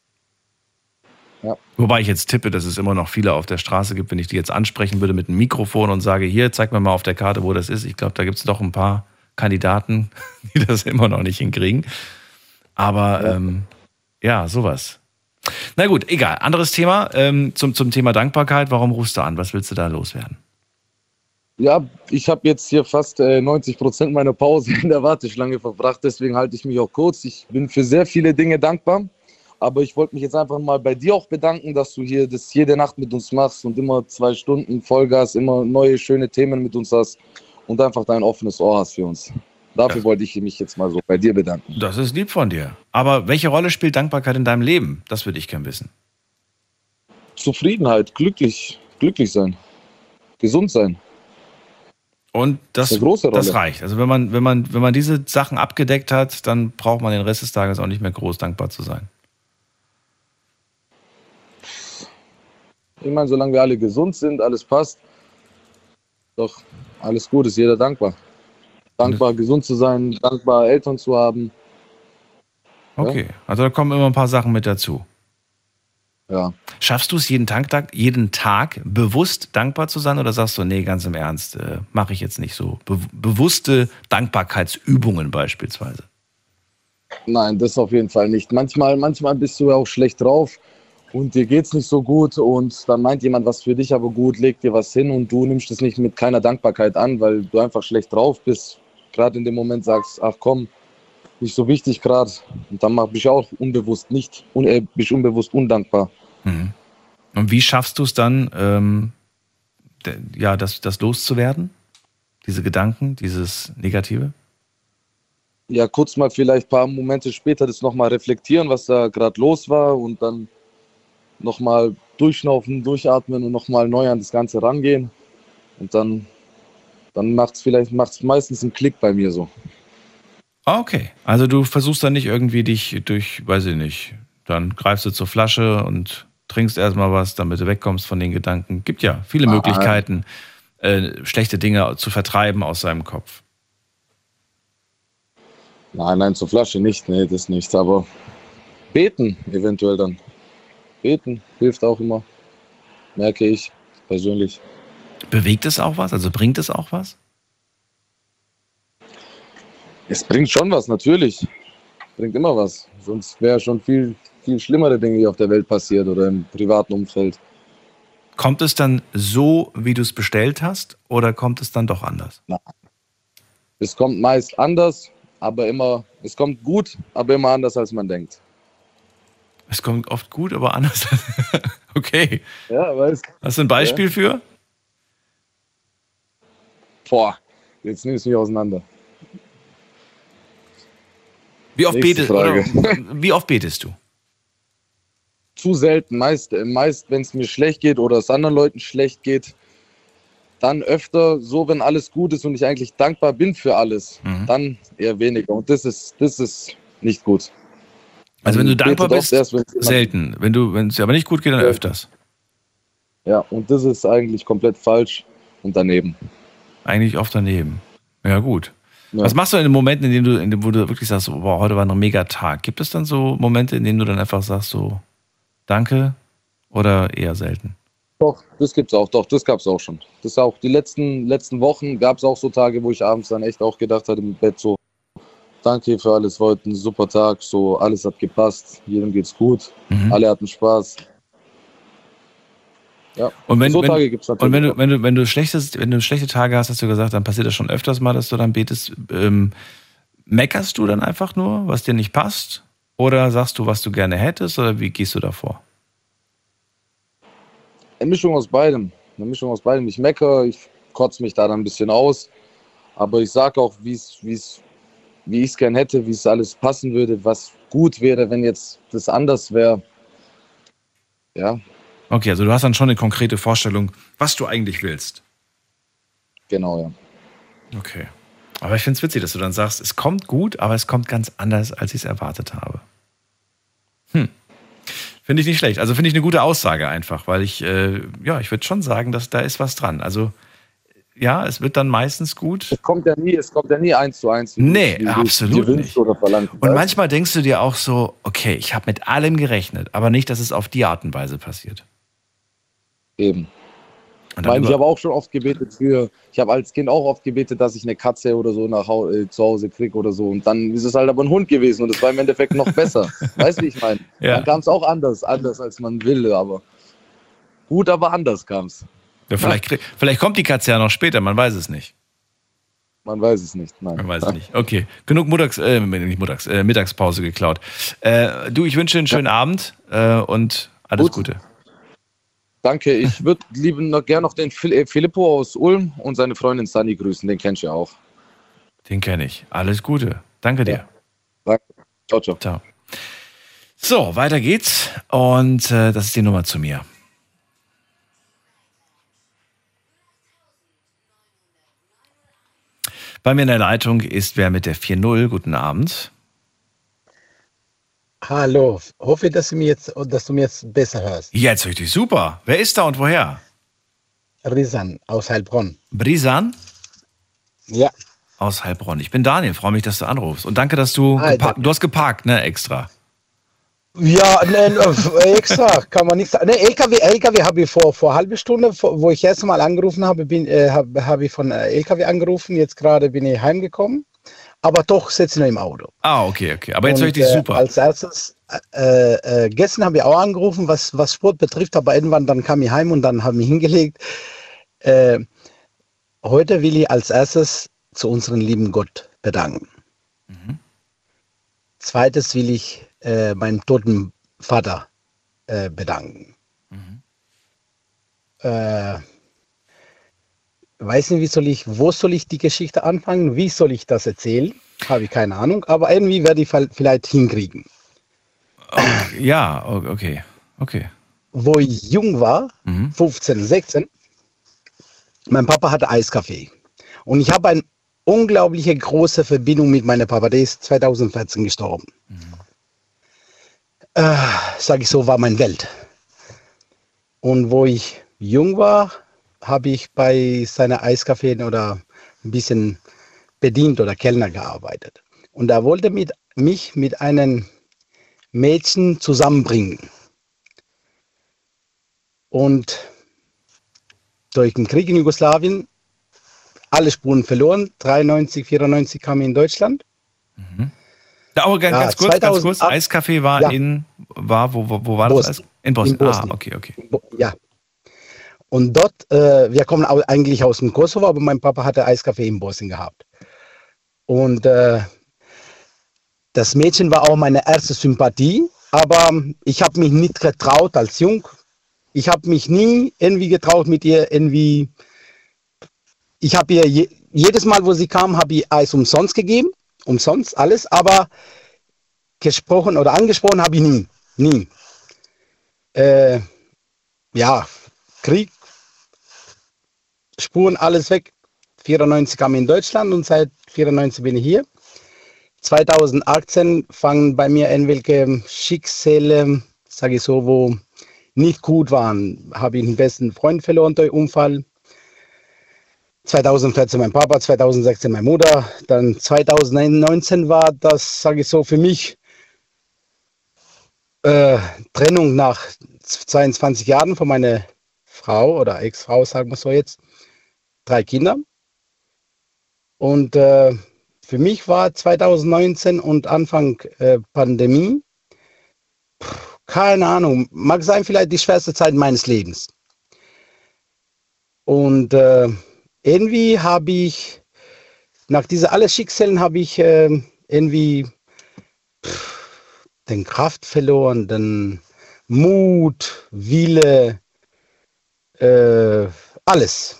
Ja. Wobei ich jetzt tippe, dass es immer noch viele auf der Straße gibt, wenn ich die jetzt ansprechen würde mit einem Mikrofon und sage, hier, zeig mir mal auf der Karte, wo das ist. Ich glaube, da gibt es doch ein paar Kandidaten, die das immer noch nicht hinkriegen. Aber ja, ähm, ja sowas. Na gut, egal. Anderes Thema. Ähm, zum, zum Thema Dankbarkeit. Warum rufst du an? Was willst du da loswerden? Ja, ich habe jetzt hier fast äh, neunzig Prozent meiner Pause in der Warteschlange verbracht. Deswegen halte ich mich auch kurz. Ich bin für sehr viele Dinge dankbar. Aber ich wollte mich jetzt einfach mal bei dir auch bedanken, dass du hier das jede Nacht mit uns machst und immer zwei Stunden Vollgas, immer neue, schöne Themen mit uns hast und einfach dein offenes Ohr hast für uns. Dafür ja. wollte ich mich jetzt mal so bei dir bedanken. Das ist lieb von dir. Aber welche Rolle spielt Dankbarkeit in deinem Leben? Das würde ich gern wissen. Zufriedenheit, glücklich, glücklich sein, gesund sein. Und das, das, ist eine große Rolle. Das reicht. Also wenn man, wenn man, wenn man diese Sachen abgedeckt hat, dann braucht man den Rest des Tages auch nicht mehr groß dankbar zu sein. Ich meine, solange wir alle gesund sind, alles passt, doch alles gut, ist jeder dankbar. Dankbar, mhm. gesund zu sein, dankbar, Eltern zu haben. Okay, ja? Also da kommen immer ein paar Sachen mit dazu. Ja. Schaffst du es jeden Tag, jeden Tag bewusst dankbar zu sein oder sagst du, nee, ganz im Ernst, äh, mache ich jetzt nicht so? Be- bewusste Dankbarkeitsübungen beispielsweise. Nein, das auf jeden Fall nicht. Manchmal, manchmal bist du auch schlecht drauf und dir geht's nicht so gut und dann meint jemand was für dich aber gut, legt dir was hin und du nimmst es nicht mit keiner Dankbarkeit an, weil du einfach schlecht drauf bist. Gerade in dem Moment sagst, ach komm, nicht so wichtig gerade. Und dann mach, bist du auch unbewusst nicht, un, äh, bist unbewusst undankbar. Mhm. Und wie schaffst du es dann, ähm, de, ja, das, das loszuwerden? Diese Gedanken, dieses Negative? Ja, kurz mal vielleicht ein paar Momente später das nochmal reflektieren, was da gerade los war und dann nochmal durchschnaufen, durchatmen und nochmal neu an das Ganze rangehen. Und dann, dann macht es vielleicht macht's meistens einen Klick bei mir so. Okay, also du versuchst dann nicht irgendwie dich durch, weiß ich nicht, dann greifst du zur Flasche und trinkst erstmal was, damit du wegkommst von den Gedanken. Gibt ja viele ah, Möglichkeiten, äh, schlechte Dinge zu vertreiben aus seinem Kopf. Nein, nein, zur Flasche nicht, nee, das nicht, aber beten eventuell dann. Beten hilft auch immer, merke ich persönlich. Bewegt es auch was? Also bringt es auch was? Es bringt schon was, natürlich. Bringt immer was. Sonst wäre schon viel, viel schlimmere Dinge hier auf der Welt passiert oder im privaten Umfeld. Kommt es dann so, wie du es bestellt hast, oder kommt es dann doch anders? Nein. Es kommt meist anders, aber immer, es kommt gut, aber immer anders, als man denkt. Es kommt oft gut, aber anders. Okay. Ja, weißt du. Hast du ein Beispiel ja. für? Boah, jetzt nimmst du mich auseinander. Wie oft, betest, oder, wie oft betest du? Zu selten. Meist, meist wenn es mir schlecht geht oder es anderen Leuten schlecht geht, dann öfter so, wenn alles gut ist und ich eigentlich dankbar bin für alles, mhm. dann eher weniger. Und das ist, das ist nicht gut. Also wenn du dankbar bist, erst, selten. Wenn du, wenn es dir aber nicht gut geht, dann ja. öfters. Ja, und das ist eigentlich komplett falsch und daneben. Eigentlich oft daneben. Ja, gut. Ja. Was machst du in den Momenten, in denen du, in denen, wo du wirklich sagst, boah, heute war ein mega Tag? Gibt es dann so Momente, in denen du dann einfach sagst, so, danke, oder eher selten? Doch, das gibt's auch, doch, das gab's auch schon. Das auch, die letzten, letzten Wochen gab es auch so Tage, wo ich abends dann echt auch gedacht hatte im Bett so, danke für alles, war heute ein super Tag, so, alles hat gepasst, jedem geht's gut, mhm. alle hatten Spaß. Ja, und wenn, so wenn, Tage gibt's natürlich. Und wenn du, wenn du, wenn du schlechtes, wenn du schlechte Tage hast, hast du gesagt, dann passiert das schon öfters mal, dass du dann betest, ähm, meckerst du dann einfach nur, was dir nicht passt? Oder sagst du, was du gerne hättest, oder wie gehst du davor? Eine Mischung aus beidem. Eine Mischung aus beidem. Ich meckere, ich kotze mich da dann ein bisschen aus. Aber ich sage auch, wie's, wie's, wie ich es gern hätte, wie es alles passen würde, was gut wäre, wenn jetzt das anders wäre. Ja. Okay, also du hast dann schon eine konkrete Vorstellung, was du eigentlich willst. Genau, ja. Okay. Aber ich finde es witzig, dass du dann sagst, es kommt gut, aber es kommt ganz anders, als ich es erwartet habe. Hm. Finde ich nicht schlecht. Also finde ich eine gute Aussage einfach, weil ich, äh, ja, ich würde schon sagen, dass da ist was dran. Also, ja, es wird dann meistens gut. Es kommt ja nie, es kommt ja nie eins zu eins. Nee, du, absolut nicht. Oder verlangt, und weißt? Manchmal denkst du dir auch so, okay, ich habe mit allem gerechnet, aber nicht, dass es auf die Art und Weise passiert. Eben. Ich meine, ich habe auch schon oft gebetet für, ich habe als Kind auch oft gebetet, dass ich eine Katze oder so nach Hause, äh, zu Hause kriege oder so. Und dann ist es halt aber ein Hund gewesen und es war im Endeffekt noch besser. Weißt du, wie ich meine? Ja. Dann kam es auch anders, anders als man will, aber gut, aber anders kam es. Ja, vielleicht, krieg, vielleicht kommt die Katze ja noch später, man weiß es nicht. Man weiß es nicht, nein. Man weiß es nicht. Okay, genug Montags, äh, nicht Montags, äh, Mittagspause geklaut. Äh, du, ich wünsche dir einen schönen ja. Abend äh, und alles gut. Gute. Danke, ich würde lieben noch gerne noch den Filippo aus Ulm und seine Freundin Sunny grüßen, den kennst du ja auch. Den kenne ich. Alles Gute. Danke dir. Ja. Danke. Ciao, ciao. Ciao. So, weiter geht's und äh, das ist die Nummer zu mir. Bei mir in der Leitung ist wer mit der vier null. Guten Abend. Hallo, hoffe, dass du, mir jetzt, dass du mir jetzt besser hörst. Jetzt richtig super. Wer ist da und woher? Risan aus Heilbronn. Brisan? Ja. Aus Heilbronn. Ich bin Daniel, freue mich, dass du anrufst. Und danke, dass du, Hi, gepa- du hast geparkt, ne, extra. Ja, ne, extra, kann man nicht sagen. Ne, L K W, L K W habe ich vor, vor einer halben Stunde, wo ich erst mal angerufen habe, bin, äh, habe hab ich von äh, L K W angerufen. Jetzt gerade bin ich heimgekommen. Aber doch sitze ich noch im Auto. Ah, okay, okay. Aber jetzt höre ich dich äh, super. Als erstes, äh, äh, gestern habe ich auch angerufen, was, was Sport betrifft, aber irgendwann dann kam ich heim und dann habe ich mich hingelegt. Äh, heute will ich als erstes zu unserem lieben Gott bedanken. Mhm. Zweites will ich äh, meinen toten Vater äh, bedanken. Mhm. Äh, weiß nicht, wie soll ich, wo soll ich die Geschichte anfangen? Wie soll ich das erzählen? Habe ich keine Ahnung, aber irgendwie werde ich vielleicht hinkriegen. Okay, ja, okay, okay. Wo ich jung war, mhm. fünfzehn, sechzehn, mein Papa hatte Eiskaffee. Und ich habe eine unglaubliche große Verbindung mit meinem Papa. Der ist zweitausendvierzehn gestorben. Mhm. Äh, sag ich so, war meine Welt. Und wo ich jung war, habe ich bei seiner Eiskaffee oder ein bisschen bedient oder Kellner gearbeitet. Und er wollte mit, mich mit einem Mädchen zusammenbringen. Und durch den Krieg in Jugoslawien alle Spuren verloren. dreiundneunzig, vierundneunzig kam ich in Deutschland. Mhm. Da auch ganz, ja, ganz kurz, ganz kurz. Eiskaffee war ja. in, war, wo, wo, wo war Bosnien. das? Eis? In Bosnien. In Bosnien. Ah, okay, okay. Ja. Und dort, äh, wir kommen eigentlich aus dem Kosovo, aber mein Papa hatte Eiskaffee in Bosnien gehabt. Und äh, das Mädchen war auch meine erste Sympathie, aber ich habe mich nicht getraut als Jung. Ich habe mich nie irgendwie getraut mit ihr irgendwie. Ich habe ihr je, jedes Mal, wo sie kam, habe ich Eis umsonst gegeben, umsonst alles, aber gesprochen oder angesprochen habe ich nie, nie. Äh, ja, Krieg, Spuren, alles weg. vierundneunzig kam ich in Deutschland und seit vierundneunzig bin ich hier. zweitausendachtzehn fangen bei mir irgendwelche Schicksale, sage ich so, wo nicht gut waren. Habe ich einen besten Freund verloren durch Unfall. zweitausendvierzehn mein Papa, zweitausendsechzehn meine Mutter. Dann zweitausendneunzehn war das, sage ich so, für mich äh, Trennung nach zweiundzwanzig Jahren von meiner Frau oder Ex-Frau, sagen wir so jetzt, drei Kinder. Und äh, für mich war zwanzig neunzehn und Anfang äh, Pandemie, pff, keine Ahnung, mag sein vielleicht die schwerste Zeit meines Lebens. Und äh, irgendwie habe ich, nach diesen alle Schicksalen habe ich äh, irgendwie pff, den Kraft verloren, den Mut, Wille, äh, alles.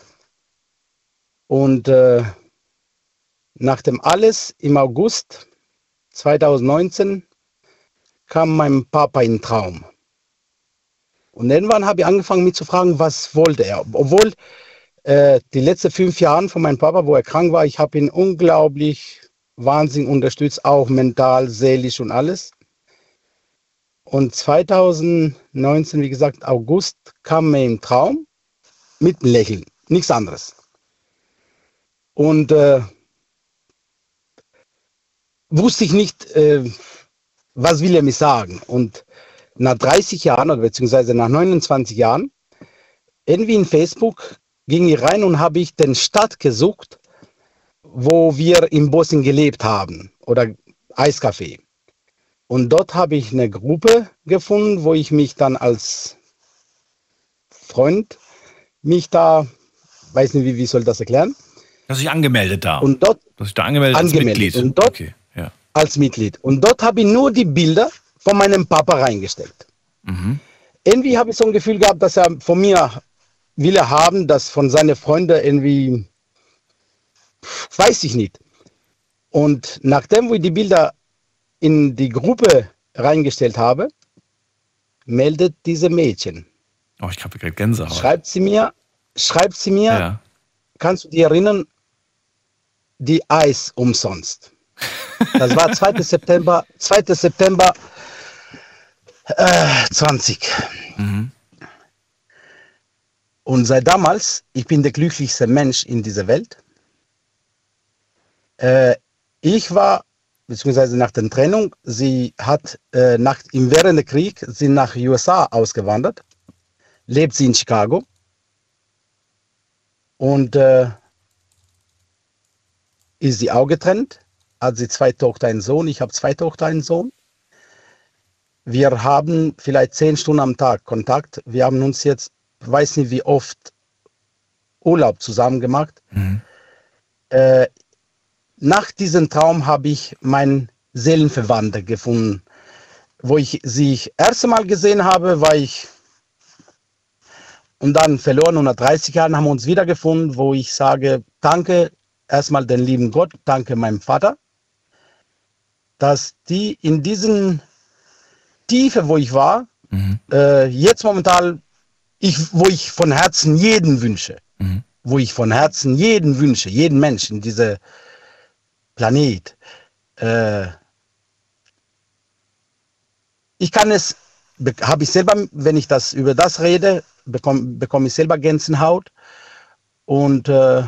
Und äh, nach dem alles im August zwanzig neunzehn kam mein Papa in den Traum. Und irgendwann habe ich angefangen, mich zu fragen, was wollte er. Obwohl äh, die letzten fünf Jahre von meinem Papa, wo er krank war, ich habe ihn unglaublich wahnsinnig unterstützt, auch mental, seelisch und alles. Und zwanzig neunzehn, wie gesagt, August, kam mir im Traum mit einem Lächeln, nichts anderes. Und äh, wusste ich nicht, äh, was will er mir sagen. Und nach dreißig Jahren, oder beziehungsweise nach neunundzwanzig Jahren, irgendwie in Facebook ging ich rein und habe ich den Stadt gesucht, wo wir in Bosnien gelebt haben, oder Eiscafé. Und dort habe ich eine Gruppe gefunden, wo ich mich dann als Freund, mich da, weiß nicht, wie, wie soll ich das erklären? Dass ich angemeldet da. Und dort Dass ich da angemeldet, angemeldet. als Mitglied. Und dort okay, ja. als Mitglied. Und dort habe ich nur die Bilder von meinem Papa reingestellt. Mhm. Irgendwie habe ich so ein Gefühl gehabt, dass er von mir will er haben, dass von seinen Freunden irgendwie, weiß ich nicht. Und nachdem wir die Bilder in die Gruppe reingestellt habe, meldet diese Mädchen. Oh, ich habe gerade Gänsehaut. Schreibt sie mir, schreibt sie mir, Ja. kannst du dich erinnern, die Eis umsonst. Das war zweiter September, zweiter September äh, zwanzig. Mhm. Und seit damals, ich bin der glücklichste Mensch in dieser Welt. Äh, ich war, beziehungsweise nach der Trennung, sie hat äh, nach, im während des Kriegs sind nach U S A ausgewandert, lebt sie in Chicago. Und äh, ist sie auch getrennt, hat sie zwei Tochter, einen Sohn, ich habe zwei Tochter, einen Sohn. Wir haben vielleicht zehn Stunden am Tag Kontakt. Wir haben uns jetzt, weiß nicht wie oft, Urlaub zusammen gemacht. Mhm. Äh, nach diesem Traum habe ich meinen Seelenverwandter gefunden. Wo ich sie das erste Mal gesehen habe, war ich und dann verloren. Und nach dreißig Jahren haben wir uns wiedergefunden, wo ich sage, danke erstmal den lieben Gott, danke meinem Vater, dass die in diesen Tiefe, wo ich war, mhm. äh, jetzt momentan, ich, wo ich von Herzen jeden wünsche, mhm. wo ich von Herzen jeden wünsche, jeden Menschen, diese Planet, äh, ich kann es, habe ich selber, wenn ich das über das rede, bekomme bekomm ich selber Gänsehaut und äh,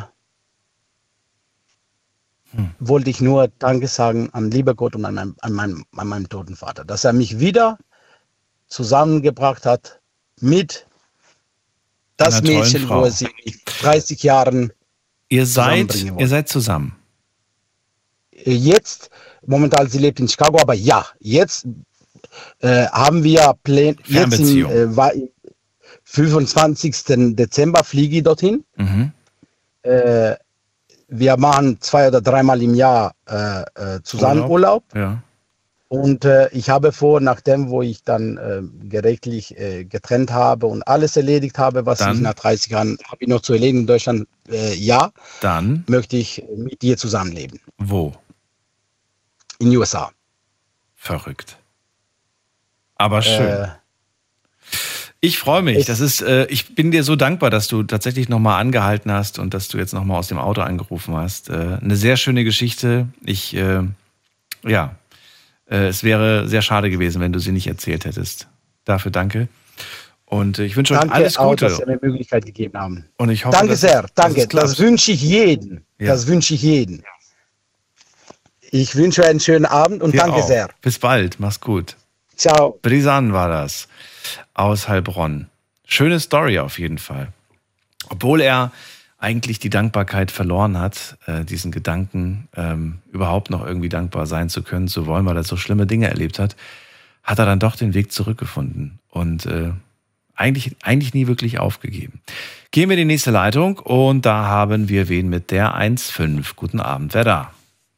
hm. wollte ich nur Danke sagen an lieber Gott und an meinem, an, meinem, an meinem toten Vater, dass er mich wieder zusammengebracht hat mit das Mädchen, wo er sie mit dreißig Jahren ihr seid, ihr seid zusammen. Jetzt, momentan, sie lebt in Chicago, aber ja, jetzt äh, haben wir Pläne, jetzt im äh, fünfundzwanzigsten Dezember fliege ich dorthin. Mhm. Äh, wir machen zwei oder dreimal im Jahr äh, äh, zusammen Urlaub. Urlaub. Ja. Und äh, ich habe vor, nachdem, wo ich dann äh, gerechtlich äh, getrennt habe und alles erledigt habe, was dann, ich nach dreißig Jahren habe ich noch zu erledigen in Deutschland, äh, ja, dann möchte ich mit dir zusammenleben. Wo? In U S A. Verrückt. Aber schön. Äh, ich freue mich. Ich, das ist, äh, ich bin dir so dankbar, dass du tatsächlich nochmal angehalten hast und dass du jetzt nochmal aus dem Auto angerufen hast. Äh, eine sehr schöne Geschichte. Ich, äh, ja, äh, es wäre sehr schade gewesen, wenn du sie nicht erzählt hättest. Dafür danke. Und äh, ich wünsche euch alles Gute. Danke, dass Sie mir die Möglichkeit gegeben haben. Und ich hoffe, danke dass, sehr, danke. Das, das wünsche ich jedem. Ja. Das wünsche ich jedem. Ich wünsche einen schönen Abend und dir danke auch. sehr. Bis bald. Mach's gut. Ciao. Brisan war das aus Heilbronn. Schöne Story auf jeden Fall. Obwohl er eigentlich die Dankbarkeit verloren hat, äh, diesen Gedanken, ähm, überhaupt noch irgendwie dankbar sein zu können, zu wollen, weil er so schlimme Dinge erlebt hat, hat er dann doch den Weg zurückgefunden und äh, eigentlich, eigentlich nie wirklich aufgegeben. Gehen wir in die nächste Leitung und da haben wir wen mit der eins fünf. Guten Abend, wer da?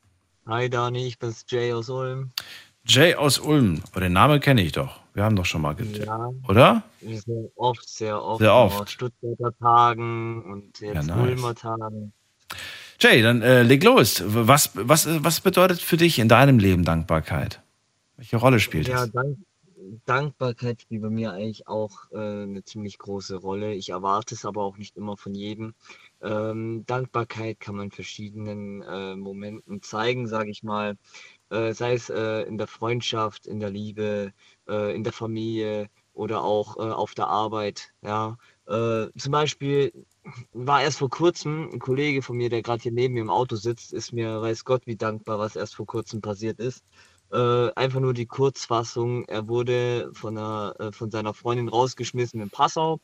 Hi Dani, ich bin's Jay aus Ulm. Jay aus Ulm, aber den Namen kenne ich doch. Wir haben doch schon mal getippt, Ja, oder? sehr oft, sehr oft. Sehr oft. Auf Stuttgarter Tagen und jetzt Ja, nice. Ulmer Tagen. Jay, dann äh, leg los. Was, was, was bedeutet für dich in deinem Leben Dankbarkeit? Welche Rolle spielt Ja, es? Dank, Dankbarkeit spielt bei mir eigentlich auch äh, eine ziemlich große Rolle. Ich erwarte es aber auch nicht immer von jedem. Ähm, Dankbarkeit kann man in verschiedenen äh, Momenten zeigen, sage ich mal. Äh, sei es äh, in der Freundschaft, in der Liebe, äh, in der Familie oder auch äh, auf der Arbeit. Ja, äh, zum Beispiel war erst vor kurzem ein Kollege von mir, der gerade hier neben mir im Auto sitzt, ist mir, weiß Gott, wie dankbar, was erst vor kurzem passiert ist. Äh, einfach nur die Kurzfassung: Er wurde von, einer, äh, von seiner Freundin rausgeschmissen in Passau.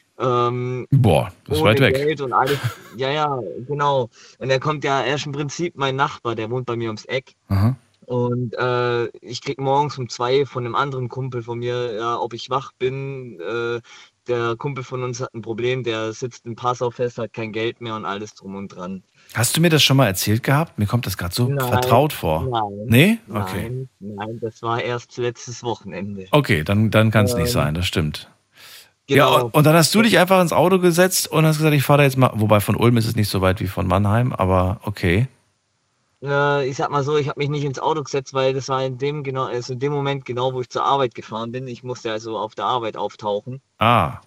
Ähm, Boah, das ist ohne weit weg. Geld und alles. Ja, ja, genau. Und er kommt ja, er ist im Prinzip mein Nachbar, der wohnt bei mir ums Eck. Aha. Und äh, ich krieg morgens um zwei von einem anderen Kumpel von mir, ja, ob ich wach bin. Äh, der Kumpel von uns hat ein Problem, der sitzt in Passau fest, hat kein Geld mehr und alles drum und dran. Hast du mir das schon mal erzählt gehabt? Mir kommt das gerade so Nein, vertraut vor. nein, Nee? Okay. Nein, nein, das war erst letztes Wochenende. Okay, dann, dann kann es nicht Ähm, sein, das stimmt. Ja, Genau. und, und dann hast du dich einfach ins Auto gesetzt und hast gesagt, ich fahre da jetzt mal, wobei von Ulm ist es nicht so weit wie von Mannheim, aber okay. Äh, ich sag mal so, ich habe mich nicht ins Auto gesetzt, weil das war in dem genau, also in dem Moment genau, wo ich zur Arbeit gefahren bin. Ich musste also auf der Arbeit auftauchen. Ah,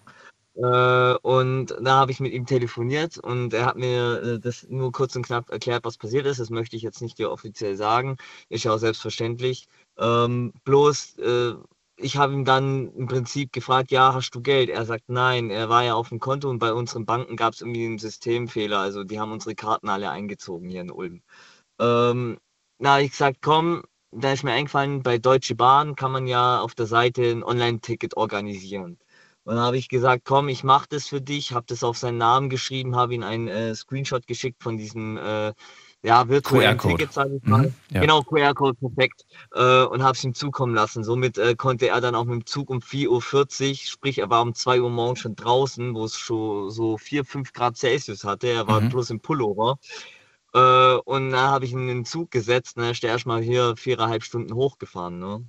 Äh, und da habe ich mit ihm telefoniert und er hat mir äh, das nur kurz und knapp erklärt, was passiert ist. Das möchte ich jetzt nicht dir offiziell sagen. Ist ja auch selbstverständlich. Ähm, bloß, äh, ich habe ihm dann im Prinzip gefragt, ja, hast du Geld? Er sagt nein. Er war ja auf dem Konto und bei unseren Banken gab es irgendwie einen Systemfehler. Also die haben unsere Karten alle eingezogen hier in Ulm. Ähm, na, ich gesagt, komm, da ist mir eingefallen, bei Deutsche Bahn kann man ja auf der Seite ein Online-Ticket organisieren. Und dann habe ich gesagt, komm, ich mache das für dich, habe das auf seinen Namen geschrieben, habe ihm einen äh, Screenshot geschickt von diesem äh, ja, virtuellen Q R-Code. Ticket, sage ich mal. Mhm, ja. Genau, Q R-Code, perfekt. Äh, und habe es ihm zukommen lassen. Somit äh, konnte er dann auch mit dem Zug um vier Uhr vierzig, sprich er war um zwei Uhr morgens schon draußen, wo es schon so vier, fünf Grad Celsius hatte. Er war Mhm. bloß im Pullover. Äh, und dann habe ich ihn in den Zug gesetzt und dann ist er erstmal hier viereinhalb Stunden hochgefahren. Ne?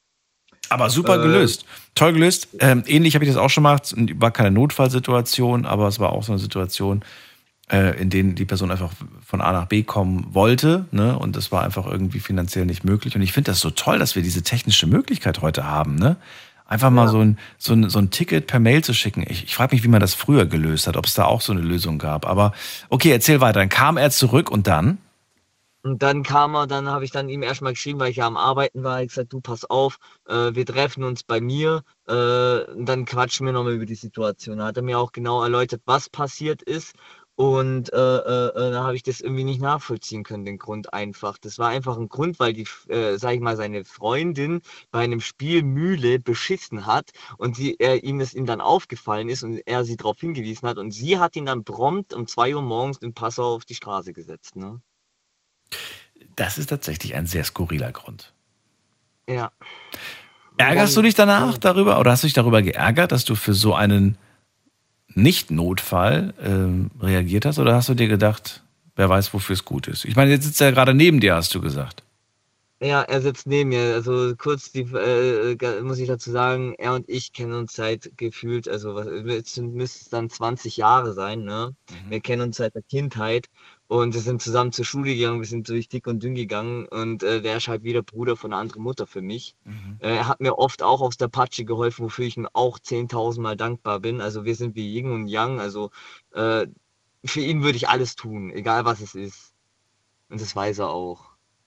Aber super Äh, gelöst. Toll gelöst. Ähm, ähnlich habe ich das auch schon gemacht. War keine Notfallsituation, aber es war auch so eine Situation, äh, in denen die Person einfach von A nach B kommen wollte. Ne? Und das war einfach irgendwie finanziell nicht möglich. Und ich finde das so toll, dass wir diese technische Möglichkeit heute haben. Ne? Einfach mal Ja. so, ein, so, ein, so ein Ticket per Mail zu schicken. Ich, ich frage mich, wie man das früher gelöst hat, ob es da auch so eine Lösung gab. Aber okay, erzähl weiter. Dann kam er zurück und dann? Und dann kam er, dann habe ich dann ihm erstmal geschrieben, weil ich ja am Arbeiten war, ich gesagt, du pass auf, äh, wir treffen uns bei mir, äh, und dann quatschen wir nochmal über die Situation. Da hat er mir auch genau erläutert, was passiert ist. Und äh, äh, äh, da habe ich das irgendwie nicht nachvollziehen können, den Grund einfach. Das war einfach ein Grund, weil die, äh, sag ich mal, seine Freundin bei einem Spiel Mühle beschissen hat und sie, er, ihm das ihm dann aufgefallen ist und er sie darauf hingewiesen hat und sie hat ihn dann prompt um zwei Uhr morgens in Passau auf die Straße gesetzt. Ne? Das ist tatsächlich ein sehr skurriler Grund. Ja. Ärgerst du dich danach darüber oder hast du dich darüber geärgert, dass du für so einen Nicht-Notfall ähm, reagiert hast? Oder hast du dir gedacht, wer weiß, wofür es gut ist? Ich meine, jetzt sitzt er gerade neben dir, hast du gesagt. Ja, er sitzt neben mir. Also kurz die, äh, ga- muss ich dazu sagen, er und ich kennen uns seit gefühlt, also was, jetzt sind- müsste es dann zwanzig Jahre sein, ne? Wir kennen uns seit der Kindheit und wir sind zusammen zur Schule gegangen, wir sind durch dick und dünn gegangen und äh, der ist halt wie der Bruder von einer anderen Mutter für mich. Äh, er hat mir oft auch aus der Patsche geholfen, wofür ich ihm auch zehntausendmal dankbar bin. Also wir sind wie Yin und Yang, also äh, für ihn würde ich alles tun, egal was es ist. Und das weiß er auch.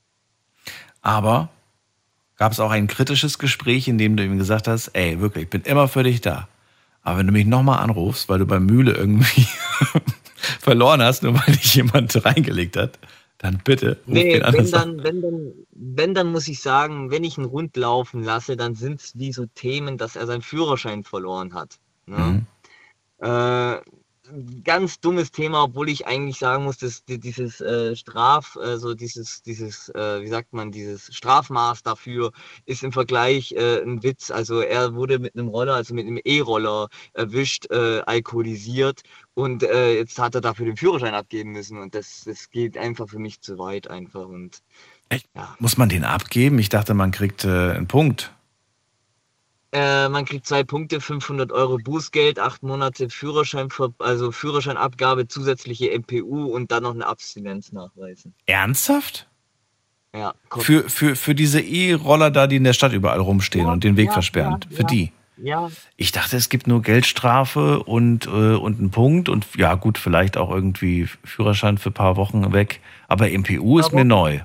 Aber gab es auch ein kritisches Gespräch, in dem du ihm gesagt hast, ey, wirklich, ich bin immer für dich da. Aber wenn du mich nochmal anrufst, weil du bei Mühle irgendwie verloren hast, nur weil dich jemand reingelegt hat, Dann bitte. Ruf Nee, den an wenn und sag- dann, wenn dann, wenn dann muss ich sagen, wenn ich einen Hund laufen lasse, dann sind es wie so Themen, dass er seinen Führerschein verloren hat. Ne? Mhm. Äh, ganz dummes Thema, obwohl ich eigentlich sagen muss, dass die- dieses äh, Straf, äh, so dieses, dieses, äh, wie sagt man, dieses Strafmaß dafür ist im Vergleich äh, ein Witz. Also er wurde mit einem Roller, also mit einem E-Roller erwischt, äh, alkoholisiert und äh, jetzt hat er dafür den Führerschein abgeben müssen und das, das geht einfach für mich zu weit einfach und Echt? Muss man den abgeben? Ich dachte, man kriegt äh, einen Punkt. Äh, man kriegt zwei Punkte, fünfhundert Euro Bußgeld, acht Monate Führerschein, also Führerscheinabgabe, zusätzliche M P U und dann noch eine Abstinenz nachweisen. Ernsthaft? Ja. Kommt. Für, für, für diese E-Roller da, die in der Stadt überall rumstehen Ja, und den Weg ja, versperren. ja, für ja. die. Ja. Ich dachte, es gibt nur Geldstrafe und, äh, und einen Punkt und ja gut, vielleicht auch irgendwie Führerschein für ein paar Wochen weg. Aber M P U ist Aber- mir neu.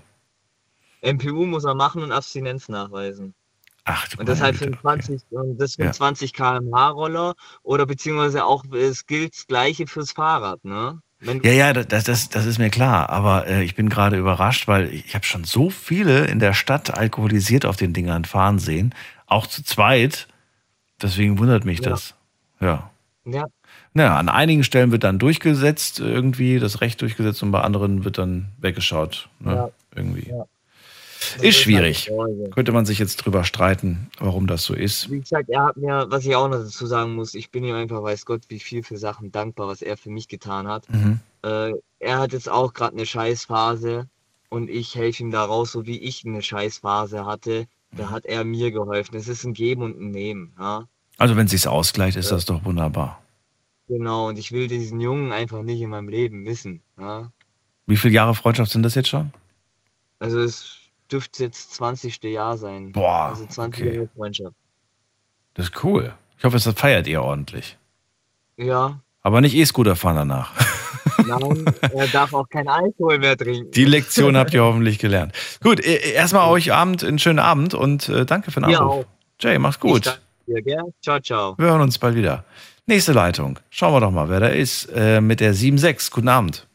M P U muss er machen und Abstinenz nachweisen. Ach, du und das meine halt für Güte, einen zwanzig, und das für einen Ja. zwanzig Kilometer pro Stunde Roller oder beziehungsweise auch, es gilt das Gleiche fürs Fahrrad, ne? Wenn Ja, ja, das, das, das ist mir klar. Aber äh, ich bin gerade überrascht, weil ich habe schon so viele in der Stadt alkoholisiert auf den Dingern fahren sehen. Auch zu zweit. Deswegen wundert mich Ja. das. Ja. Ja. Naja, an einigen Stellen wird dann durchgesetzt, irgendwie das Recht durchgesetzt und bei anderen wird dann weggeschaut. Ne? Ja. Irgendwie. Ja. Ist schwierig. halt Freude. Könnte man sich jetzt drüber streiten, warum das so ist. Wie gesagt, er hat mir, was ich auch noch dazu sagen muss, ich bin ihm einfach, weiß Gott, wie viel für Sachen dankbar, was er für mich getan hat. Mhm. Äh, er hat jetzt auch gerade eine Scheißphase und ich helfe ihm da raus, so wie ich eine Scheißphase hatte. Da hat er mir geholfen. Es ist ein Geben und ein Nehmen. Ja? Also wenn es sich ausgleicht, ist das doch wunderbar. Genau, und ich will diesen Jungen einfach nicht in meinem Leben missen. Ja? Wie viele Jahre Freundschaft sind das jetzt schon? Also es dürfte jetzt zwanzigste Jahr sein. Boah, Also zwanzig okay. Jahre Freundschaft. Das ist cool. Ich hoffe, das feiert ihr ordentlich. Ja, Aber nicht E-Scooter fahren danach. nein, er darf auch kein Alkohol mehr trinken. Die Lektion habt ihr hoffentlich gelernt. Gut, äh, erstmal euch Abend, einen schönen Abend und äh, danke für den Ja, Anruf. auch. Jay, mach's Ich gut. danke dir, gell? Ciao, ciao. Wir hören uns bald wieder. Nächste Leitung. Schauen wir doch mal, wer da ist. Äh, mit der sieben sechs. Guten Abend.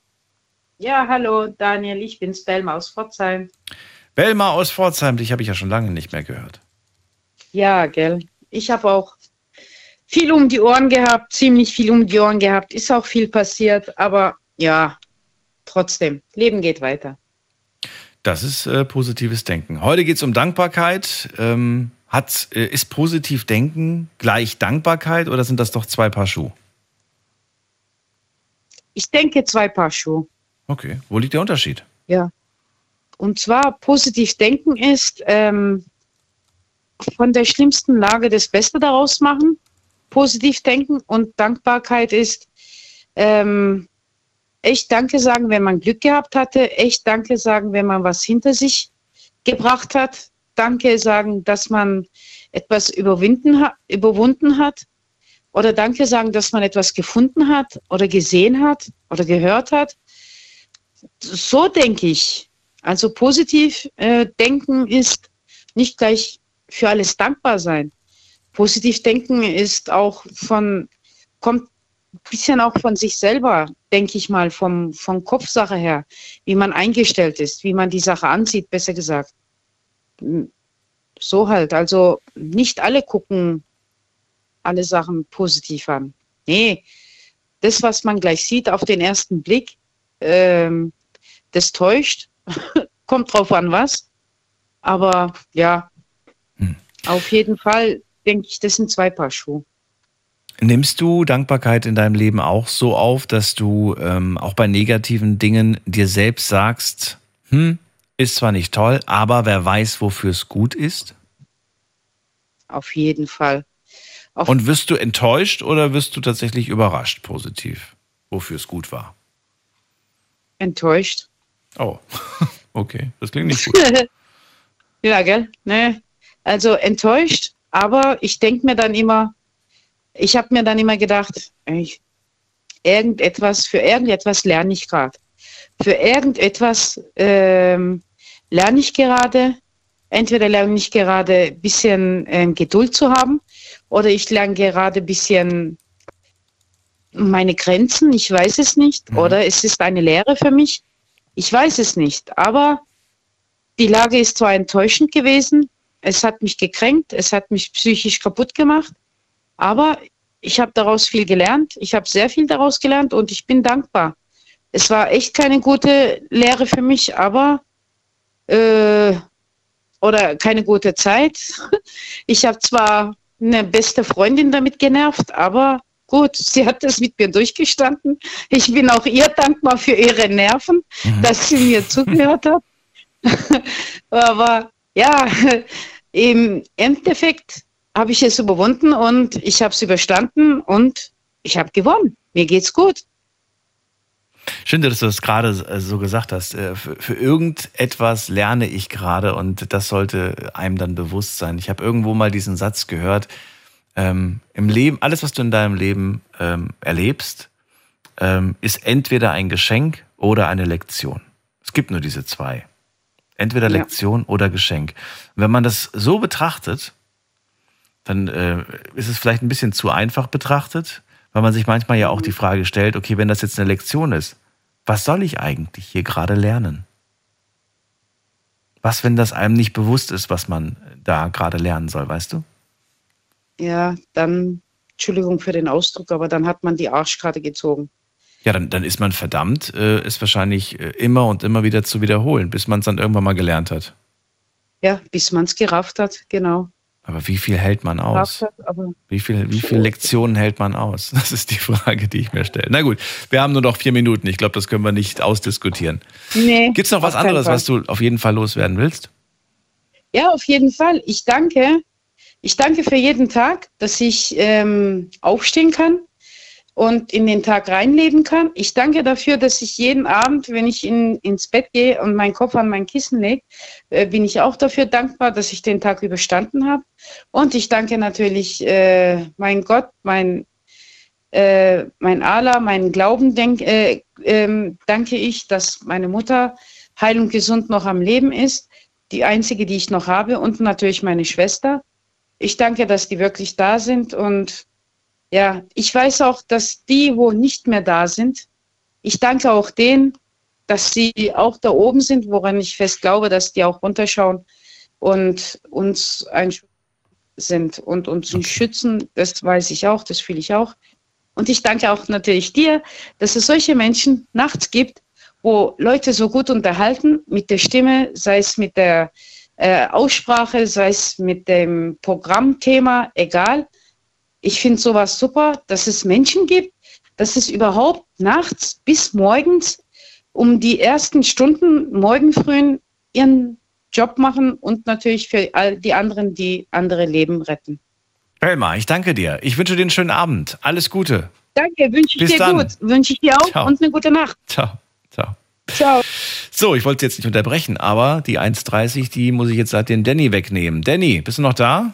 Ja, hallo Daniel, ich bin's, Belma aus Pforzheim. Belma aus Pforzheim, dich habe ich ja schon lange nicht mehr gehört. Ja, gell. Ich habe auch viel um die Ohren gehabt, ziemlich viel um die Ohren gehabt. Ist auch viel passiert, aber ja, trotzdem, Leben geht weiter. Das ist äh, positives Denken. Heute geht es um Dankbarkeit. Ähm, hat, äh, ist positiv Denken gleich Dankbarkeit oder sind das doch zwei Paar Schuhe? Ich denke zwei Paar Schuhe. Okay, wo liegt der Unterschied? Ja. Und zwar positiv denken ist ähm, von der schlimmsten Lage das Beste daraus machen. Positiv denken und Dankbarkeit ist ähm, echt Danke sagen, wenn man Glück gehabt hatte. Echt Danke sagen, wenn man was hinter sich gebracht hat. Danke sagen, dass man etwas überwinden ha- überwunden hat. Oder Danke sagen, dass man etwas gefunden hat oder gesehen hat oder gehört hat. So denke ich. Also positiv äh, denken ist nicht gleich für alles dankbar sein. Positiv denken ist auch von, kommt ein bisschen auch von sich selber, denke ich mal, vom, vom Kopfsache her, wie man eingestellt ist, wie man die Sache ansieht, besser gesagt. So halt. Also nicht alle gucken alle Sachen positiv an. Nee, das, was man gleich sieht auf den ersten Blick, ähm, das täuscht. Kommt drauf an, was. Aber ja, hm. auf jeden Fall denke ich, das sind zwei Paar Schuhe. Nimmst du Dankbarkeit in deinem Leben auch so auf, dass du ähm, auch bei negativen Dingen dir selbst sagst, hm, ist zwar nicht toll, aber wer weiß, wofür es gut ist? Auf jeden Fall. Auf Und wirst du enttäuscht oder wirst du tatsächlich überrascht, positiv, wofür es gut war? Enttäuscht. Oh, okay, das klingt nicht gut. Ja, gell? Ne? Also enttäuscht, aber ich denke mir dann immer, ich habe mir dann immer gedacht, ich, irgendetwas, für irgendetwas lerne ich gerade. Für irgendetwas ähm, lerne ich gerade. Entweder lerne ich gerade ein bisschen ähm, Geduld zu haben oder ich lerne gerade ein bisschen meine Grenzen, ich weiß es nicht. Mhm. Oder es ist eine Lehre für mich. Ich weiß es nicht, aber die Lage ist zwar enttäuschend gewesen, es hat mich gekränkt, es hat mich psychisch kaputt gemacht, aber ich habe daraus viel gelernt, ich habe sehr viel daraus gelernt und ich bin dankbar. Es war echt keine gute Lehre für mich, aber äh, oder keine gute Zeit. Ich habe zwar eine beste Freundin damit genervt, aber gut, sie hat das mit mir durchgestanden. Ich bin auch ihr dankbar für ihre Nerven, mhm. dass sie mir zugehört hat. Aber ja, im Endeffekt habe ich es überwunden und ich habe es überstanden und ich habe gewonnen. Mir geht's gut. Schön, dass du das gerade so gesagt hast. Für, für irgendetwas lerne ich gerade und das sollte einem dann bewusst sein. Ich habe irgendwo mal diesen Satz gehört, ähm, im Leben, alles, was du in deinem Leben ähm, erlebst, ähm, ist entweder ein Geschenk oder eine Lektion. Es gibt nur diese zwei. Entweder Lektion ja. oder Geschenk. Und wenn man das so betrachtet, dann äh, ist es vielleicht ein bisschen zu einfach betrachtet, weil man sich manchmal ja auch die Frage stellt, okay, wenn das jetzt eine Lektion ist, was soll ich eigentlich hier gerade lernen? Was, wenn das einem nicht bewusst ist, was man da gerade lernen soll, weißt du? Ja, dann, Entschuldigung für den Ausdruck, aber dann hat man die Arschkarte gezogen. Ja, dann, dann ist man verdammt, äh, ist wahrscheinlich äh, immer und immer wieder zu wiederholen, bis man es dann irgendwann mal gelernt hat. Ja, bis man es gerafft hat, genau. Aber wie viel hält man aus? Wie viel, wie viele Lektionen hält man aus? Das ist die Frage, die ich mir stelle. Na gut, wir haben nur noch vier Minuten. Ich glaube, das können wir nicht ausdiskutieren. Nee, gibt es noch was anderes, was du auf jeden Fall loswerden willst? Ja, auf jeden Fall. Ich danke. Ich danke für jeden Tag, dass ich ähm, aufstehen kann und in den Tag reinleben kann. Ich danke dafür, dass ich jeden Abend, wenn ich in, ins Bett gehe und meinen Kopf an mein Kissen lege, äh, bin ich auch dafür dankbar, dass ich den Tag überstanden habe. Und ich danke natürlich äh, mein Gott, mein, äh, mein Allah, meinen Glauben denk, äh, äh, danke ich, dass meine Mutter heil und gesund noch am Leben ist, die einzige, die ich noch habe, und natürlich meine Schwester. Ich danke, dass die wirklich da sind und ja, ich weiß auch, dass die, wo nicht mehr da sind, ich danke auch denen, dass sie auch da oben sind, woran ich fest glaube, dass die auch runterschauen und uns ein Schutz sind und uns okay. schützen. Das weiß ich auch, das fühle ich auch. Und ich danke auch natürlich dir, dass es solche Menschen nachts gibt, wo Leute so gut unterhalten mit der Stimme, sei es mit der äh, Aussprache, sei es mit dem Programmthema, egal. Ich finde sowas super, dass es Menschen gibt, dass es überhaupt nachts bis morgens um die ersten Stunden morgenfrüh ihren Job machen und natürlich für all die anderen, die andere Leben retten. Belma, ich danke dir. Ich wünsche dir einen schönen Abend. Alles Gute. Danke, wünsche ich bis dir dann. gut. Wünsche ich dir auch Ciao. und eine gute Nacht. Ciao. Ciao. Ciao. So, ich wollte jetzt nicht unterbrechen, aber die eins dreißig, die muss ich jetzt seit dem Danny wegnehmen. Danny, bist du noch da?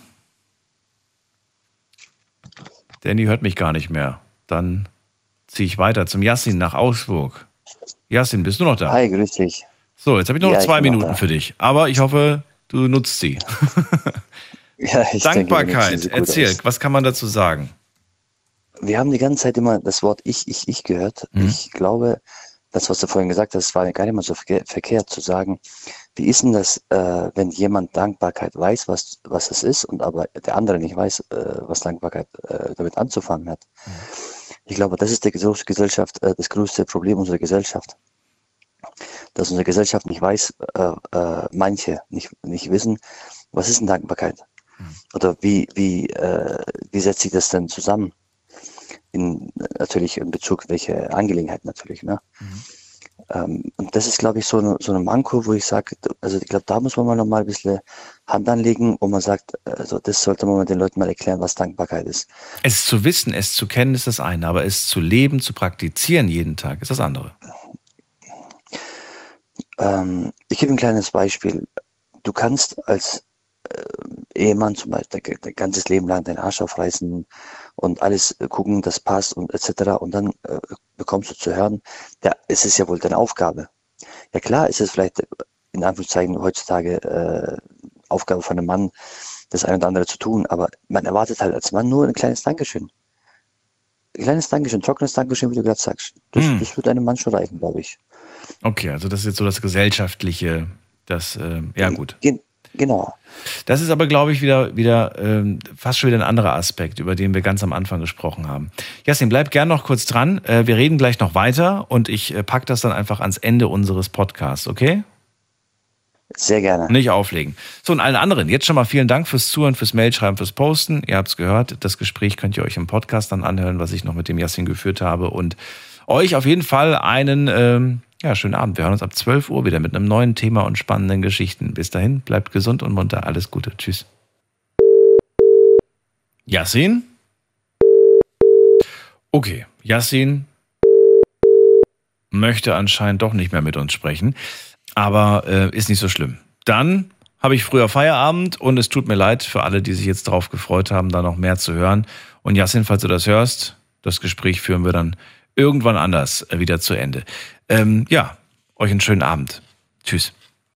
Danny hört mich gar nicht mehr. Dann ziehe ich weiter zum Yassin nach Augsburg. Yassin, bist du noch da? Hi, grüß dich. So, jetzt habe ich nur ja, noch zwei Minuten für dich. Aber ich hoffe, du nutzt sie. ja, ich Dankbarkeit, denke, erzähl, aus. Was kann man dazu sagen? Wir haben die ganze Zeit immer das Wort Ich, Ich, Ich gehört. Mhm. Ich glaube, das, was du vorhin gesagt hast, war gar nicht mal so verkehrt zu sagen. Wie ist denn das, äh, wenn jemand Dankbarkeit weiß, was, was es ist, und aber der andere nicht weiß, äh, was Dankbarkeit äh, damit anzufangen hat? Mhm. Ich glaube, das ist der Gesellschaft, äh, das größte Problem unserer Gesellschaft. Dass unsere Gesellschaft nicht weiß, äh, äh, manche nicht, nicht wissen, was ist denn Dankbarkeit? Mhm. Oder wie, wie, äh, wie setzt sich das denn zusammen? In, natürlich in Bezug, welche Angelegenheit natürlich. Ne? Mhm. Ähm, und das ist, glaube ich, so eine, so eine Manko, wo ich sage, also ich glaube, da muss man mal noch mal ein bisschen Hand anlegen, wo man sagt, also das sollte man den Leuten mal erklären, was Dankbarkeit ist. Es zu wissen, es zu kennen, ist das eine, aber es zu leben, zu praktizieren jeden Tag, ist das andere. Ähm, ich gebe ein kleines Beispiel. Du kannst als äh, Ehemann zum Beispiel dein, dein ganzes Leben lang deinen Arsch aufreißen und alles gucken, das passt und et cetera. Und dann äh, bekommst du zu hören, ja, es ist ja wohl deine Aufgabe. Ja klar, ist es vielleicht in Anführungszeichen heutzutage äh, Aufgabe von einem Mann, das eine oder andere zu tun, aber man erwartet halt als Mann nur ein kleines Dankeschön. Ein kleines Dankeschön, trockenes Dankeschön, wie du gerade sagst. Das, mm. das wird einem Mann schon reichen, glaube ich. Okay, also das ist jetzt so das Gesellschaftliche, das, äh, ja gut. Gen- genau. Das ist aber, glaube ich, wieder, wieder ähm, fast schon wieder ein anderer Aspekt, über den wir ganz am Anfang gesprochen haben. Jasmin, bleib gern noch kurz dran. Äh, wir reden gleich noch weiter und ich äh, packe das dann einfach ans Ende unseres Podcasts, okay? Sehr gerne. Nicht auflegen. So, und allen anderen, jetzt schon mal vielen Dank fürs Zuhören, fürs Mailschreiben, fürs Posten. Ihr habt es gehört, das Gespräch könnt ihr euch im Podcast dann anhören, was ich noch mit dem Jasmin geführt habe. Und euch auf jeden Fall einen ähm, ja, schönen Abend. Wir hören uns ab zwölf Uhr wieder mit einem neuen Thema und spannenden Geschichten. Bis dahin, bleibt gesund und munter. Alles Gute. Tschüss. Yassin? Okay, Yassin möchte anscheinend doch nicht mehr mit uns sprechen. Aber äh, ist nicht so schlimm. Dann habe ich früher Feierabend und es tut mir leid für alle, die sich jetzt darauf gefreut haben, da noch mehr zu hören. Und Yassin, falls du das hörst, das Gespräch führen wir dann irgendwann anders wieder zu Ende. Ähm, ja, euch einen schönen Abend. Tschüss.